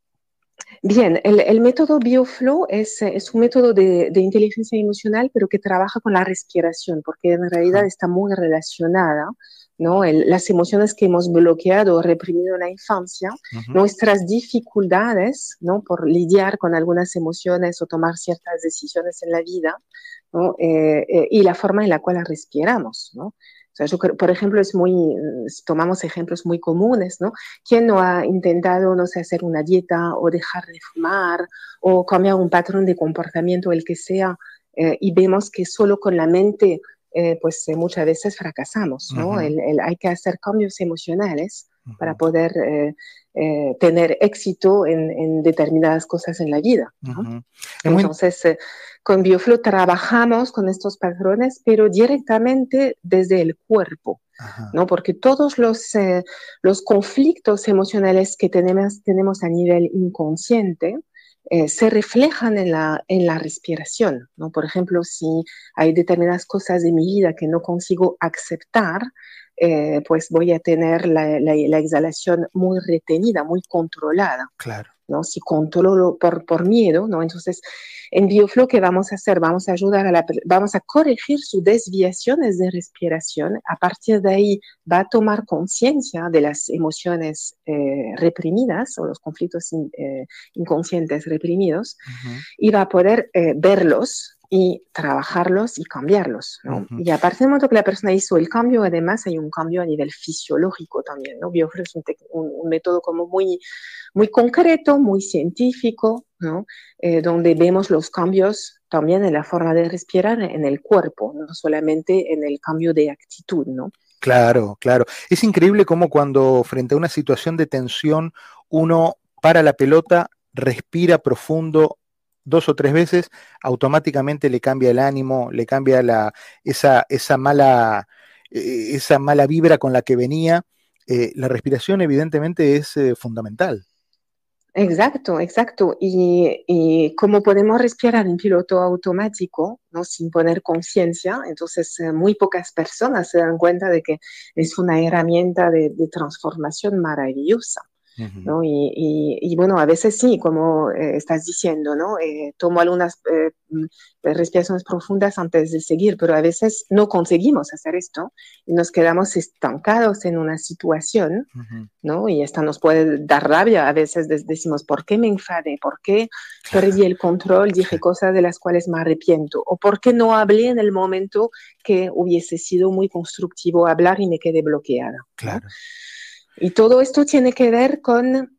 Bien, el, el método BioFlow es, es un método de, de inteligencia emocional, pero que trabaja con la respiración, porque en realidad está muy relacionada, ¿no? El, las emociones que hemos bloqueado o reprimido en la infancia, uh-huh. nuestras dificultades, ¿no? Por lidiar con algunas emociones o tomar ciertas decisiones en la vida, ¿no? Eh, eh, y la forma en la cual respiramos, ¿no? O sea, yo creo, por ejemplo, es muy, si tomamos ejemplos muy comunes, ¿no? ¿Quién no ha intentado, no sé, hacer una dieta o dejar de fumar o cambiar un patrón de comportamiento, el que sea, eh, y vemos que solo con la mente, eh, pues eh, muchas veces fracasamos, ¿no? Uh-huh. el, el, hay que hacer cambios emocionales uh-huh. para poder eh, eh, tener éxito en, en determinadas cosas en la vida, ¿no? Uh-huh. Entonces, eh, con BioFlow trabajamos con estos patrones, pero directamente desde el cuerpo, Ajá. ¿no? Porque todos los, eh, los conflictos emocionales que tenemos, tenemos a nivel inconsciente eh, se reflejan en la, en la respiración, ¿no? Por ejemplo, si hay determinadas cosas de mi vida que no consigo aceptar, eh, pues voy a tener la, la, la exhalación muy retenida, muy controlada. Claro. ¿no? Si controlo por, por miedo, ¿no? Entonces, en BioFlow, ¿qué vamos a hacer? Vamos a ayudar a la, vamos a corregir sus desviaciones de respiración. A partir de ahí va a tomar conciencia de las emociones eh, reprimidas o los conflictos in, eh, inconscientes reprimidos uh-huh. y va a poder eh, verlos y trabajarlos y cambiarlos, ¿no? Uh-huh. Y a partir del momento que la persona hizo el cambio, además hay un cambio a nivel fisiológico también, ¿no? BioFlow es un, un, un método como muy, muy concreto, muy científico, ¿no? Eh, donde vemos los cambios también en la forma de respirar en el cuerpo, no solamente en el cambio de actitud, ¿no? Claro, claro. Es increíble cómo cuando frente a una situación de tensión uno para la pelota, respira profundo dos o tres veces, automáticamente le cambia el ánimo, le cambia la, esa, esa, mala, eh, esa mala vibra con la que venía. Eh, la respiración evidentemente es eh, fundamental. Exacto, exacto. Y, y como podemos respirar en piloto automático, ¿no? Sin poner conciencia, entonces eh, muy pocas personas se dan cuenta de que es una herramienta de, de transformación maravillosa. Uh-huh. ¿No? Y, y, y bueno, a veces sí, como eh, estás diciendo, ¿no? Eh, tomo algunas eh, respiraciones profundas antes de seguir, pero a veces no conseguimos hacer esto y nos quedamos estancados en una situación, uh-huh. ¿no? Y esta nos puede dar rabia. A veces decimos, ¿por qué me enfadé? ¿Por qué perdí el control? Dije cosas de las cuales me arrepiento. ¿O por qué no hablé en el momento que hubiese sido muy constructivo hablar y me quedé bloqueada? Claro. ¿no? Y todo esto tiene que ver con eh,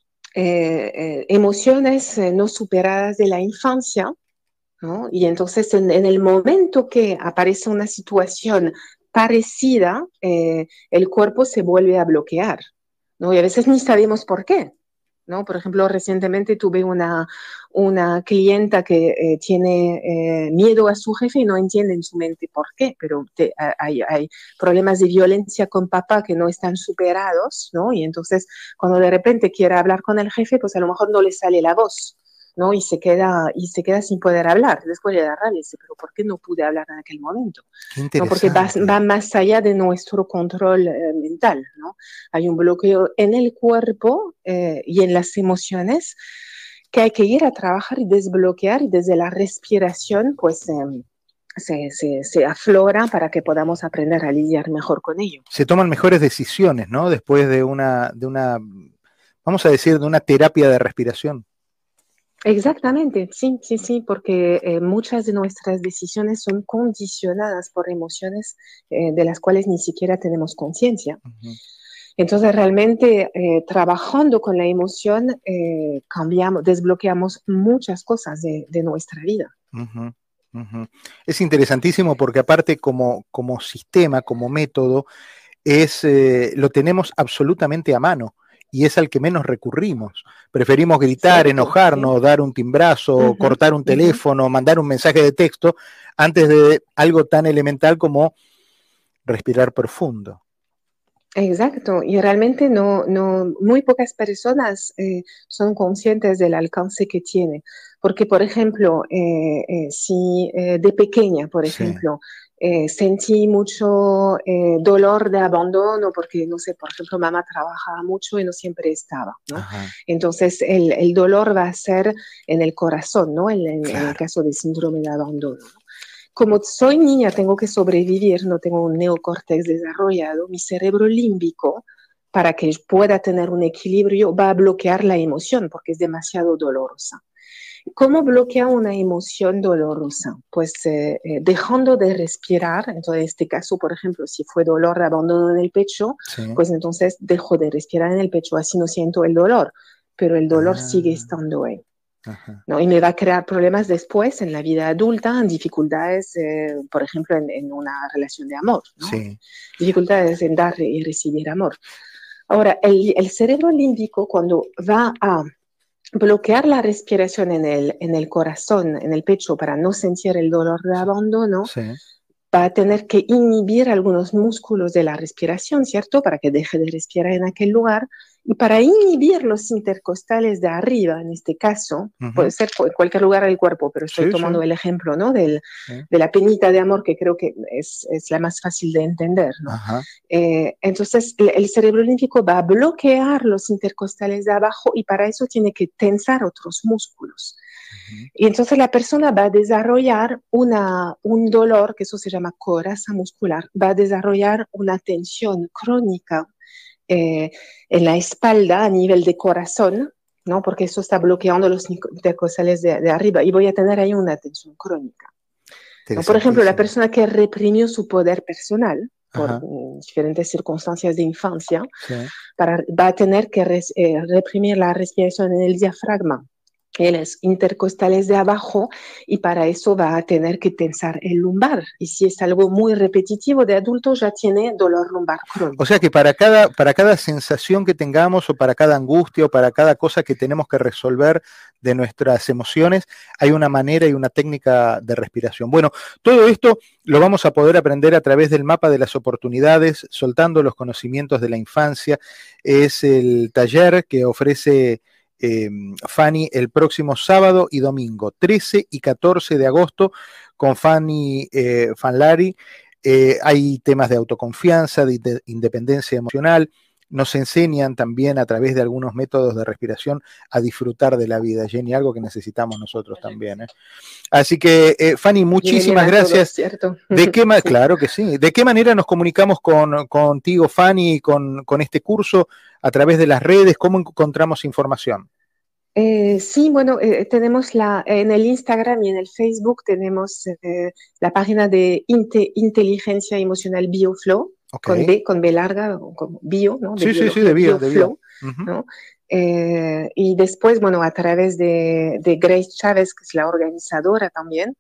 eh, emociones eh, no superadas de la infancia, ¿no? Y entonces en, en el momento que aparece una situación parecida, eh, el cuerpo se vuelve a bloquear, ¿no? Y a veces ni sabemos por qué, ¿no? Por ejemplo, recientemente tuve una, una clienta que eh, tiene eh, miedo a su jefe y no entiende en su mente por qué, pero te, hay, hay problemas de violencia con papá que no están superados, ¿no? Y entonces cuando de repente quiere hablar con el jefe, pues a lo mejor no le sale la voz, ¿no? Y se queda, y se queda sin poder hablar. Después le da rabia y dice, pero ¿por qué no pude hablar en aquel momento? ¿No? Porque va, va más allá de nuestro control eh, mental, ¿no? Hay un bloqueo en el cuerpo eh, y en las emociones que hay que ir a trabajar y desbloquear, y desde la respiración pues eh, se, se, se aflora para que podamos aprender a lidiar mejor con ello. Se toman mejores decisiones, ¿no? Después de una, de una, vamos a decir, de una terapia de respiración. Exactamente, sí, sí, sí, porque eh, muchas de nuestras decisiones son condicionadas por emociones eh, de las cuales ni siquiera tenemos conciencia. Uh-huh. Entonces, realmente, eh, trabajando con la emoción, eh, cambiamos, desbloqueamos muchas cosas de, de nuestra vida. Uh-huh. Uh-huh. Es interesantísimo porque aparte como, como sistema, como método, es, eh, lo tenemos absolutamente a mano. Y es al que menos recurrimos. Preferimos gritar, sí, enojarnos, sí. dar un timbrazo, uh-huh, cortar un teléfono, uh-huh. mandar un mensaje de texto, antes de algo tan elemental como respirar profundo. Exacto, y realmente no, no, muy pocas personas eh, son conscientes del alcance que tiene. Porque, por ejemplo, eh, eh, si eh, de pequeña, por ejemplo, sí. Eh, sentí mucho eh, dolor de abandono porque, no sé, por ejemplo, mamá trabajaba mucho y no siempre estaba, ¿no? Entonces, el, el dolor va a ser en el corazón, ¿no? En, en, claro. en el caso del síndrome de abandono, ¿no? Como soy niña, tengo que sobrevivir, no tengo un neocórtex desarrollado, mi cerebro límbico, para que pueda tener un equilibrio, va a bloquear la emoción porque es demasiado dolorosa. ¿Cómo bloquea una emoción dolorosa? Pues eh, eh, dejando de respirar. Entonces, en este caso, por ejemplo, si fue dolor de abandono en el pecho, sí. pues entonces dejo de respirar en el pecho, así no siento el dolor, pero el dolor ah. sigue estando ahí. Ajá. ¿No? Y me va a crear problemas después en la vida adulta, dificultades, eh, por ejemplo, en, en una relación de amor, ¿no? Sí. Dificultades en dar y recibir amor. Ahora, el, el cerebro límbico, cuando va a bloquear la respiración en el, en el corazón, en el pecho, para no sentir el dolor de abandono, sí. va a tener que inhibir algunos músculos de la respiración, ¿cierto? Para que deje de respirar en aquel lugar, Y para inhibir los intercostales de arriba, en este caso, uh-huh. puede ser en cualquier lugar del cuerpo, pero estoy sí, tomando sí. el ejemplo, ¿no? Del, sí. de la penita de amor, que creo que es, es la más fácil de entender, ¿no? Uh-huh. eh, entonces, el, el cerebro límbico va a bloquear los intercostales de abajo y para eso tiene que tensar otros músculos. Uh-huh. Y entonces la persona va a desarrollar una, un dolor, que eso se llama coraza muscular, va a desarrollar una tensión crónica Eh, en la espalda a nivel de corazón, ¿no? Porque eso está bloqueando los intercostales de, de arriba y voy a tener ahí una tensión crónica, ¿no? Por ejemplo, la persona que reprimió su poder personal por uh, diferentes circunstancias de infancia, sí. para, va a tener que res, eh, reprimir la respiración en el diafragma, en los intercostales de abajo, y para eso va a tener que tensar el lumbar. Y si es algo muy repetitivo de adulto, ya tiene dolor lumbar crónico. O sea que para cada, para cada sensación que tengamos, o para cada angustia, o para cada cosa que tenemos que resolver de nuestras emociones, hay una manera y una técnica de respiración. Bueno, todo esto lo vamos a poder aprender a través del mapa de las oportunidades, soltando los conocimientos de la infancia. Es el taller que ofrece Eh, Fanny el próximo sábado y domingo, trece y catorce de agosto, con Fanny eh, Fanlari. Eh, hay temas de autoconfianza, de, de independencia emocional. Nos enseñan también a través de algunos métodos de respiración a disfrutar de la vida, Jenny, algo que necesitamos nosotros también, ¿eh? Así que, eh, Fanny, muchísimas gracias. Todo, ¿De qué ma- sí. Claro que sí. ¿De qué manera nos comunicamos con, contigo, Fanny, con, con este curso? ¿A través de las redes? ¿Cómo encontramos información? Eh, sí, bueno, eh, tenemos la, en el Instagram y en el Facebook tenemos eh, la página de Inte, Inteligencia Emocional BioFlow, okay. con B, con B larga, con bio, ¿no? De sí, bio, sí, sí, de bio, BioFlow, de bio. Uh-huh. ¿no? Eh, y después, bueno, a través de, de Grace Chávez, que es la organizadora también.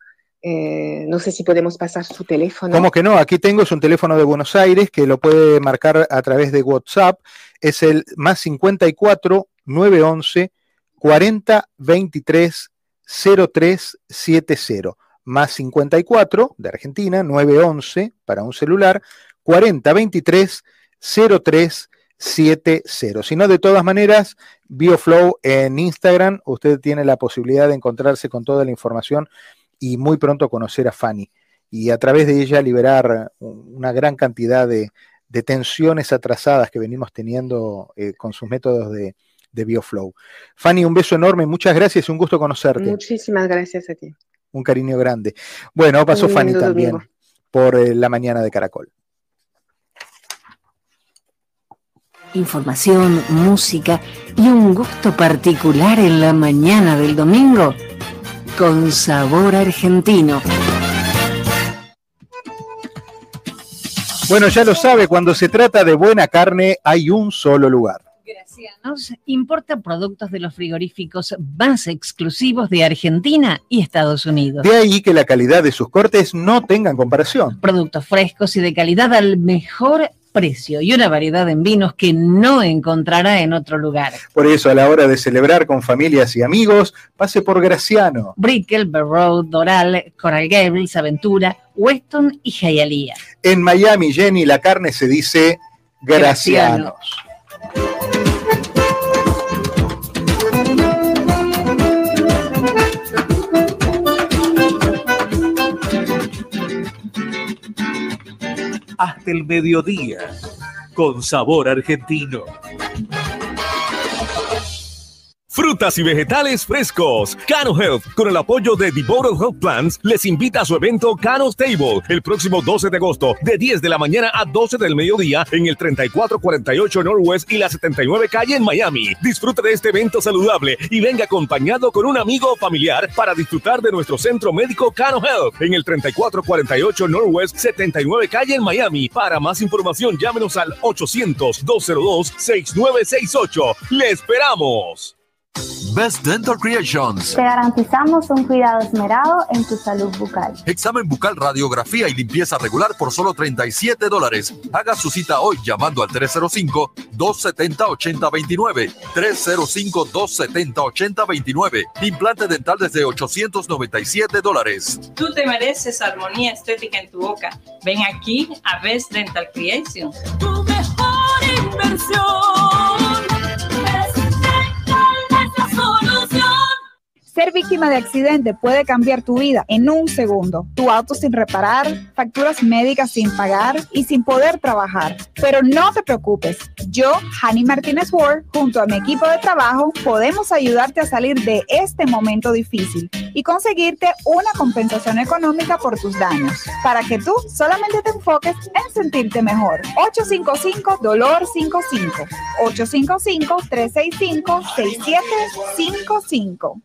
Eh, no sé si podemos pasar su teléfono. ¿Cómo que no? Aquí tengo, es un teléfono de Buenos Aires que lo puede marcar a través de WhatsApp. Es el más cincuenta y cuatro, nueve once, cuarenta, veintitrés, cero tres setenta. Más cincuenta y cuatro de Argentina, nueve once para un celular, cuarenta, veintitrés, cero tres setenta. Si no, de todas maneras, BioFlow en Instagram, usted tiene la posibilidad de encontrarse con toda la información y muy pronto conocer a Fanny y a través de ella liberar una gran cantidad de, de tensiones atrasadas que venimos teniendo eh, con sus métodos de, de BioFlow. Fanny, un beso enorme, muchas gracias y un gusto conocerte. Muchísimas gracias a ti. Un cariño grande. Bueno, pasó Fanny también domingo. por eh, la mañana de Caracol. Información, música y un gusto particular en la mañana del domingo con sabor argentino. Bueno, ya lo sabe, cuando se trata de buena carne hay un solo lugar. Gracianos importa productos de los frigoríficos más exclusivos de Argentina y Estados Unidos. De ahí que la calidad de sus cortes no tengan comparación. Productos frescos y de calidad al mejor precio y una variedad en vinos que no encontrará en otro lugar. Por eso, a la hora de celebrar con familias y amigos, pase por Graciano. Brickell, Road, Doral, Coral Gables, Aventura, Weston y Hialeah. En Miami, Jenny, la carne se dice Gracianos. Graciano. Hasta el mediodía, con sabor argentino. Frutas y vegetales frescos. Cano Health, con el apoyo de Devoted Health Plans, les invita a su evento Cano's Table el próximo doce de agosto, de diez de la mañana a doce del mediodía, en el treinta y cuatro cuarenta y ocho Northwest y la setenta y nueve calle en Miami. Disfrute de este evento saludable y venga acompañado con un amigo o familiar para disfrutar de nuestro centro médico Cano Health, en el treinta y cuatro cuarenta y ocho Northwest, setenta y nueve calle en Miami. Para más información, llámenos al ochocientos, dos cero dos, seis nueve seis ocho. ¡Le esperamos! Best Dental Creations. Te garantizamos un cuidado esmerado en tu salud bucal. Examen bucal, radiografía y limpieza regular por solo treinta y siete dólares. Haga su cita hoy llamando al tres cero cinco, dos siete cero, ocho cero dos nueve. tres cero cinco, dos siete cero, ocho cero dos nueve. Implante dental desde ochocientos noventa y siete dólares. Tú te mereces armonía estética en tu boca. Ven aquí a Best Dental Creations. Tu mejor inversión. Ser víctima de accidente puede cambiar tu vida en un segundo. Tu auto sin reparar, facturas médicas sin pagar y sin poder trabajar. Pero no te preocupes. Yo, Hani Martínez Ward, junto a mi equipo de trabajo, podemos ayudarte a salir de este momento difícil y conseguirte una compensación económica por tus daños, para que tú solamente te enfoques en sentirte mejor. ocho cinco cinco, D O L O R cinco cinco. ocho cinco cinco, tres seis cinco, seis siete cinco cinco.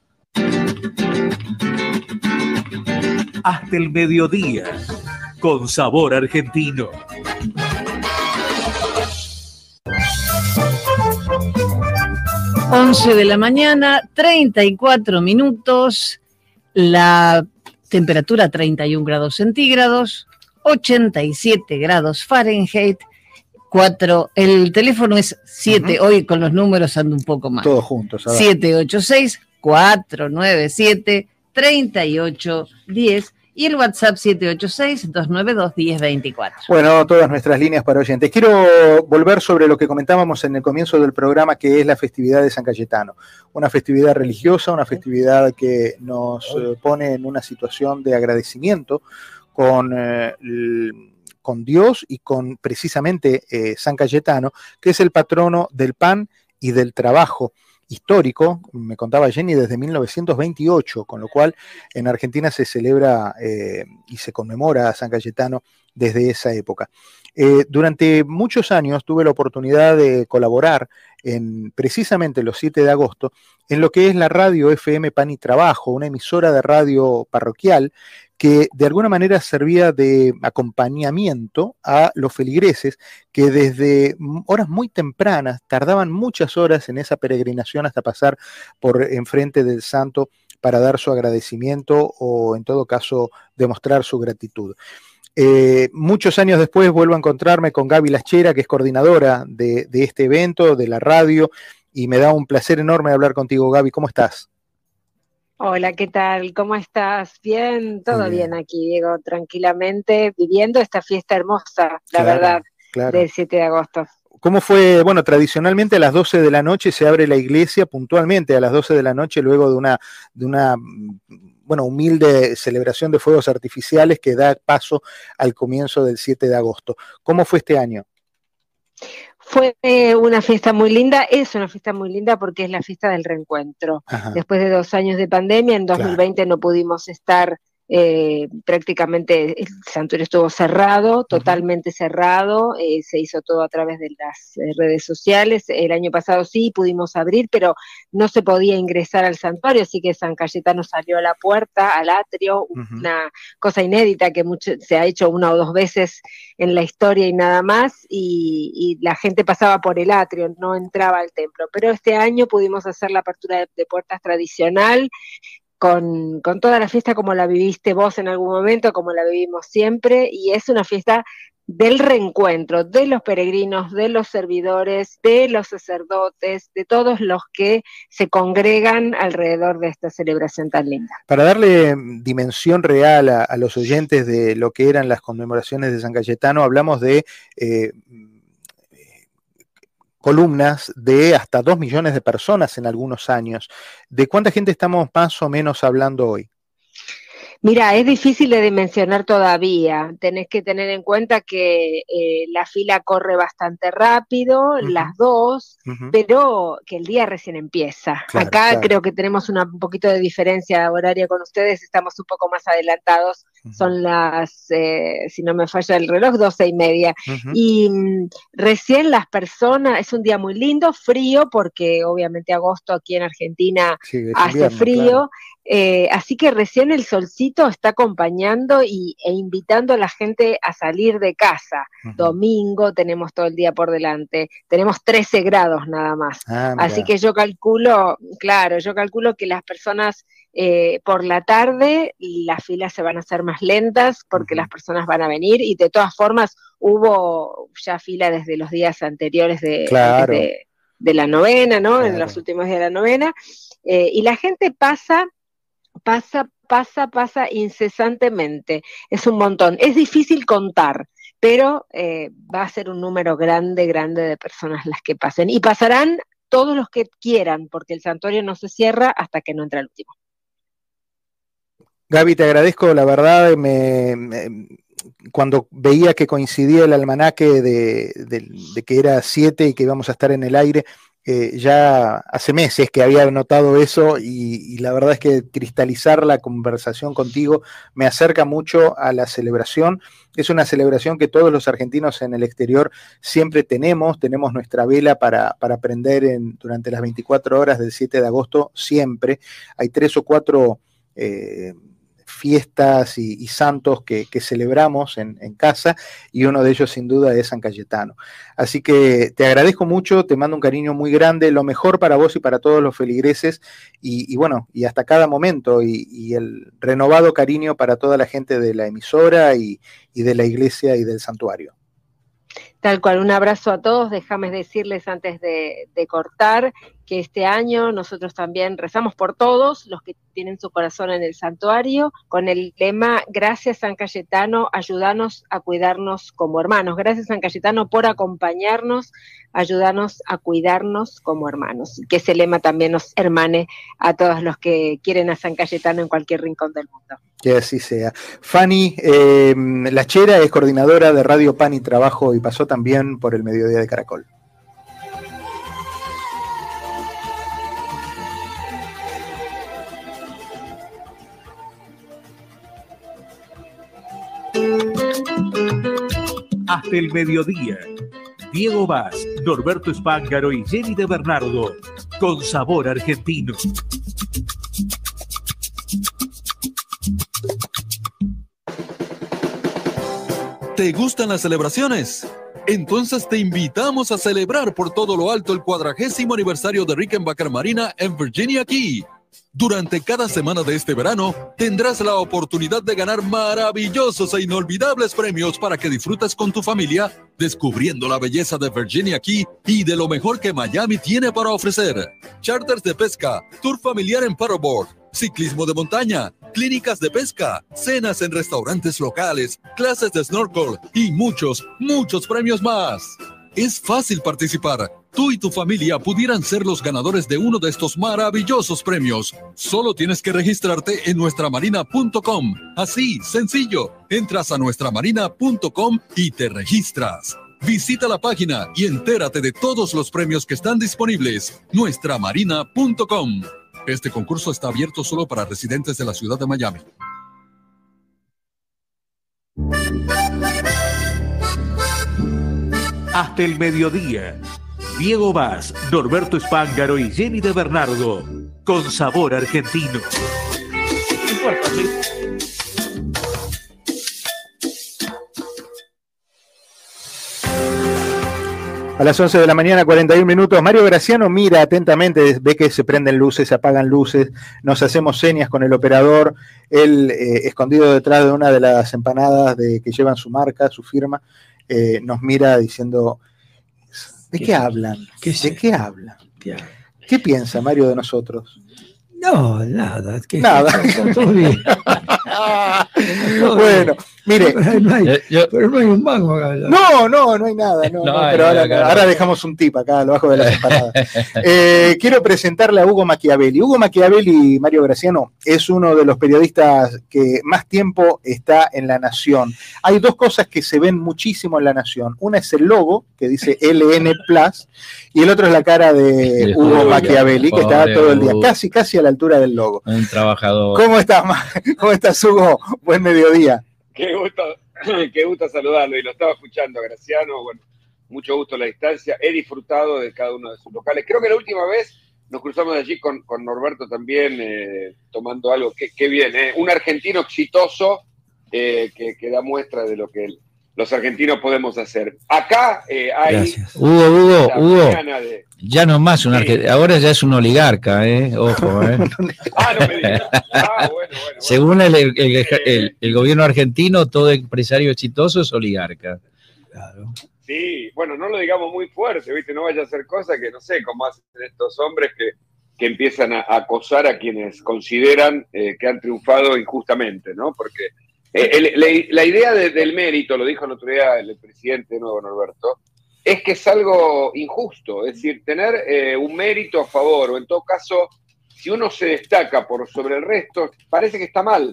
Hasta el mediodía, con sabor argentino. once de la mañana, treinta y cuatro minutos, la temperatura treinta y un grados centígrados, ochenta y siete grados Fahrenheit, cuatro, el teléfono es siete, uh-huh. Hoy con los números ando un poco más. Todos juntos. siete ocho seis, cuatro nueve siete, tres ocho uno cero y el WhatsApp siete ocho seis, dos nueve dos, uno cero dos cuatro. Bueno, todas nuestras líneas para oyentes. Quiero volver sobre lo que comentábamos en el comienzo del programa, que es la festividad de San Cayetano. Una festividad religiosa, una festividad que nos eh, pone en una situación de agradecimiento con, eh, el, con Dios y con precisamente eh, San Cayetano, que es el patrono del pan y del trabajo histórico, me contaba Jenny, desde mil novecientos veintiocho, con lo cual en Argentina se celebra eh, y se conmemora a San Cayetano desde esa época. Eh, durante muchos años tuve la oportunidad de colaborar en precisamente los siete de agosto en lo que es la radio F M Pan y Trabajo, una emisora de radio parroquial que de alguna manera servía de acompañamiento a los feligreses que desde horas muy tempranas tardaban muchas horas en esa peregrinación hasta pasar por enfrente del santo para dar su agradecimiento o en todo caso demostrar su gratitud. Eh, muchos años después vuelvo a encontrarme con Gaby Laschera, que es coordinadora de, de este evento, de la radio, y me da un placer enorme hablar contigo, Gaby. ¿Cómo estás? Hola, ¿qué tal? ¿Cómo estás? Bien, todo bien. bien aquí, Diego, tranquilamente viviendo esta fiesta hermosa, la claro, verdad, claro. del siete de agosto. ¿Cómo fue? Bueno, tradicionalmente a las doce de la noche se abre la iglesia, puntualmente a las doce de la noche, luego de una, de una bueno, humilde celebración de fuegos artificiales que da paso al comienzo del siete de agosto. ¿Cómo fue este año? Fue una fiesta muy linda, es una fiesta muy linda porque es la fiesta del reencuentro. Ajá. Después de dos años de pandemia, en dos mil veinte claro. no pudimos estar, eh, prácticamente el santuario estuvo cerrado, totalmente uh-huh. cerrado, eh, se hizo todo a través de las eh, redes sociales. El año pasado sí pudimos abrir, pero no se podía ingresar al santuario, así que San Cayetano salió a la puerta, al atrio, uh-huh. una cosa inédita que mucho, se ha hecho una o dos veces en la historia y nada más, y, y la gente pasaba por el atrio, no entraba al templo. Pero este año pudimos hacer la apertura de, de puertas tradicional, Con, con toda la fiesta como la viviste vos en algún momento, como la vivimos siempre, y es una fiesta del reencuentro de los peregrinos, de los servidores, de los sacerdotes, de todos los que se congregan alrededor de esta celebración tan linda. Para darle dimensión real a, a los oyentes de lo que eran las conmemoraciones de San Cayetano, hablamos de eh, columnas de hasta dos millones de personas en algunos años. ¿De cuánta gente estamos más o menos hablando hoy? Mira, es difícil de dimensionar todavía. Tenés que tener en cuenta que eh, la fila corre bastante rápido, uh-huh. las dos, uh-huh. pero que el día recién empieza. Claro, Acá claro. creo que tenemos una, un poquito de diferencia horaria con ustedes, estamos un poco más adelantados. Uh-huh. Son las, eh, si no me falla el reloj, doce y media. Uh-huh. Y mm, recién las personas, es un día muy lindo, frío, porque obviamente agosto aquí en Argentina sí, hace invierno, frío. Claro. Eh, así que recién el solcito está acompañando y, e invitando a la gente a salir de casa. Uh-huh. Domingo tenemos todo el día por delante, tenemos trece grados nada más. Ah, así que yo calculo, claro, yo calculo que las personas eh, por la tarde las filas se van a hacer más lentas porque uh-huh. las personas van a venir y de todas formas hubo ya fila desde los días anteriores de, claro. de, de la novena, ¿no? Claro. En los últimos días de la novena. Eh, y la gente pasa... Pasa, pasa, pasa incesantemente, es un montón, es difícil contar, pero eh, va a ser un número grande, grande de personas las que pasen, y pasarán todos los que quieran, porque el santuario no se cierra hasta que no entra el último. Gaby, te agradezco, la verdad, me, me, cuando veía que coincidía el almanaque de, de, de que era siete y que íbamos a estar en el aire, eh, ya hace meses que había notado eso y, y la verdad es que cristalizar la conversación contigo me acerca mucho a la celebración. Es una celebración que todos los argentinos en el exterior siempre tenemos, tenemos nuestra vela para, para prender en, durante las veinticuatro horas del siete de agosto, siempre. Hay tres o cuatro eh, fiestas y, y santos que, que celebramos en, en casa, y uno de ellos sin duda es San Cayetano. Así que te agradezco mucho, te mando un cariño muy grande, lo mejor para vos y para todos los feligreses, y, y bueno, y hasta cada momento, y, y el renovado cariño para toda la gente de la emisora y, y de la iglesia y del santuario. Tal cual, un abrazo a todos. Déjame decirles antes de, de cortar que este año nosotros también rezamos por todos los que tienen su corazón en el santuario, con el lema Gracias San Cayetano, ayúdanos a cuidarnos como hermanos. Gracias San Cayetano por acompañarnos, ayúdanos a cuidarnos como hermanos. Que ese lema también nos hermane a todos los que quieren a San Cayetano en cualquier rincón del mundo. Que así sea. Fanny eh, Lachera es coordinadora de Radio Pan y Trabajo y pasó también por el Mediodía de Caracol. Hasta el mediodía. Diego Vaz, Norberto Spángaro y Jenny de Bernardo, con sabor argentino. ¿Te gustan las celebraciones? Entonces te invitamos a celebrar por todo lo alto el cuadragésimo aniversario de Rickenbacker Marina en Virginia Key. Durante cada semana de este verano tendrás la oportunidad de ganar maravillosos e inolvidables premios para que disfrutes con tu familia, descubriendo la belleza de Virginia Key y de lo mejor que Miami tiene para ofrecer. Charters de pesca, tour familiar en paddleboard, ciclismo de montaña, clínicas de pesca, cenas en restaurantes locales, clases de snorkel y muchos, muchos premios más. Es fácil participar. Tú y tu familia pudieran ser los ganadores de uno de estos maravillosos premios. Solo tienes que registrarte en nuestra marina punto com. Así, sencillo. Entras a nuestra marina punto com y te registras. Visita la página y entérate de todos los premios que están disponibles. nuestra marina punto com. Este concurso está abierto solo para residentes de la ciudad de Miami. Hasta el mediodía. Diego Vaz, Norberto Spángaro y Jenny de Bernardo, con sabor argentino. A las once de la mañana, cuarenta y un minutos, Mario Graciano mira atentamente, ve que se prenden luces, se apagan luces, nos hacemos señas con el operador, él eh, escondido detrás de una de las empanadas de, que llevan su marca, su firma, eh, nos mira diciendo, ¿de qué, qué hablan? ¿Qué ¿De qué hablan? ¿Qué, ¿Qué piensa Mario de nosotros? No, nada. Es que nada. Está todo bien. Bueno, mire. Pero no hay, yo, pero no hay un mango acá. No, no, no hay nada. No, no, no, pero ahora, acá, ahora dejamos un tip acá abajo de las empanadas. Eh, quiero presentarle a Hugo Machiavelli. Hugo Machiavelli, Mario Graciano, es uno de los periodistas que más tiempo está en La Nación. Hay dos cosas que se ven muchísimo en La Nación. Una es el logo, que dice L N Plus, y el otro es la cara de Hugo Machiavelli, que está todo el día, casi, casi a la altura del logo. Un trabajador. ¿Cómo estás, ¿Cómo estás, Hugo? Buen mediodía. Qué gusto, qué gusto saludarlo, y lo estaba escuchando, Graciano, bueno, mucho gusto a la distancia, he disfrutado de cada uno de sus locales. Creo que la última vez nos cruzamos allí con, con Norberto también, eh, tomando algo, qué, qué bien, eh, un argentino exitoso eh, que, que da muestra de lo que él, los argentinos podemos hacer. Acá eh, hay... Gracias. Hugo, Hugo, Hugo, de... ya no más un argentino, sí. Ahora ya es un oligarca, ¿eh? Ojo, ¿eh? Ah, no me digas. Ah, bueno, bueno, bueno. Según el, el, el, el, el gobierno argentino, todo empresario exitoso es oligarca. Claro. Sí, bueno, no lo digamos muy fuerte, ¿viste? No vaya a hacer cosas que, no sé, como hacen estos hombres que, que empiezan a, a acosar a quienes consideran eh, que han triunfado injustamente, ¿no? Porque... Eh, el, la, la idea de, del mérito, lo dijo el otro día el, el presidente de nuevo, Norberto, es que es algo injusto, es decir, tener eh, un mérito a favor, o en todo caso, si uno se destaca por sobre el resto, parece que está mal.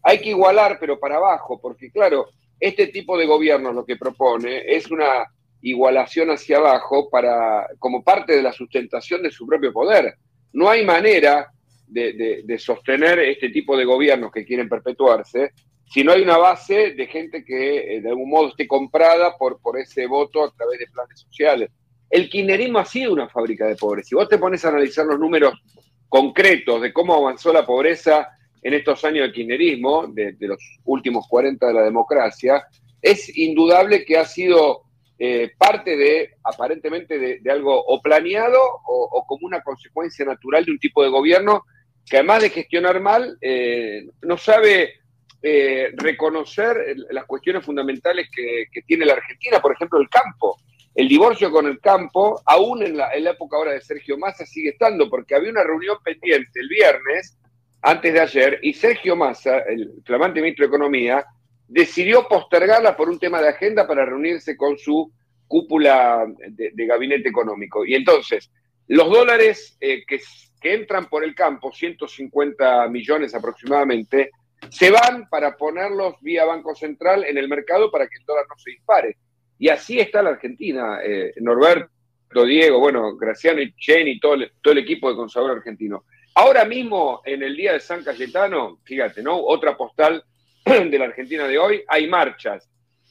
hay que igualar, pero para abajo, porque claro, este tipo de gobierno lo que propone es una igualación hacia abajo para, como parte de la sustentación de su propio poder. No hay manera de, de, de sostener este tipo de gobiernos que quieren perpetuarse si no hay una base de gente que eh, de algún modo esté comprada por, por ese voto a través de planes sociales. El kirchnerismo ha sido una fábrica de pobreza. Si vos te pones a analizar los números concretos de cómo avanzó la pobreza en estos años del kirchnerismo, de, de los últimos cuarenta de la democracia, es indudable que ha sido eh, parte de, aparentemente, de, de algo o planeado o, o como una consecuencia natural de un tipo de gobierno que además de gestionar mal, eh, no sabe eh, reconocer las cuestiones fundamentales que, que tiene la Argentina, por ejemplo, el campo. El divorcio con el campo, aún en la, en la época ahora de Sergio Massa, sigue estando, porque había una reunión pendiente el viernes, antes de ayer, y Sergio Massa, el flamante ministro de Economía, decidió postergarla por un tema de agenda para reunirse con su cúpula de, de gabinete económico. Y entonces, los dólares eh, que, que entran por el campo, ciento cincuenta millones aproximadamente, se van para ponerlos vía Banco Central en el mercado para que el dólar no se dispare. Y así está la Argentina, eh, Norberto, Diego, bueno, Graciano y Chen y todo el, todo el equipo de Consabor argentino. Ahora mismo, en el día de San Cayetano, fíjate, ¿no? Otra postal de la Argentina de hoy, hay marchas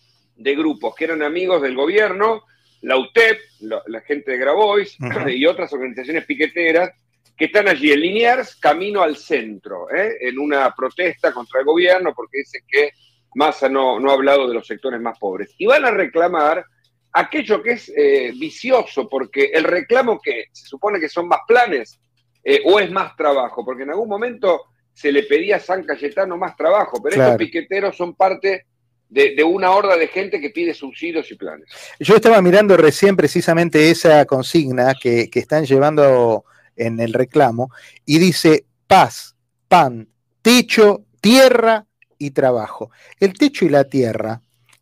de grupos que eran amigos del gobierno, la U T E P, la, la gente de Grabois uh-huh. y otras organizaciones piqueteras que están allí en Liniers, camino al centro, ¿eh? en una protesta contra el gobierno porque dicen que Massa no, no ha hablado de los sectores más pobres. Y van a reclamar aquello que es eh, vicioso, porque el reclamo que se supone que son más planes eh, o es más trabajo, porque en algún momento se le pedía a San Cayetano más trabajo, pero claro. estos piqueteros son parte de, de una horda de gente que pide subsidios y planes. Yo estaba mirando recién precisamente esa consigna que, que están llevando en el reclamo y dice paz, pan, techo, tierra y trabajo. El techo y la tierra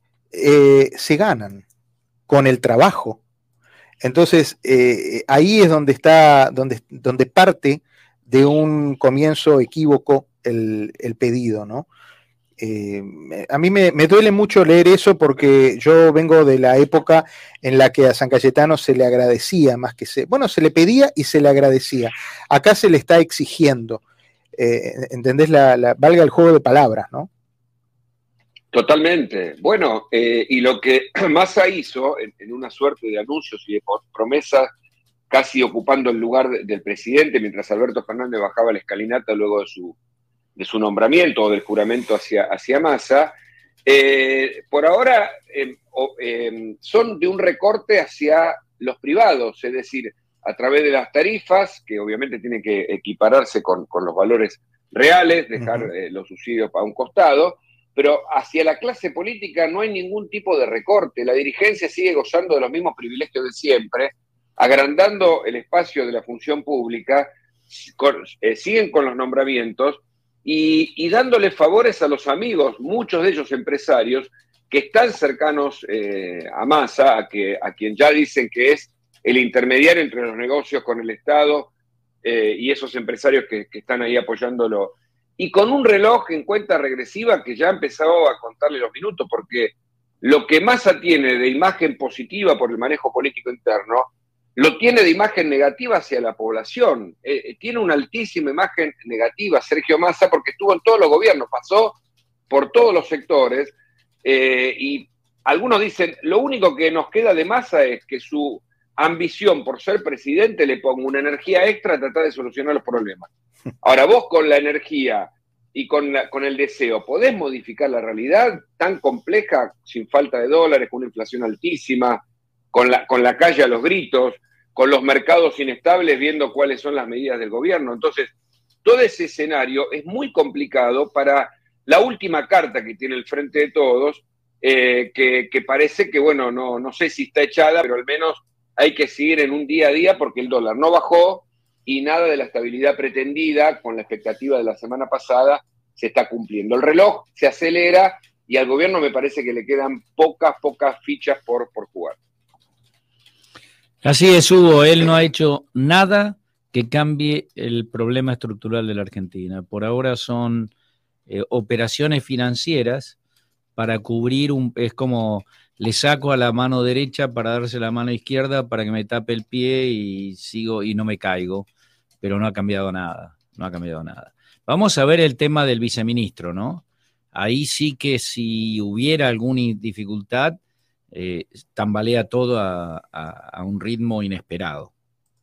eh, se ganan con el trabajo. Entonces, eh, ahí es donde está, donde, donde parte de un comienzo equívoco el, el pedido, ¿no? Eh, a mí me, me duele mucho leer eso porque yo vengo de la época en la que a San Cayetano se le agradecía más que se... Bueno, se le pedía y se le agradecía. Acá se le está exigiendo. Eh, ¿Entendés? La, la, valga el juego de palabras, ¿no? Totalmente. Bueno, eh, y lo que Massa hizo en, en una suerte de anuncios y de promesas, casi ocupando el lugar de, del presidente, mientras Alberto Fernández bajaba la escalinata luego de su, de su nombramiento o del juramento hacia, hacia Massa, eh, por ahora eh, eh, son de un recorte hacia los privados, es decir, a través de las tarifas, que obviamente tienen que equipararse con, con los valores reales, dejar uh-huh. eh, los subsidios para un costado, pero hacia la clase política no hay ningún tipo de recorte. La dirigencia sigue gozando de los mismos privilegios de siempre, agrandando el espacio de la función pública, con, eh, siguen con los nombramientos y, y dándole favores a los amigos, muchos de ellos empresarios, que están cercanos eh, a Massa, a, que, a quien ya dicen que es el intermediario entre los negocios con el Estado eh, y esos empresarios que, que están ahí apoyándolo. Y con un reloj en cuenta regresiva que ya ha empezado a contarle los minutos, porque lo que Massa tiene de imagen positiva por el manejo político interno, lo tiene de imagen negativa hacia la población. Eh, tiene una altísima imagen negativa Sergio Massa porque estuvo en todos los gobiernos, pasó por todos los sectores, eh, y algunos dicen, lo único que nos queda de Massa es que su ambición por ser presidente le ponga una energía extra a tratar de solucionar los problemas. Ahora, vos con la energía y con, la, con el deseo, ¿podés modificar la realidad tan compleja, sin falta de dólares, con una inflación altísima, con la, con la calle a los gritos, con los mercados inestables, viendo cuáles son las medidas del gobierno? Entonces, todo ese escenario es muy complicado para la última carta que tiene el Frente de Todos, eh, que, que parece que, bueno, no, no sé si está echada, pero al menos hay que seguir en un día a día porque el dólar no bajó, y nada de la estabilidad pretendida con la expectativa de la semana pasada se está cumpliendo. El reloj se acelera y al gobierno me parece que le quedan pocas, pocas fichas por, por jugar. Así es, Hugo, él no ha hecho nada que cambie el problema estructural de la Argentina. Por ahora son eh, operaciones financieras para cubrir un, es como le saco a la mano derecha para darse la mano izquierda para que me tape el pie y sigo y no me caigo, pero no ha cambiado nada, no ha cambiado nada. Vamos a ver el tema del viceministro, ¿no? Ahí sí que si hubiera alguna dificultad, eh, tambalea todo a, a, a un ritmo inesperado.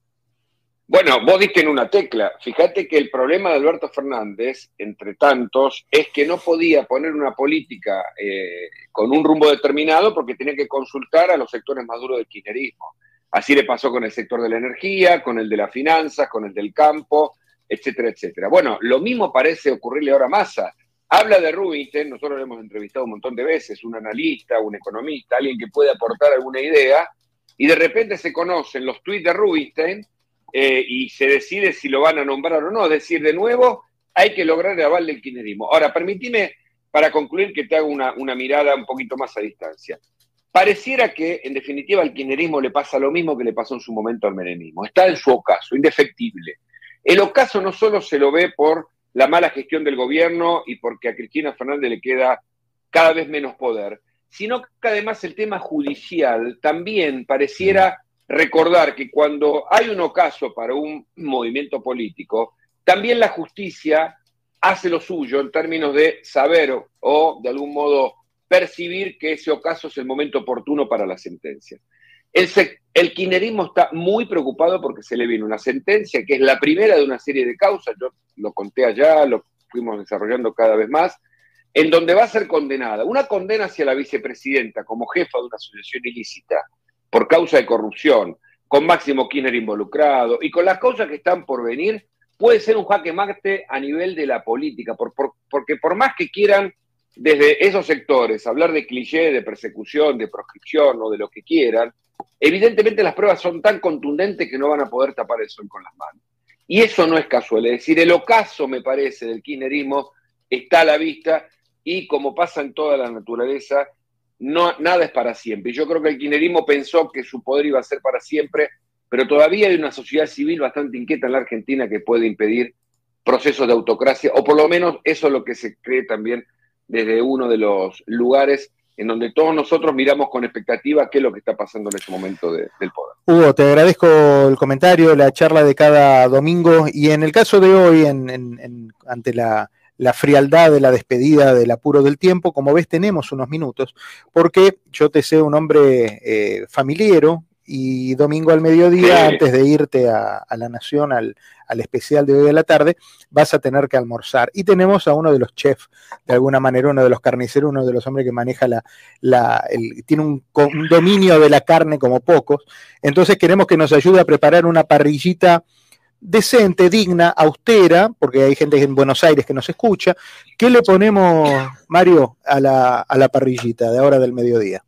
Bueno, vos diste en una tecla. Fíjate que el problema de Alberto Fernández, entre tantos, es que no podía poner una política eh, con un rumbo determinado porque tenía que consultar a los sectores más duros del kirchnerismo. Así le pasó con el sector de la energía, con el de las finanzas, con el del campo, etcétera, etcétera. Bueno, lo mismo parece ocurrirle ahora a Massa. Habla de Rubinstein, nosotros lo hemos entrevistado un montón de veces, un analista, un economista, alguien que puede aportar alguna idea, y de repente se conocen los tuits de Rubinstein, Eh, y se decide si lo van a nombrar o no. Es decir, de nuevo, hay que lograr el aval del kirchnerismo. Ahora, permitime, para concluir, que te haga una, una mirada un poquito más a distancia. Pareciera que, en definitiva, al kirchnerismo le pasa lo mismo que le pasó en su momento al menemismo. Está en su ocaso, indefectible. El ocaso no solo se lo ve por la mala gestión del gobierno y porque a Cristina Fernández le queda cada vez menos poder, sino que además el tema judicial también pareciera recordar que cuando hay un ocaso para un movimiento político, también la justicia hace lo suyo en términos de saber o, o de algún modo percibir que ese ocaso es el momento oportuno para la sentencia. El, el kirchnerismo está muy preocupado porque se le viene una sentencia que es la primera de una serie de causas, yo lo conté allá, lo fuimos desarrollando cada vez más, en donde va a ser condenada. Una condena hacia la vicepresidenta como jefa de una asociación ilícita, por causa de corrupción, con Máximo Kirchner involucrado, y con las causas que están por venir, puede ser un jaque mate a nivel de la política, por, por, porque por más que quieran desde esos sectores hablar de cliché, de persecución, de proscripción o de lo que quieran, evidentemente las pruebas son tan contundentes que no van a poder tapar el sol con las manos. Y eso no es casual, es decir, el ocaso, me parece, del kirchnerismo está a la vista y como pasa en toda la naturaleza, No, nada es para siempre. Y yo creo que el kirchnerismo pensó que su poder iba a ser para siempre, pero todavía hay una sociedad civil bastante inquieta en la Argentina que puede impedir procesos de autocracia, o por lo menos eso es lo que se cree también desde uno de los lugares en donde todos nosotros miramos con expectativa qué es lo que está pasando en este momento de, del poder. Hugo, te agradezco el comentario, la charla de cada domingo, y en el caso de hoy, en, en, en, ante la... la frialdad de la despedida, del apuro del tiempo, como ves tenemos unos minutos, porque yo te sé un hombre eh, familiero, y domingo al mediodía, sí, antes de irte a, a La Nación, al, al especial de hoy a la tarde, vas a tener que almorzar. Y tenemos a uno de los chefs, de alguna manera, uno de los carniceros, uno de los hombres que maneja la, la el, tiene un, un dominio de la carne como pocos. Entonces queremos que nos ayude a preparar una parrillita decente, digna, austera, porque hay gente en Buenos Aires que nos escucha. ¿Qué le ponemos, Mario, a la, a la parrillita de ahora del mediodía?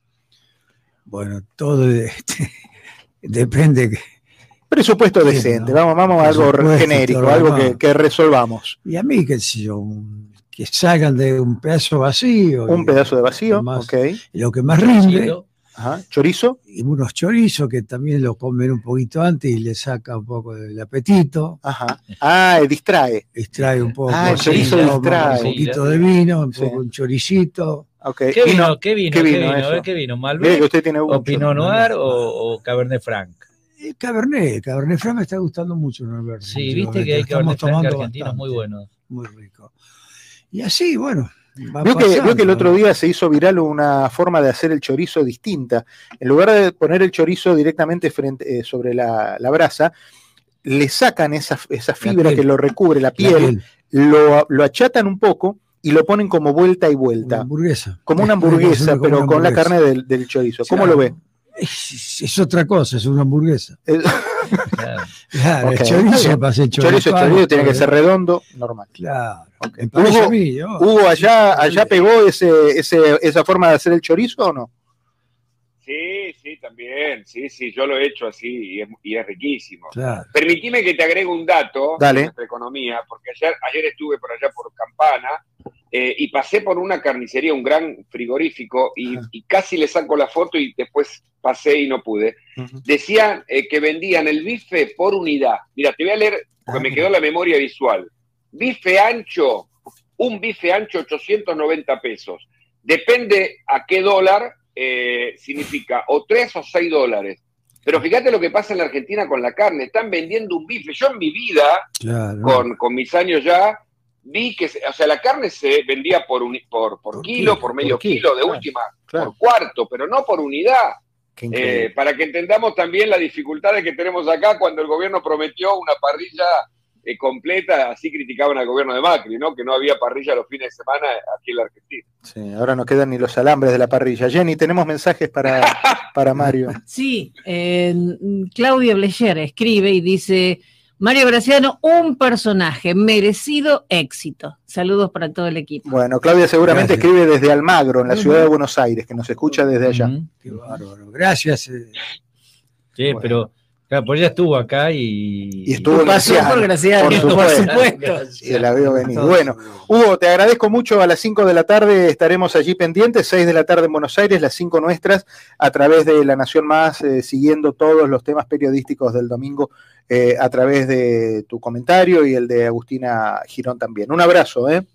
Bueno, todo de, de, depende. Presupuesto sí, decente, ¿no? vamos, vamos a algo genérico, algo que, que resolvamos. Y a mí, qué sé yo, que salgan de un pedazo vacío. Un pedazo de vacío, más, ok. Lo que más rinde. Ajá. ¿Chorizo? Y unos chorizos que también los comen un poquito antes y le saca un poco del apetito. Ajá. Ah, distrae. Distrae un poco. Ah, el chorizo distrae. Un poquito de vino, un poco sí. un choricito. Okay. ¿Qué vino? ¿Qué vino? ¿Qué vino? ¿Qué vino? ¿Qué vino? ¿Malbec? Que usted tiene ¿O Pinot Noir o, o Cabernet Franc? El Cabernet. Cabernet Franc me está gustando mucho, Norberto. Sí, viste que hay Cabernet Franc argentinos muy buenos. Muy rico. Y así, bueno. Vio que, vio que el otro día se hizo viral una forma de hacer el chorizo distinta. En lugar de poner el chorizo directamente frente, eh, sobre la, la brasa, le sacan esa, esa fibra que lo recubre, la piel, la piel. Lo, lo achatan un poco y lo ponen como vuelta y vuelta. Una hamburguesa. Como una hamburguesa, como pero una hamburguesa. Con la carne del, del chorizo. ¿Cómo claro. lo ve? Es, es otra cosa, es una hamburguesa. Claro, claro okay. El chorizo para hacer chorizo. Chorizo, chorizo tiene que ser redondo, normal. Claro. Okay. Hugo, mí, yo, Hugo, allá, allá pegó ese, ese, esa forma de hacer el chorizo o no? Sí, sí, también. Sí, sí, yo lo he hecho así y es, y es riquísimo. Claro. Permitime que te agregue un dato Dale. de nuestra economía, porque ayer, ayer estuve por allá por Campana eh, y pasé por una carnicería, un gran frigorífico, y, y casi le saco la foto y después pasé y no pude. Uh-huh. Decían eh, que vendían el bife por unidad. Mira, te voy a leer porque ah, me quedó la memoria visual. Bife ancho, un bife ancho ochocientos noventa pesos. Depende a qué dólar, eh, significa o tres o seis dólares. Pero fíjate lo que pasa en la Argentina con la carne. Están vendiendo un bife. Yo en mi vida, claro. con, con mis años ya, vi que, o sea, la carne se vendía por, un, por, por, por kilo, kilo, por medio por kilo, kilo, de claro, última, claro. por cuarto, pero no por unidad. Eh, para que entendamos también las dificultades que tenemos acá cuando el gobierno prometió una parrilla eh, completa, así criticaban al gobierno de Macri, ¿no? Que no había parrilla los fines de semana aquí en la Argentina. Sí, ahora no quedan ni los alambres de la parrilla. Jenny, tenemos mensajes para, para Mario. Sí, eh, Claudia Blecher escribe y dice: Mario Graciano, un personaje, merecido éxito. Saludos para todo el equipo. Bueno, Claudia seguramente Gracias. Escribe desde Almagro, en la ciudad de Buenos Aires, que nos escucha desde allá. Uh-huh. Qué bárbaro. Gracias. Eh. Sí, bueno. pero claro, pues ella estuvo acá y... Y estuvo paseando, por, Graciano, por supuesto. Por supuesto. Se la veo venir. Bueno, Hugo, te agradezco mucho. A las cinco de la tarde estaremos allí pendientes, seis de la tarde en Buenos Aires, las cinco nuestras, a través de La Nación Más, eh, siguiendo todos los temas periodísticos del domingo, eh, a través de tu comentario y el de Agustina Girón también. Un abrazo, ¿eh?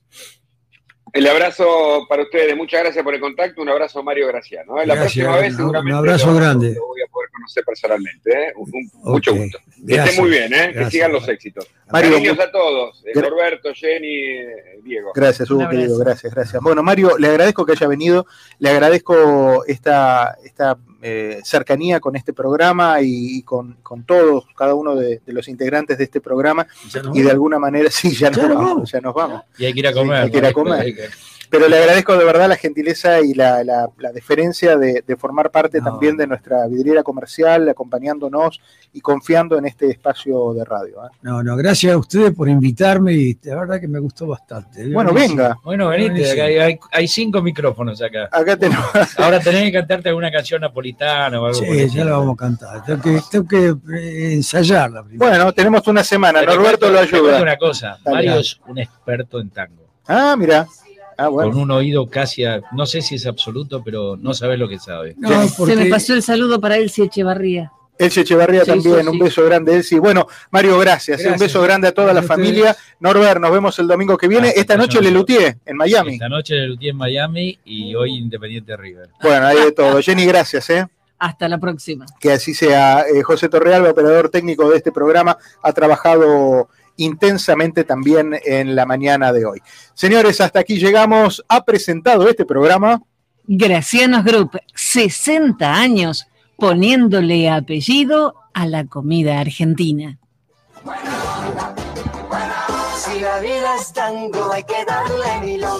El abrazo para ustedes, muchas gracias por el contacto, un abrazo Mario Graciano. ¿eh? La gracias, próxima vez seguramente un abrazo lo, grande. Lo voy a poder conocer personalmente, ¿eh? un, un, okay. Mucho gusto. Que estén muy bien, ¿eh? Gracias. Que sigan los éxitos. Mario, Cariños a todos, eh, Norberto, Jenny, Diego. Gracias, Hugo, querido, gracias, gracias. Bueno, Mario, le agradezco que haya venido, le agradezco esta, esta eh, cercanía con este programa y, y con, con todos, cada uno de, de los integrantes de este programa, y de alguna manera, sí, ya, ya nos vamos, vamos, ya nos vamos. Y hay que ir a comer. Sí, hay que ir a comer. Pero le agradezco de verdad la gentileza y la, la, la deferencia de, de formar parte no. también de nuestra vidriera comercial, acompañándonos y confiando en este espacio de radio. ¿eh? No, no, gracias a ustedes por invitarme y la verdad que me gustó bastante. Bueno, venga. Bueno, venite, acá hay, hay, hay cinco micrófonos acá. Acá tenemos. Ahora tenés que cantarte alguna canción napolitana o algo. Sí, ya la vamos a cantar. Tengo que, tengo que ensayarla primero. Bueno, tenemos una semana, Pero Norberto te lo ayuda. Te una cosa, Dale. Mario es un experto en tango. Ah, mira. Ah, bueno. Con un oído casi, a, no sé si es absoluto, pero no sabes lo que sabe. No, porque... Se me pasó el saludo para Elsie Echevarría. Elsie Echevarría sí, también, sí, un sí. beso grande, Elsie. Bueno, Mario, gracias. gracias. Un beso grande a toda la familia. Norbert, nos vemos el domingo que viene. Gracias, Esta noche Le Luthier en Miami. Esta noche Le Luthier en Miami y hoy Independiente River. Bueno, ahí de todo. Jenny, gracias. ¿eh? Hasta la próxima. Que así sea. Eh, José Torrealba, operador técnico de este programa, ha trabajado intensamente también en la mañana de hoy. Señores, hasta aquí llegamos. Ha presentado este programa Gracianos Group, sesenta años poniéndole apellido a la comida argentina. Si la vida es tango, hay que darle milonga.